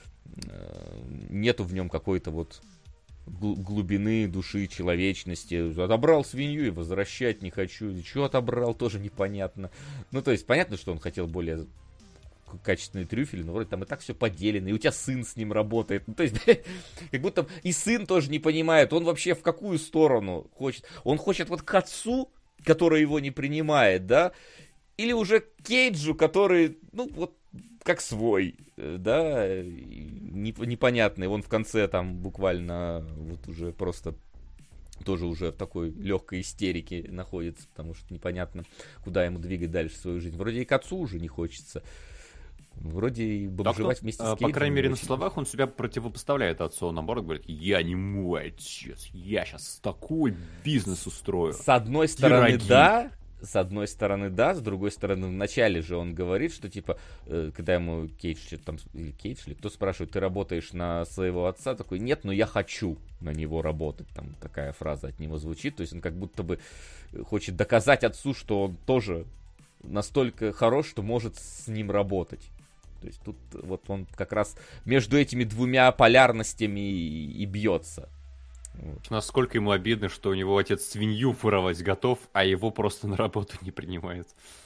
нету в нем какой-то вот глубины души, человечности. Отобрал свинью и возвращать не хочу. И что отобрал, тоже непонятно. Ну, то есть, понятно, что он хотел более качественные трюфели, но вроде там и так все поделено, и у тебя сын с ним работает. Ну, то есть, как будто и сын тоже не понимает, он вообще в какую сторону хочет. Он хочет вот к отцу, который его не принимает, да, или уже к Кейджу, который, ну, вот как свой, да, непонятный. Он в конце там буквально вот уже просто тоже уже в такой легкой истерике находится, потому что непонятно, куда ему двигать дальше свою жизнь. Вроде и к отцу уже не хочется. Вроде и бомжевать вместе с Кейджем. По крайней мере, на словах он себя противопоставляет отцу. Он, наоборот, говорит, я не мой отец, я сейчас такой бизнес устрою. С одной стороны, да. С одной стороны, да, с другой стороны, вначале же он говорит, что, типа, когда ему Кейдж, там, или Кейдж, или кто спрашивает, ты работаешь на своего отца, такой, нет, но я хочу на него работать, там такая фраза от него звучит, то есть он как будто бы хочет доказать отцу, что он тоже настолько хорош, что может с ним работать. То есть тут вот он как раз между этими двумя полярностями и бьется. Вот. Насколько ему обидно, что у него отец свинью воровать готов, а его просто на работу не принимает.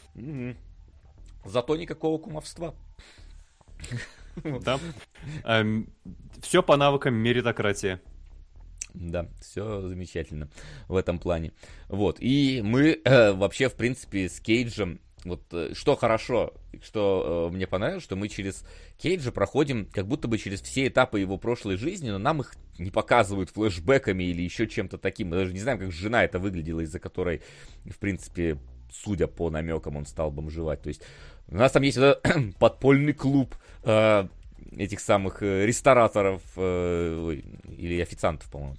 Зато никакого кумовства. Да. Все по навыкам меритократия. Да, все замечательно в этом плане. Вот. И мы вообще, в принципе, с Кейджем, вот что хорошо, что мне понравилось, что мы через Кейджа проходим как будто бы через все этапы его прошлой жизни, но нам их не показывают флешбэками или еще чем-то таким. Мы даже не знаем, как жена это выглядела, из-за которой, в принципе, судя по намекам, он стал бомжевать. То есть у нас там есть подпольный клуб этих самых рестораторов или официантов, по-моему,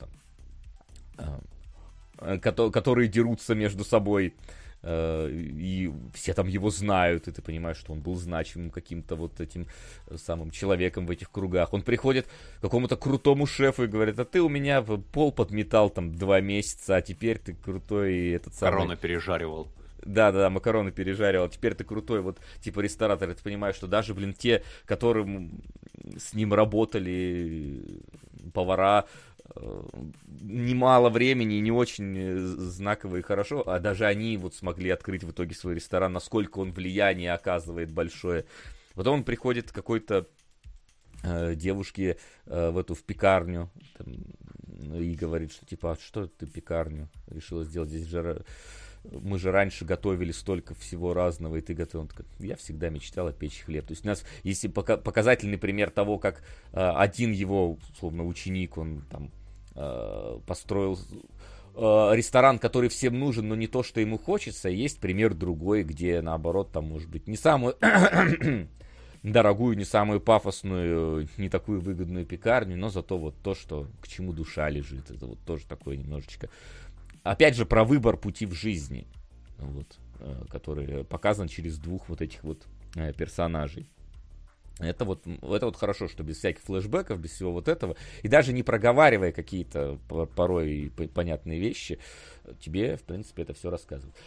там, которые дерутся между собой. И все там его знают, и ты понимаешь, что он был значимым каким-то вот этим самым человеком в этих кругах. Он приходит к какому-то крутому шефу и говорит, а ты у меня пол подметал там 2 месяца, а теперь ты крутой этот самый... Макароны пережаривал. Да, макароны пережаривал, теперь ты крутой вот типа ресторатор, и ты понимаешь, что даже, блин, те, которые с ним работали, повара, немало времени, не очень знаково и хорошо, а даже они вот смогли открыть в итоге свой ресторан, насколько он влияние оказывает большое. Потом он приходит к какой-то девушке в пекарню там, и говорит, что типа, а что ты пекарню решила сделать? Здесь же мы же раньше готовили столько всего разного, и ты готовил. Он такой, я всегда мечтал печь хлеб. То есть у нас есть показательный пример того, как один его, условно, ученик, он там построил ресторан, который всем нужен, но не то, что ему хочется. Есть пример другой, где, наоборот, там, может быть, не самую дорогую, не самую пафосную, не такую выгодную пекарню, но зато вот то, что к чему душа лежит. Это вот тоже такое немножечко... Опять же, про выбор пути в жизни, вот, который показан через 2 вот этих вот персонажей. Это вот хорошо, что без всяких флешбеков, без всего вот этого, и даже не проговаривая какие-то порой понятные вещи, тебе, в принципе, это все рассказывают.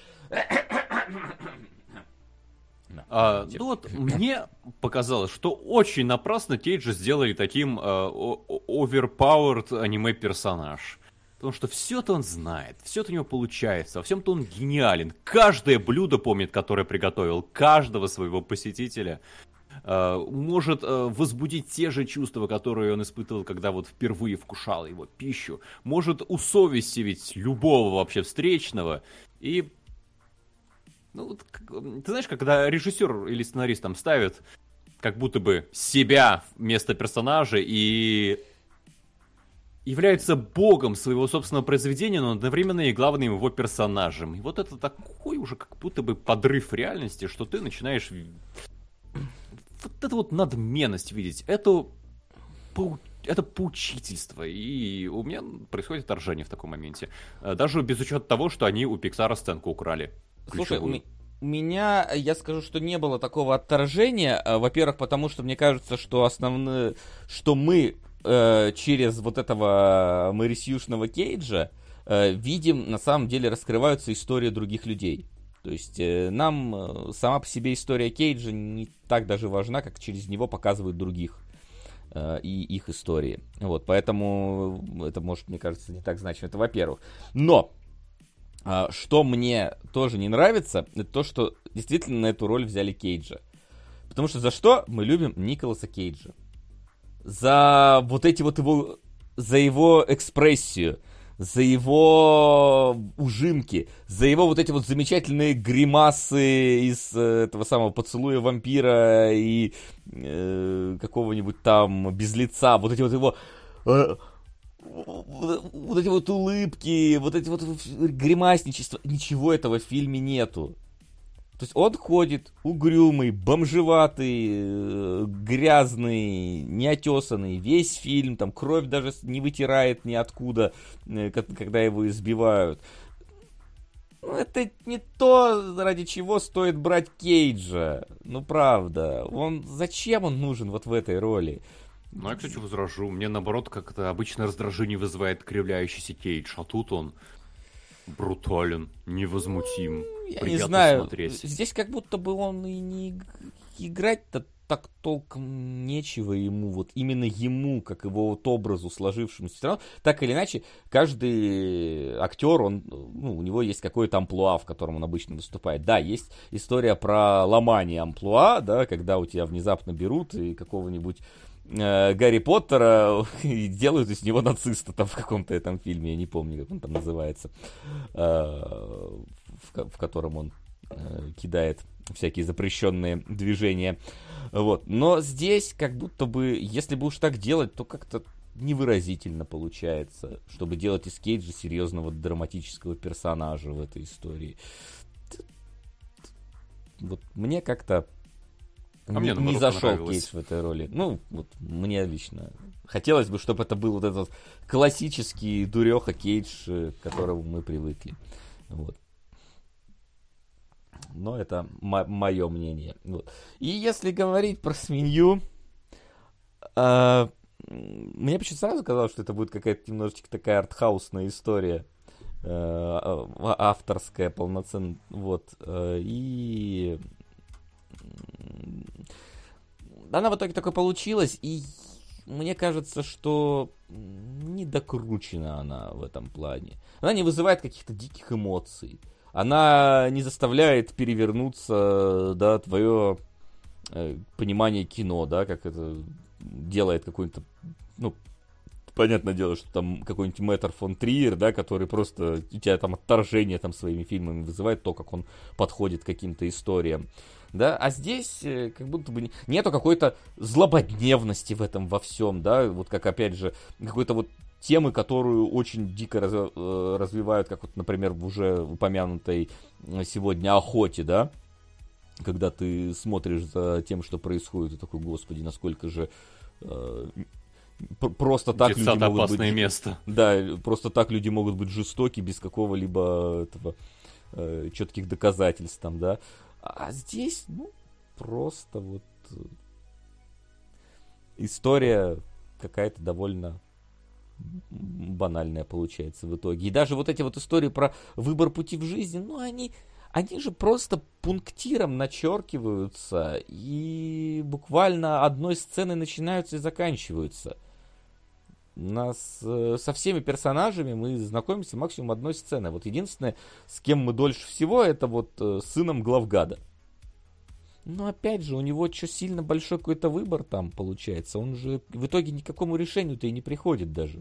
Ну вот, мне показалось, что очень напрасно Кейджа сделали таким overpowered аниме-персонаж. Потому что все-то он знает, все-то у него получается, во всем-то он гениален. Каждое блюдо помнит, которое приготовил, каждого своего посетителя. Может возбудить те же чувства, которые он испытывал, когда вот впервые вкушал его пищу. Может усовестивить любого вообще встречного. И, ну, ты знаешь, когда режиссер или сценарист там ставит как будто бы себя вместо персонажа и... является богом своего собственного произведения, но одновременно и главным его персонажем. И вот это такой уже как будто бы подрыв реальности, что ты начинаешь вот это вот надменность видеть. Это поучительство. И у меня происходит отторжение в таком моменте. Даже без учета того, что они у Pixar сценку украли. Слушай, у меня, я скажу, что не было такого отторжения. Во-первых, потому что мне кажется, что что мы через вот этого Морисьюшного Кейджа видим, на самом деле, раскрываются истории других людей. То есть нам сама по себе история Кейджа не так даже важна, как через него показывают других и их истории. Вот, поэтому это, может, мне кажется, не так значимо. Это во-первых. Но что мне тоже не нравится, это то, что действительно на эту роль взяли Кейджа. Потому что за что мы любим Николаса Кейджа? За вот эти вот его, за его экспрессию, за его ужимки, за его вот эти вот замечательные гримасы из этого самого «Поцелуя вампира» и какого-нибудь там «Без лица», вот эти вот его... вот эти вот улыбки, вот эти вот гримасничества, ничего этого в фильме нету. То есть он ходит угрюмый, бомжеватый, грязный, неотесанный, весь фильм, там кровь даже не вытирает ниоткуда, когда его избивают. Ну, это не то, ради чего стоит брать Кейджа. Ну, правда. Зачем он нужен вот в этой роли? Ну, я, кстати, возражу. Мне, наоборот, как-то обычно раздражение вызывает кривляющийся Кейдж, а тут он брутален, невозмутим. Я Приятно не знаю, смотреть. здесь как будто бы он и не играть-то так толком нечего ему, вот именно ему, как его вот образу сложившемуся. Все равно, так или иначе, каждый актер, у него есть какое-то амплуа, в котором он обычно выступает. Да, есть история про ломание амплуа, да, когда у тебя внезапно берут и какого-нибудь Гарри Поттера и делают из него нациста там в каком-то этом фильме, я не помню, как он там называется, в котором он кидает всякие запрещенные движения. Вот. Но здесь как будто бы, если бы уж так делать, то как-то невыразительно получается, чтобы делать из Кейджа серьезного драматического персонажа в этой истории. Вот мне как-то мне, не зашел понравилось. Кейдж в этой роли. Ну, вот мне лично хотелось бы, чтобы это был вот этот классический дуреха Кейдж, к которому мы привыкли. Вот. Но это мое мнение. Вот. И если говорить про свинью, мне почему-то сразу казалось, что это будет какая-то немножечко такая артхаусная история, авторская, полноценная. Вот. И она в итоге такой получилась, и мне кажется, что не докручена она в этом плане. Она не вызывает каких-то диких эмоций. Она не заставляет перевернуться, да, твое понимание кино, да, как это делает какой-то, ну, понятное дело, что там какой-нибудь Мэттер фон Триер, да, который просто у тебя там отторжение там своими фильмами вызывает, то, как он подходит к каким-то историям. Да, а здесь как будто бы нету какой-то злободневности в этом во всем, да, вот как, опять же, какой-то вот темы, которую очень дико развивают, как вот, например, в уже упомянутой сегодня охоте, да, когда ты смотришь за тем, что происходит, и такой, господи, насколько же просто так люди могут опасное быть... место. Да, просто так люди могут быть жестоки, без какого-либо этого четких доказательств там, да. А здесь, ну, просто вот история какая-то довольно банальная получается в итоге. И даже вот эти вот истории про выбор пути в жизни, ну, они же просто пунктиром начеркиваются и буквально одной сценой начинаются и заканчиваются. У нас со всеми персонажами мы знакомимся максимум одной сценой. Вот единственное, с кем мы дольше всего, это вот с сыном главгада. Но опять же, у него что, сильно большой какой-то выбор там получается. Он же в итоге ни к какому решению-то и не приходит даже.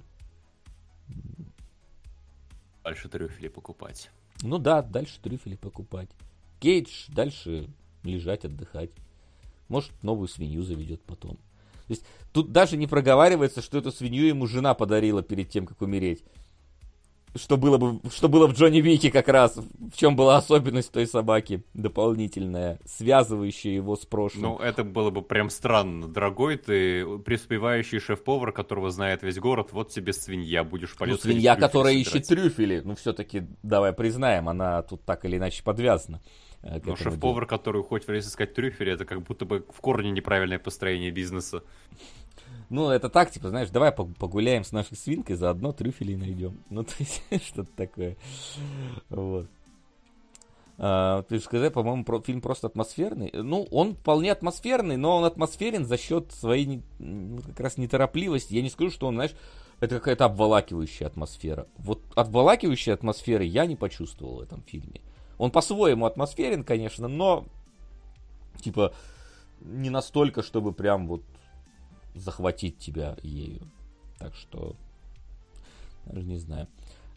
Дальше трюфели покупать. Ну да, дальше трюфели покупать. Кейдж дальше лежать, отдыхать. Может, новую свинью заведет потом. То есть тут даже не проговаривается, что эту свинью ему жена подарила перед тем, как умереть. Что было в Джонни Уике как раз. В чем была особенность той собаки дополнительная, связывающая его с прошлым. Ну, это было бы прям странно. Дорогой ты, преуспевающий шеф-повар, которого знает весь город, вот тебе свинья, будешь полет. Ну, свинья, которая ищет трюфели. Ну, все-таки, давай признаем, она тут так или иначе подвязана. Но шеф-повар, который уходит в лес искать трюфели, это как будто бы в корне неправильное построение бизнеса. Ну, это так, типа, знаешь, давай погуляем с нашей свинкой, заодно трюфелей найдем. Ну, то есть, что-то такое. Вот. Ты же сказал, по-моему, фильм просто атмосферный. Ну, он вполне атмосферный, но он атмосферен за счет своей как раз неторопливости. Я не скажу, что он, знаешь, это какая-то обволакивающая атмосфера. Вот обволакивающей атмосферы я не почувствовал в этом фильме. Он по-своему атмосферен, конечно, но типа не настолько, чтобы прям вот захватить тебя ею. Так что даже не знаю.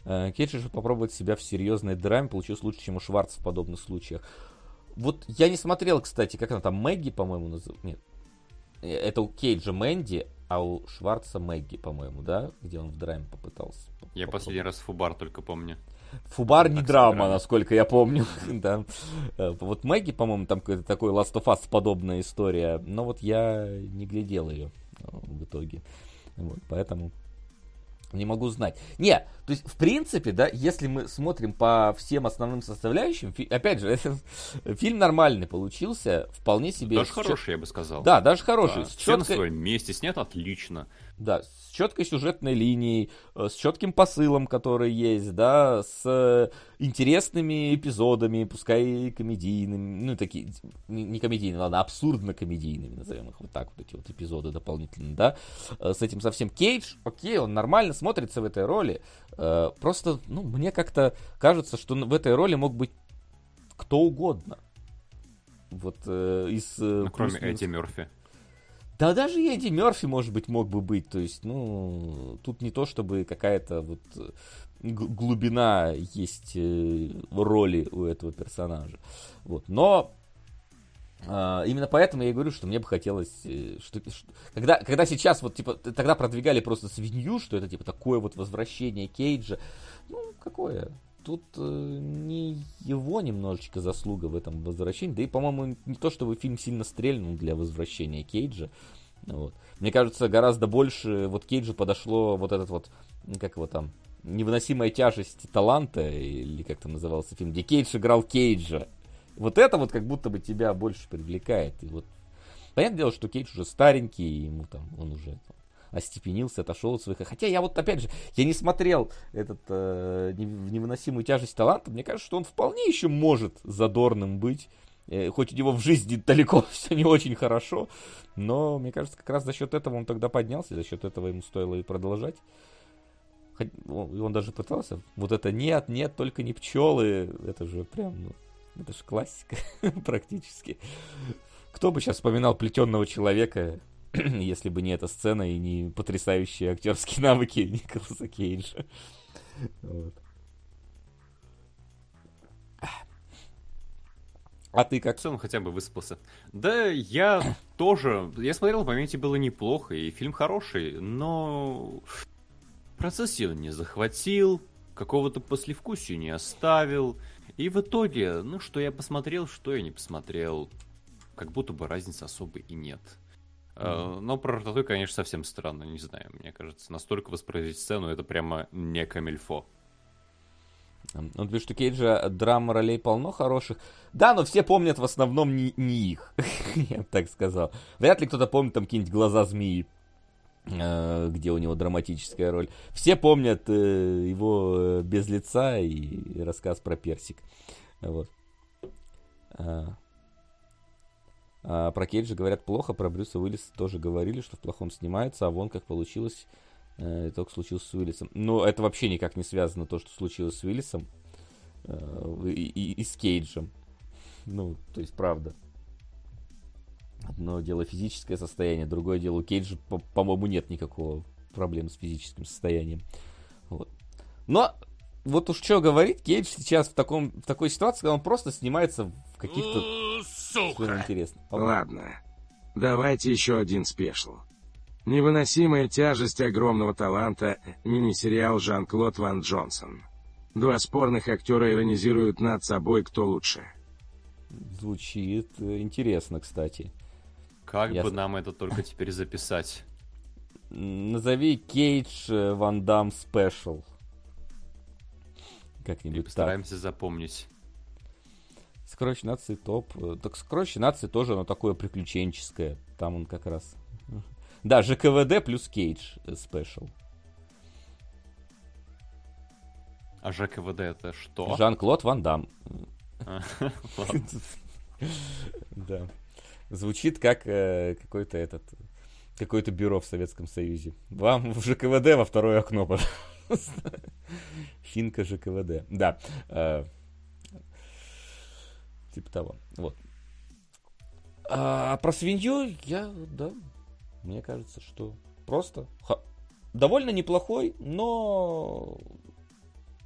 Кейдж решил попробовать себя в серьезной драме, получилось лучше, чем у Шварца в подобных случаях. Вот я не смотрел, кстати, как она там, Мэгги, по-моему, называется. Нет, это у Кейджа Мэнди, а у Шварца Мэгги, по-моему, да? Где он в драме попытался. Я последний раз Фубар только помню. Фубар не Так, драма, собирали. насколько я помню. Да. Вот Мэгги, по-моему, там какой-то такой Last of Us подобная история. Но вот я не глядел ее в итоге. Вот, поэтому не могу знать. Не, то есть, в принципе, да, если мы смотрим по всем основным составляющим, опять же, фильм нормальный получился, вполне себе... Даже хороший, я бы сказал. Да, даже хороший. Да, С все на чёткой- своем месте, снят отлично. Да, с четкой сюжетной линией, с четким посылом, который есть, да, с интересными эпизодами, пускай и комедийными, ну, такие, не комедийные, ладно, абсурдно-комедийными, назовем их вот так, вот эти вот эпизоды дополнительные, да, с этим совсем. Кейдж, окей, он нормально смотрится в этой роли, просто, ну, мне как-то кажется, что в этой роли мог быть кто угодно. Вот из... Ну, кроме плюс-минус- Эдди Мерфи. Да даже и Эдди Мерфи, может быть, мог бы быть. То есть, ну, тут не то, чтобы какая-то вот глубина есть роли у этого персонажа. Вот. Но именно поэтому я и говорю, что мне бы хотелось, когда сейчас вот типа тогда продвигали просто свинью, что это типа такое вот возвращение Кейджа, ну какое? Тут не его немножечко заслуга в этом возвращении, да и, по-моему, не то, чтобы фильм сильно стрельнул для возвращения Кейджа. Вот. Мне кажется, гораздо больше вот Кейджу подошло вот этот вот, как его там, невыносимая тяжесть таланта, или как там назывался фильм, где Кейдж играл Кейджа. Вот это вот как будто бы тебя больше привлекает. И вот, понятное дело, что Кейдж уже старенький, и ему там, он уже там остепенился, отошел от своих... Хотя я вот, опять же, я не смотрел этот невыносимую тяжесть таланта. Мне кажется, что он вполне еще может задорным быть. Хоть у него в жизни далеко все не очень хорошо. Но, мне кажется, как раз за счет этого он тогда поднялся. И за счет этого ему стоило и продолжать. И он даже пытался. Вот это нет, только не пчелы. Это же прям, ну, это же классика практически. Кто бы сейчас вспоминал плетенного человека, если бы не эта сцена и не потрясающие актерские навыки Николаса Кейджа. Вот. А ты как? В целом хотя бы выспался. Да, я тоже. Я смотрел, в моменте было неплохо, и фильм хороший, но процесс его не захватил, какого-то послевкусия не оставил. И в итоге, ну, что я посмотрел, что я не посмотрел, как будто бы разницы особой и нет. Но про Рататуй, конечно, совсем странно, не знаю, мне кажется, настолько воспроизвести сцену, это прямо не камильфо. Он говорит, что Кейджа драм ролей полно хороших. Да, но все помнят в основном не их, я бы так сказал. Вряд ли кто-то помнит там какие-нибудь «Глаза змеи», где у него драматическая роль. Все помнят его «Без лица» и рассказ про персик. Вот. Про Кейджа говорят плохо, про Брюса Уиллиса тоже говорили, что в плохом снимается, а вон как получилось, только случилось с Уиллисом. Но это вообще никак не связано, то, что случилось с Уиллисом и с Кейджем. Ну, то есть, правда. Одно дело физическое состояние, другое дело у Кейджа, по-моему, нет никакого проблем с физическим состоянием. Вот. Но, вот уж что говорить, Кейдж сейчас в такой ситуации, когда он просто снимается в каких-то... Сука! Интересно. Ладно. Давайте еще один спешл. Невыносимая тяжесть огромного таланта, мини-сериал Жан-Клод Ван Джонсон. Два спорных актера иронизируют над собой, кто лучше. Звучит интересно, кстати. Как бы нам это только теперь записать? Назови Кейдж Ван Дам Спешл. И Как-нибудь так. постараемся запомнить. Сокровище нации топ. Так Сокровище нации тоже оно такое приключенческое. Там он как раз... Да, ЖКВД плюс Кейдж Спешл. А ЖКВД это что? Жан-Клод Ван Дам. Ладно. Да. Звучит как какое-то бюро в Советском Союзе. Вам в ЖКВД во второе окно, пожалуйста. Финка ЖКВД. Да. Типа того. Вот. А про свинью да, мне кажется, что просто довольно неплохой, но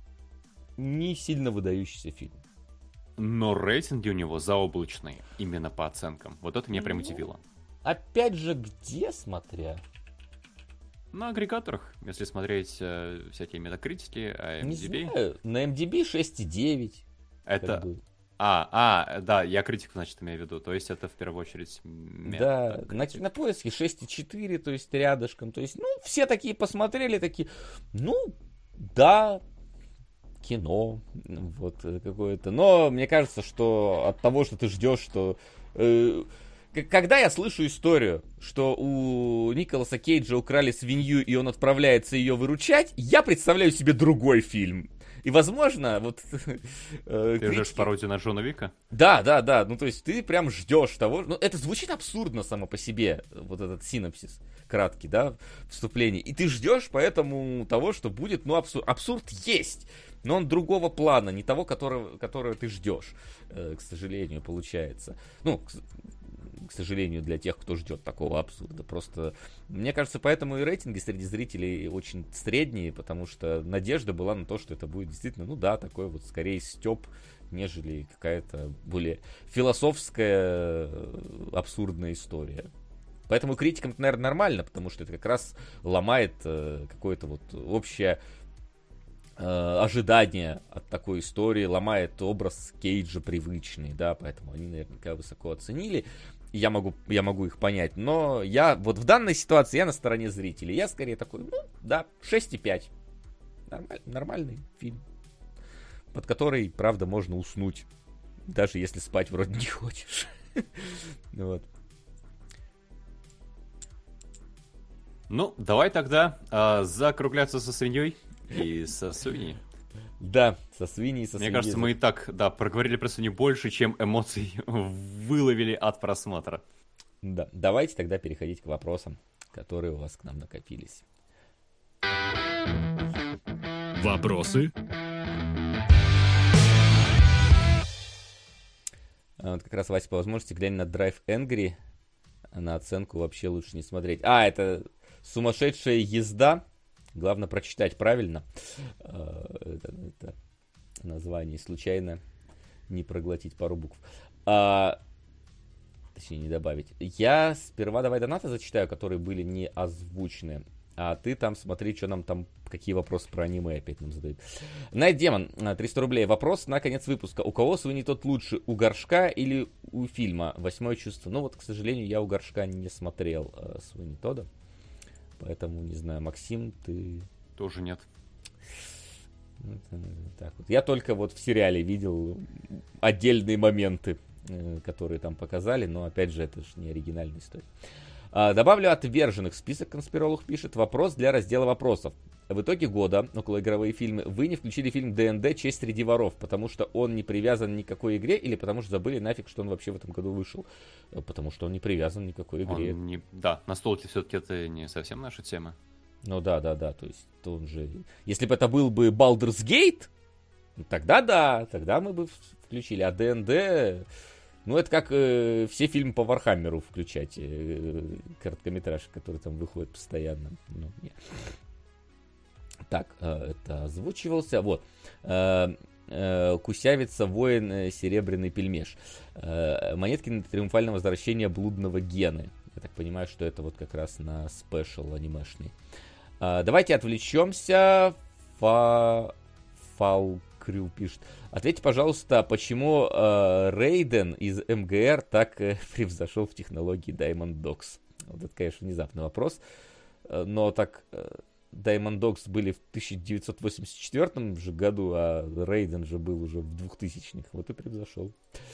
не сильно выдающийся фильм. Но рейтинги у него заоблачные, именно по оценкам. Вот это меня прям удивило. Опять же, где смотря? На агрегаторах, если смотреть всякие метакритики, Не IMDb. знаю, на MDB 6,9. Это... как бы. Да, я критик, значит, имею в виду. То есть это в первую очередь Да, на Кинопоиске 6,4, то есть рядышком. То есть, ну, все такие посмотрели, такие, ну, да, кино, вот какое-то. Но мне кажется, что от того, что ты ждешь, что... когда я слышу историю, что у Николаса Кейджа украли свинью, и он отправляется ее выручать, я представляю себе другой фильм. И, возможно, вот... Ты ждешь пародию на Джона Вика? Да. Ну, то есть ты прям ждешь того... Ну, это звучит абсурдно само по себе, вот этот синопсис краткий, да, вступление. И ты ждешь поэтому того, что будет, ну, абсурд. Абсурд есть, но он другого плана, не того, которого ты ждешь, к сожалению, получается. Ну, к сожалению, для тех, кто ждет такого абсурда. Просто, мне кажется, поэтому и рейтинги среди зрителей очень средние, потому что надежда была на то, что это будет действительно, ну да, такой вот скорее стёб, нежели какая-то более философская абсурдная история. Поэтому критикам это, наверное, нормально, потому что это как раз ломает какое-то вот общее ожидание от такой истории, ломает образ Кейджа привычный, да, поэтому они наверняка высоко оценили. Я могу их понять, но я вот в данной ситуации я на стороне зрителей. Я скорее такой, ну, да, 6,5. Нормальный фильм, под который, правда, можно уснуть, даже если спать вроде не хочешь. Вот. Ну, давай тогда закругляться со свиньей и со свиньей. Да, со свиньей, Мне кажется, мы и так, да, проговорили про свинью больше, чем эмоций выловили от просмотра. Да, давайте тогда переходить к вопросам, которые у вас к нам накопились. Вопросы? Вот как раз, Вася, по возможности глянь на Drive Angry. На оценку вообще лучше не смотреть. Это сумасшедшая езда. Главное прочитать правильно. Это название. Случайно не проглотить пару букв. Точнее, не добавить. Я сперва давай донаты зачитаю, которые были не озвучены. А ты там смотри, что нам там, какие вопросы про аниме опять нам задают. Найт Демон, 300 рублей. Вопрос на конец выпуска. У кого Суини тот лучше, у Горшка или у фильма «Восьмое чувство»? Ну вот, к сожалению, я у Горшка не смотрел Суини Тодда. Поэтому, не знаю, Максим, ты... Тоже нет. Так вот. Я только вот в сериале видел отдельные моменты, которые там показали, но, опять же, это же не оригинальная история. Добавлю отверженных. Список конспиролог пишет. Вопрос для раздела вопросов. В итоге года, околоигровые фильмы, вы не включили фильм ДНД «Честь среди воров», потому что он не привязан ни к какой игре, или потому что забыли нафиг, что он вообще в этом году вышел? Потому что он не привязан ни к какой игре. Да, настолки все-таки это не совсем наша тема. Ну да, то есть он же... Если бы это был бы Baldur's Gate, тогда да, тогда мы бы включили. А ДНД... Ну, это как все фильмы по Вархаммеру включать, короткометражки, которые там выходят постоянно. Ну, нет. Так, это озвучивался. Вот. Кусявица, воин, серебряный пельмеш. Монеткин триумфальное возвращение блудного Гены. Я так понимаю, что это вот как раз на спешл анимешный. Давайте отвлечемся. Фалкрю пишет. Ответьте, пожалуйста, почему Рейден из МГР так превзошел в технологии Diamond Dogs? Вот это, конечно, внезапный вопрос. Но так... Diamond Dogs были в 1984 же году, а Рейден же был уже в 2000-х. Вот и превзошел.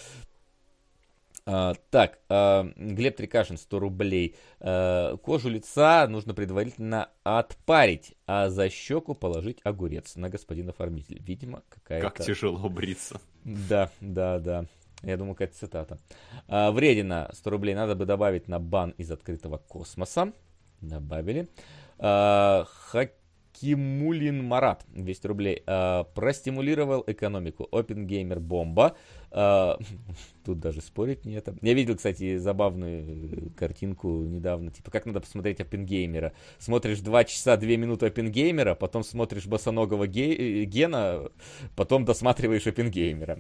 Так, Глеб Трикашин, 100 рублей. Кожу лица нужно предварительно отпарить, а за щеку положить огурец на господина оформителя. Видимо, какая-то... Как тяжело бриться. Да. Я думаю, какая-то цитата. Вредина, 100 рублей. Надо бы добавить на бан из открытого космоса. Добавили. Химулин Марат, 200 рублей. Простимулировал экономику. Опенгеймер бомба. Тут даже спорить не это. Я видел, кстати, забавную картинку недавно. Типа, как надо посмотреть Опенгеймера. Смотришь 2 часа 2 минуты Опенгеймера, потом смотришь босоногого Гена, потом досматриваешь Опенгеймера.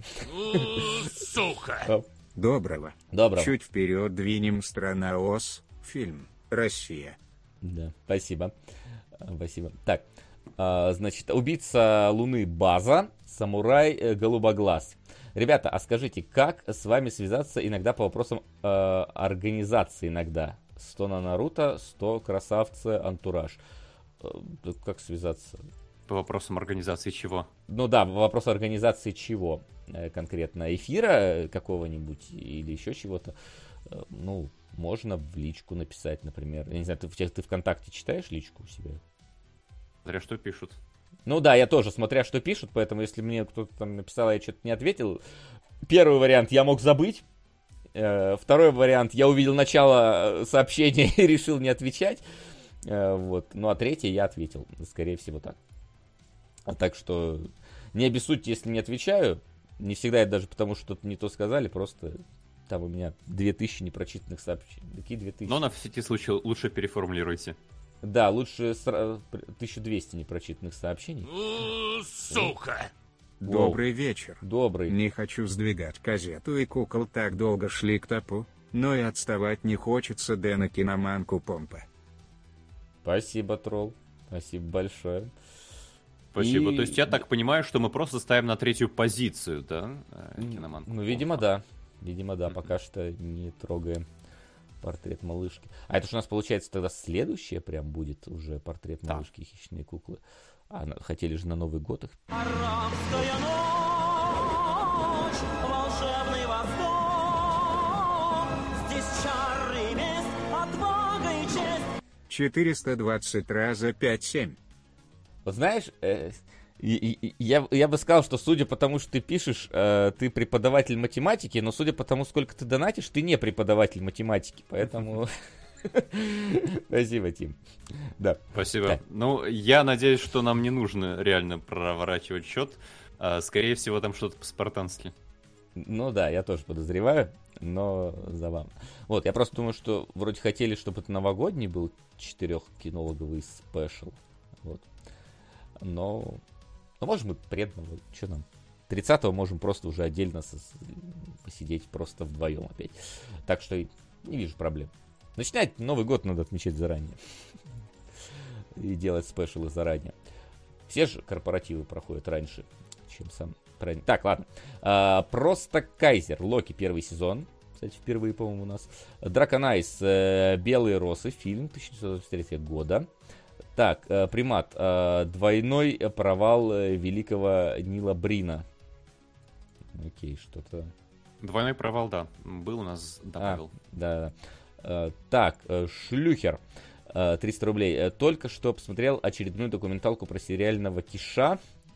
Сука! Доброго. Доброго. Чуть вперед двинем страна ОС. Фильм. Россия. Да, спасибо. Спасибо. Так, значит, убийца Луны База, самурай Голубоглаз. Ребята, а скажите, как с вами связаться иногда по вопросам организации иногда? 100 на Наруто, 100 красавцы, антураж. Как связаться? По вопросам организации чего? Ну да, вопрос организации чего конкретно? Эфира какого-нибудь или еще чего-то? Ну, можно в личку написать, например. Я не знаю, ты ВКонтакте читаешь личку у себя? Смотря что пишут. Ну да, я тоже, смотря что пишут, поэтому если мне кто-то там написал, а я что-то не ответил. Первый вариант я мог забыть. Второй вариант, я увидел начало сообщения и решил не отвечать. Вот. Ну а третий я ответил. Скорее всего так. Так что не обессудьте, если не отвечаю. Не всегда это даже потому, что что-то не то сказали, просто там у меня 2000 непрочитанных сообщений. Какие 2000? Но на всякий случай лучше переформулируйте. Да, лучше 1200 непрочитанных сообщений. Сука! Добрый вечер. Добрый. Не хочу сдвигать газету и кукол так долго шли к топу, но и отставать не хочется Дэна Киноманку Помпа. Спасибо, тролл. Спасибо большое. Спасибо. И- То есть я так понимаю, что мы просто ставим на 3-ю позицию, да? Киноманку. Ну, видимо, да. Видимо, да, пока что не трогаем портрет малышки. А это же у нас, получается, тогда следующее прям будет уже портрет Да. малышки и хищные куклы. Хотели же на Новый год их. Арабская ночь, волшебный восток. Здесь чары, месть, отвага и честь. 420 раза 5-7. Вот знаешь, я бы сказал, что судя по тому, что ты пишешь, ты преподаватель математики, но судя по тому, сколько ты донатишь, ты не преподаватель математики, поэтому... Спасибо, Тим. Да. Спасибо. Так. Ну, я надеюсь, что нам не нужно реально проворачивать счет. Скорее всего, там что-то по-спартански. Ну да, я тоже подозреваю, но забавно. Вот, я просто думаю, что вроде хотели, чтобы это новогодний был 4-кинологовый спешл. Вот. Но... Ну, можем мы предновый, что нам? 30-го можем просто уже отдельно посидеть просто вдвоем опять. Так что не вижу проблем. Начинать Новый год надо отмечать заранее. И делать спешалы заранее. Все же корпоративы проходят раньше, чем сам праздник. Так, ладно. Просто Кайзер. Локи первый сезон. Кстати, впервые, по-моему, у нас. Драконайс. Белые росы. Фильм 1983 года. Так, Примат. Двойной провал великого Нила Брина. Окей, что-то... Двойной провал, да. Был у нас, добавил. Да. Так, Шлюхер. 300 рублей. Только что посмотрел очередную документалку про сериального киша.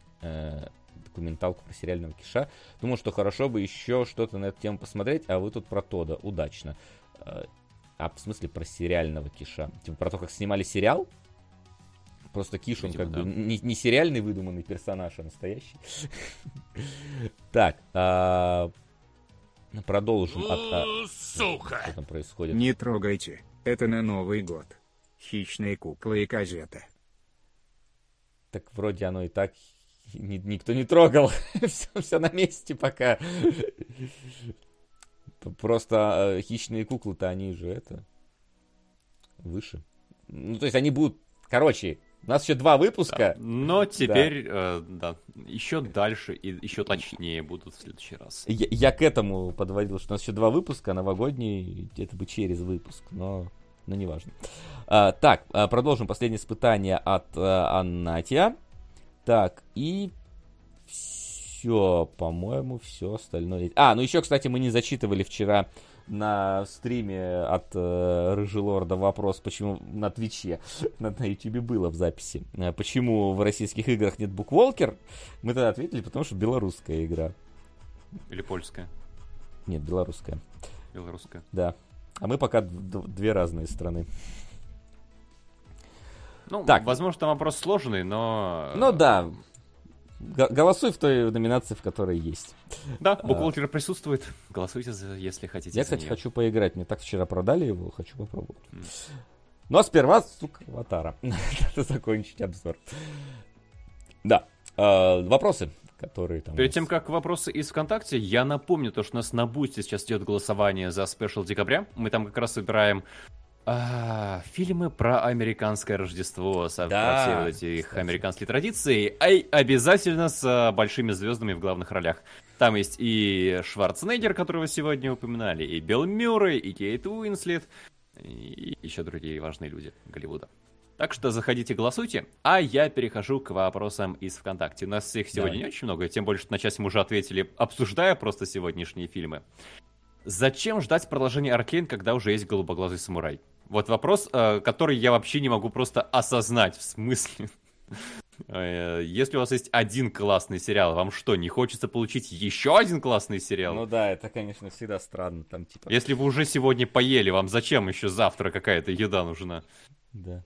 Думал, что хорошо бы еще что-то на эту тему посмотреть, а вы тут про Тода. Удачно. В смысле про сериального киша? Типа про то, как снимали сериал? Просто Киш, он Видимо, как да. бы не сериальный выдуманный персонаж, а настоящий. Так, продолжим. Сука! Что там происходит? Не трогайте, это на Новый год. Хищные куклы и газета. Так вроде оно и так никто не трогал. Все на месте пока. Просто хищные куклы-то они же это выше. Ну, то есть они будут... Короче, у нас еще 2 выпуска. Но теперь, да, еще дальше и еще точнее будут в следующий раз. Я к этому подводил, что у нас еще 2 выпуска, новогодний, это бы через выпуск, но неважно. Так, продолжим последнее испытание от Аннатия. Так, и все, по-моему, все остальное. Ну еще, кстати, мы не зачитывали вчера на стриме от Рыжелорда вопрос, почему на Твиче, на Ютубе было в записи, почему в российских играх нет букволкер. Мы тогда ответили, потому что белорусская игра. Или польская, Нет, белорусская. белорусская. Да. А мы пока 2 разные страны. Ну, Так. возможно, там вопрос сложный, но... Ну да, голосуй в той номинации, в которой есть. Да, буквалтер присутствует. Голосуйте, если хотите. Я, за кстати, неё. хочу поиграть. Мне так вчера продали его, хочу попробовать. Но сперва, сука, Аватара. Надо закончить обзор. Да. Вопросы, которые там... Перед тем, как вопросы из ВКонтакте, я напомню, то, что у нас на Бусти сейчас идет голосование за спешл декабря. Мы там как раз выбираем фильмы про американское Рождество, Да, про все вот эти их кстати. американские традиции, а обязательно с большими звездами в главных ролях. Там есть и Шварценеггер, которого сегодня упоминали, и Билл Мюррей, и Кейт Уинслет, и еще другие важные люди Голливуда. Так что заходите, голосуйте, а я перехожу к вопросам из ВКонтакте. У нас их сегодня Давай. не очень много, тем более, что на часть мы уже ответили, обсуждая просто сегодняшние фильмы. Зачем ждать продолжения Аркейн, когда уже есть голубоглазый самурай? Вот вопрос, который я вообще не могу просто осознать, в смысле. Если у вас есть один классный сериал, вам что, не хочется получить еще один классный сериал? Ну да, это, конечно, всегда странно. Там типа... Если вы уже сегодня поели, вам зачем еще завтра какая-то еда нужна? Да.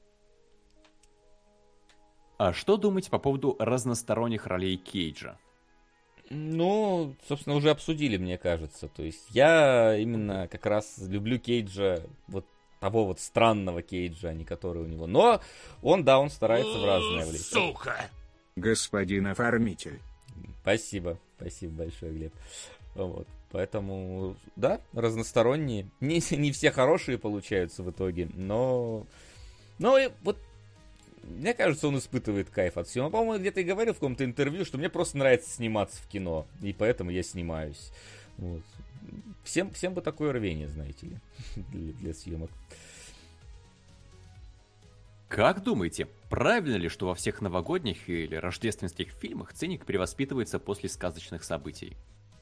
А что думаете по поводу разносторонних ролей Кейджа? Ну, собственно, уже обсудили, мне кажется. То есть я именно как раз люблю Кейджа, вот того вот странного Кейджа, а не который у него. Но он старается в разное влезть. Сука! Господин оформитель. Спасибо большое, Глеб. Вот. Поэтому, да, разносторонние. Не все хорошие получаются в итоге, но и вот мне кажется, он испытывает кайф от всего. По-моему, где-то и говорил в каком-то интервью, что мне просто нравится сниматься в кино, и поэтому я снимаюсь. Вот. Всем бы такое рвение, знаете ли, для съемок. Как думаете, правильно ли, что во всех новогодних или рождественских фильмах ценник перевоспитывается после сказочных событий?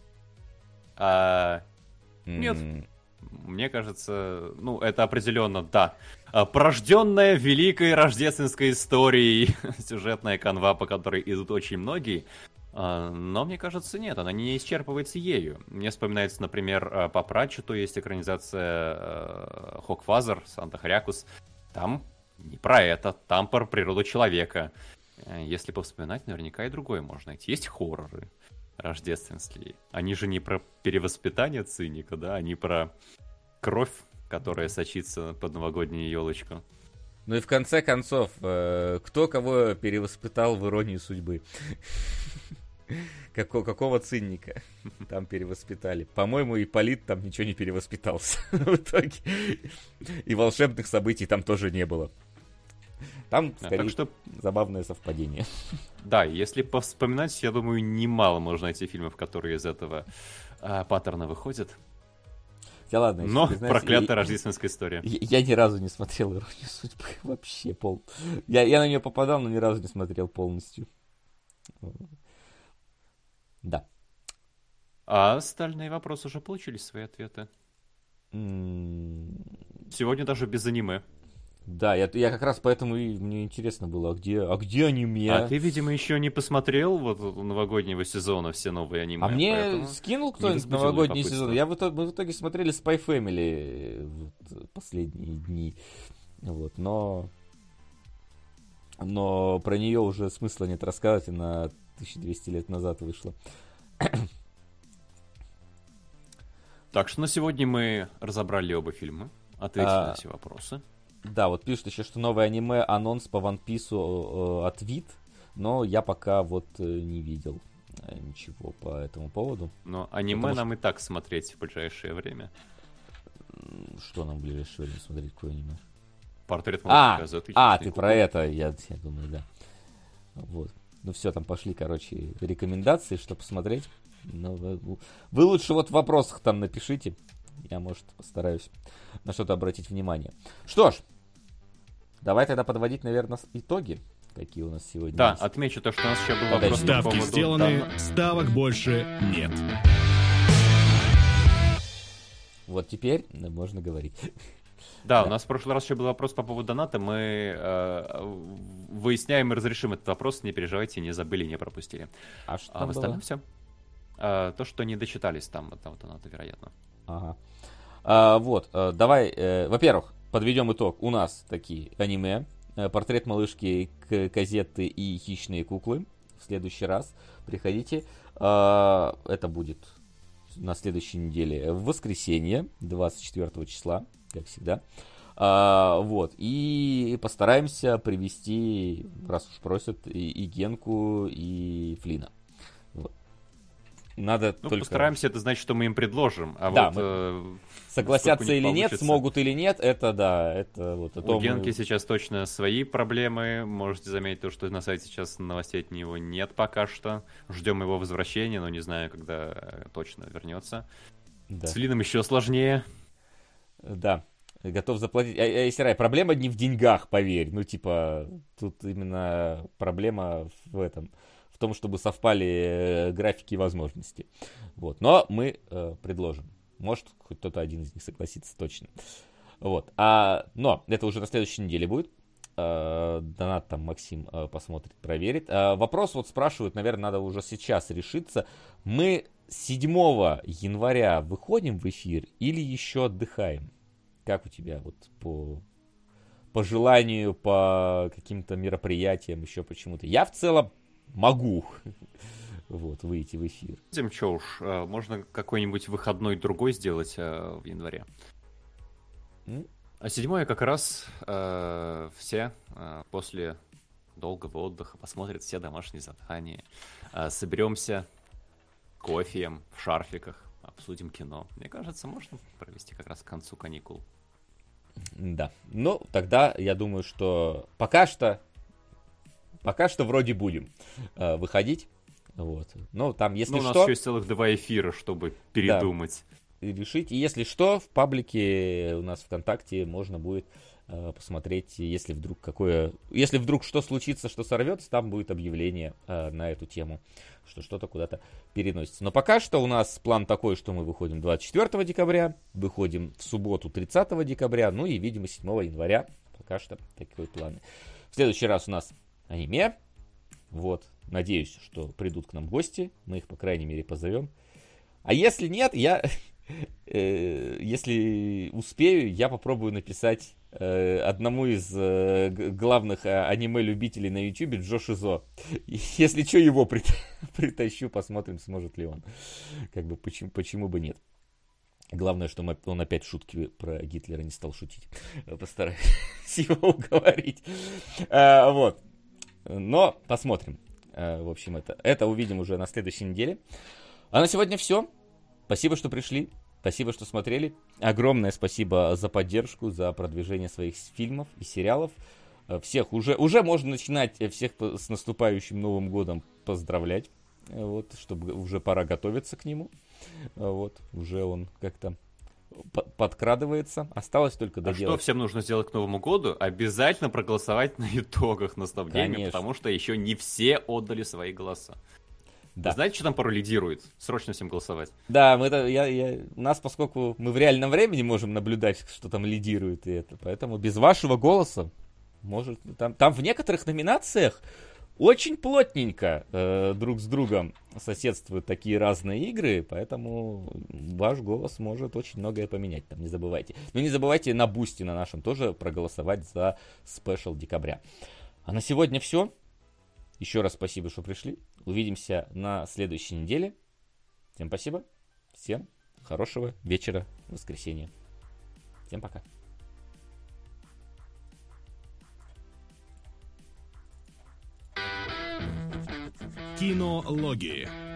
Нет. Мне кажется, это определенно, да. Порожденная великой рождественской историей сюжетная канва, по которой идут очень многие. Но, мне кажется, нет, она не исчерпывается ею. Мне вспоминается, например, по Пратчету есть экранизация Хокфазер, Санта-Хрякус. Там не про это, там про природу человека. Если повспоминать, наверняка и другое можно найти. Есть хорроры рождественские. Они же не про перевоспитание циника, да, они про кровь, которая сочится под новогоднюю елочку. Ну и в конце концов, кто кого перевоспитал в «Иронии судьбы»? Какого цинника там перевоспитали? По-моему, Ипполит там ничего не перевоспитался в итоге. И волшебных событий там тоже не было. Там, скорее, так что... забавное совпадение. Да, если повспоминать, я думаю, немало можно найти фильмов, которые из этого паттерна выходят. Хотя ладно, Но признаюсь, проклятая рождественская история. Я ни разу не смотрел «Иронию судьбы» вообще Я на нее попадал, но ни разу не смотрел полностью. Да. А остальные вопросы уже получили свои ответы. Сегодня даже без аниме. Да, я как раз поэтому и мне интересно было, а где аниме? А ты, видимо, еще не посмотрел вот новогоднего сезона все новые аниме. А мне поэтому скинул кто-нибудь возбудило новогодний любопытство. сезон? Мы в итоге смотрели Spy Family вот, последние дни. Вот, но про нее уже смысла нет рассказывать, она 1200 лет назад вышла. Так что на сегодня мы разобрали оба фильма, ответили на все вопросы. Да, вот пишут еще, что новое аниме, анонс по One Piece от Вид, но я пока вот не видел ничего по этому поводу. Но аниме Потому нам и так смотреть в ближайшее время. Что нам в ближайшее время смотреть, какое аниме? Портрет мальчика за ты про это, я думаю, да. Вот. Ну все, там пошли, короче, рекомендации, что посмотреть. Но вы лучше вот в вопросах там напишите. Я, может, постараюсь на что-то обратить внимание. Что ж, давай тогда подводить, наверное, итоги, какие у нас сегодня Да, есть. отмечу то, что у нас еще был Подожди. вопрос по Ставки поводу... сделаны, Да. ставок больше нет. Вот теперь можно говорить. Да, у нас в прошлый раз еще был вопрос по поводу доната. Мы выясняем и разрешим этот вопрос. Не переживайте, не забыли, не пропустили. А что А там в было? остальном все. То, что не дочитались там от доната, вероятно. Ага. Вот, давай, во-первых, подведем итог. У нас такие аниме. Портрет малышки Казетты и Хищные куклы. В следующий раз приходите. Это будет на следующей неделе в воскресенье, 24 числа, как всегда. Вот. И постараемся привести, раз уж просят, и Генку, и Флина. Вот. Надо только... Постараемся, это значит, что мы им предложим. А да, вот согласятся или нет, получится. смогут или нет, это да, это вот о том... У Генки сейчас точно свои проблемы. Можете заметить то, что на сайте сейчас новостей от него нет пока что. Ждем его возвращения, но не знаю, когда точно вернется. Да. С Флином еще сложнее. Да. Готов заплатить. Айсерай, проблема не в деньгах, поверь. Ну, типа, тут именно проблема в этом, в том, чтобы совпали графики и возможности. Вот. Но мы предложим. Может, хоть кто-то один из них согласится точно. Вот. Но это уже на следующей неделе будет. Донат там Максим посмотрит, проверит. Вопрос вот спрашивают, наверное, надо уже сейчас решиться. Мы 7 января выходим в эфир или еще отдыхаем? Как у тебя вот по желанию, по каким-то мероприятиям, еще почему-то? Я в целом могу вот, выйти в эфир. Видим, что уж, можно какой-нибудь выходной другой сделать в январе. А 7 как раз все после долгого отдыха посмотрят все домашние задания. Соберемся кофеем в шарфиках, обсудим кино. Мне кажется, можно провести как раз к концу каникул. Да. Ну, тогда я думаю, что пока что вроде будем выходить. Вот. Ну, там, если у нас что... еще есть целых 2 эфира, чтобы передумать. Да, решить. И если что, в паблике у нас ВКонтакте можно будет посмотреть, если вдруг что случится, что сорвется, там будет объявление на эту тему, что что-то куда-то переносится. Но пока что у нас план такой, что мы выходим 24 декабря, выходим в субботу 30 декабря, ну и, видимо, 7 января. Пока что такой план. В следующий раз у нас аниме. Вот. Надеюсь, что придут к нам гости. Мы их, по крайней мере, позовем. А если нет, если успею, я попробую написать одному из главных аниме-любителей на YouTube, Джо Шизо. Если что, его притащу, посмотрим, сможет ли он. Как бы почему бы нет. Главное, что он опять шутки про Гитлера не стал шутить. Постараюсь его уговорить. Вот. Но посмотрим. В общем, это увидим уже на следующей неделе. А на сегодня все. Спасибо, что пришли. Спасибо, что смотрели. Огромное спасибо за поддержку, за продвижение своих фильмов и сериалов. Всех уже можно начинать всех с наступающим Новым годом поздравлять. Вот, чтобы уже пора готовиться к нему. Вот, уже он как-то подкрадывается. Осталось только доделать. А что всем нужно сделать к Новому году? Обязательно проголосовать на итогах наставления, Конечно. потому что еще не все отдали свои голоса. Да. Знаете, что там порой лидирует? Срочно всем голосовать. Да, нас, поскольку мы в реальном времени можем наблюдать, что там лидирует и это, поэтому без вашего голоса может там в некоторых номинациях очень плотненько друг с другом соседствуют такие разные игры, поэтому ваш голос может очень многое поменять, там не забывайте. Но не забывайте на Бусти на нашем тоже проголосовать за спешл декабря. А на сегодня все. Еще раз спасибо, что пришли. Увидимся на следующей неделе. Всем спасибо. Всем хорошего вечера, воскресенья. Всем пока. Кинологии.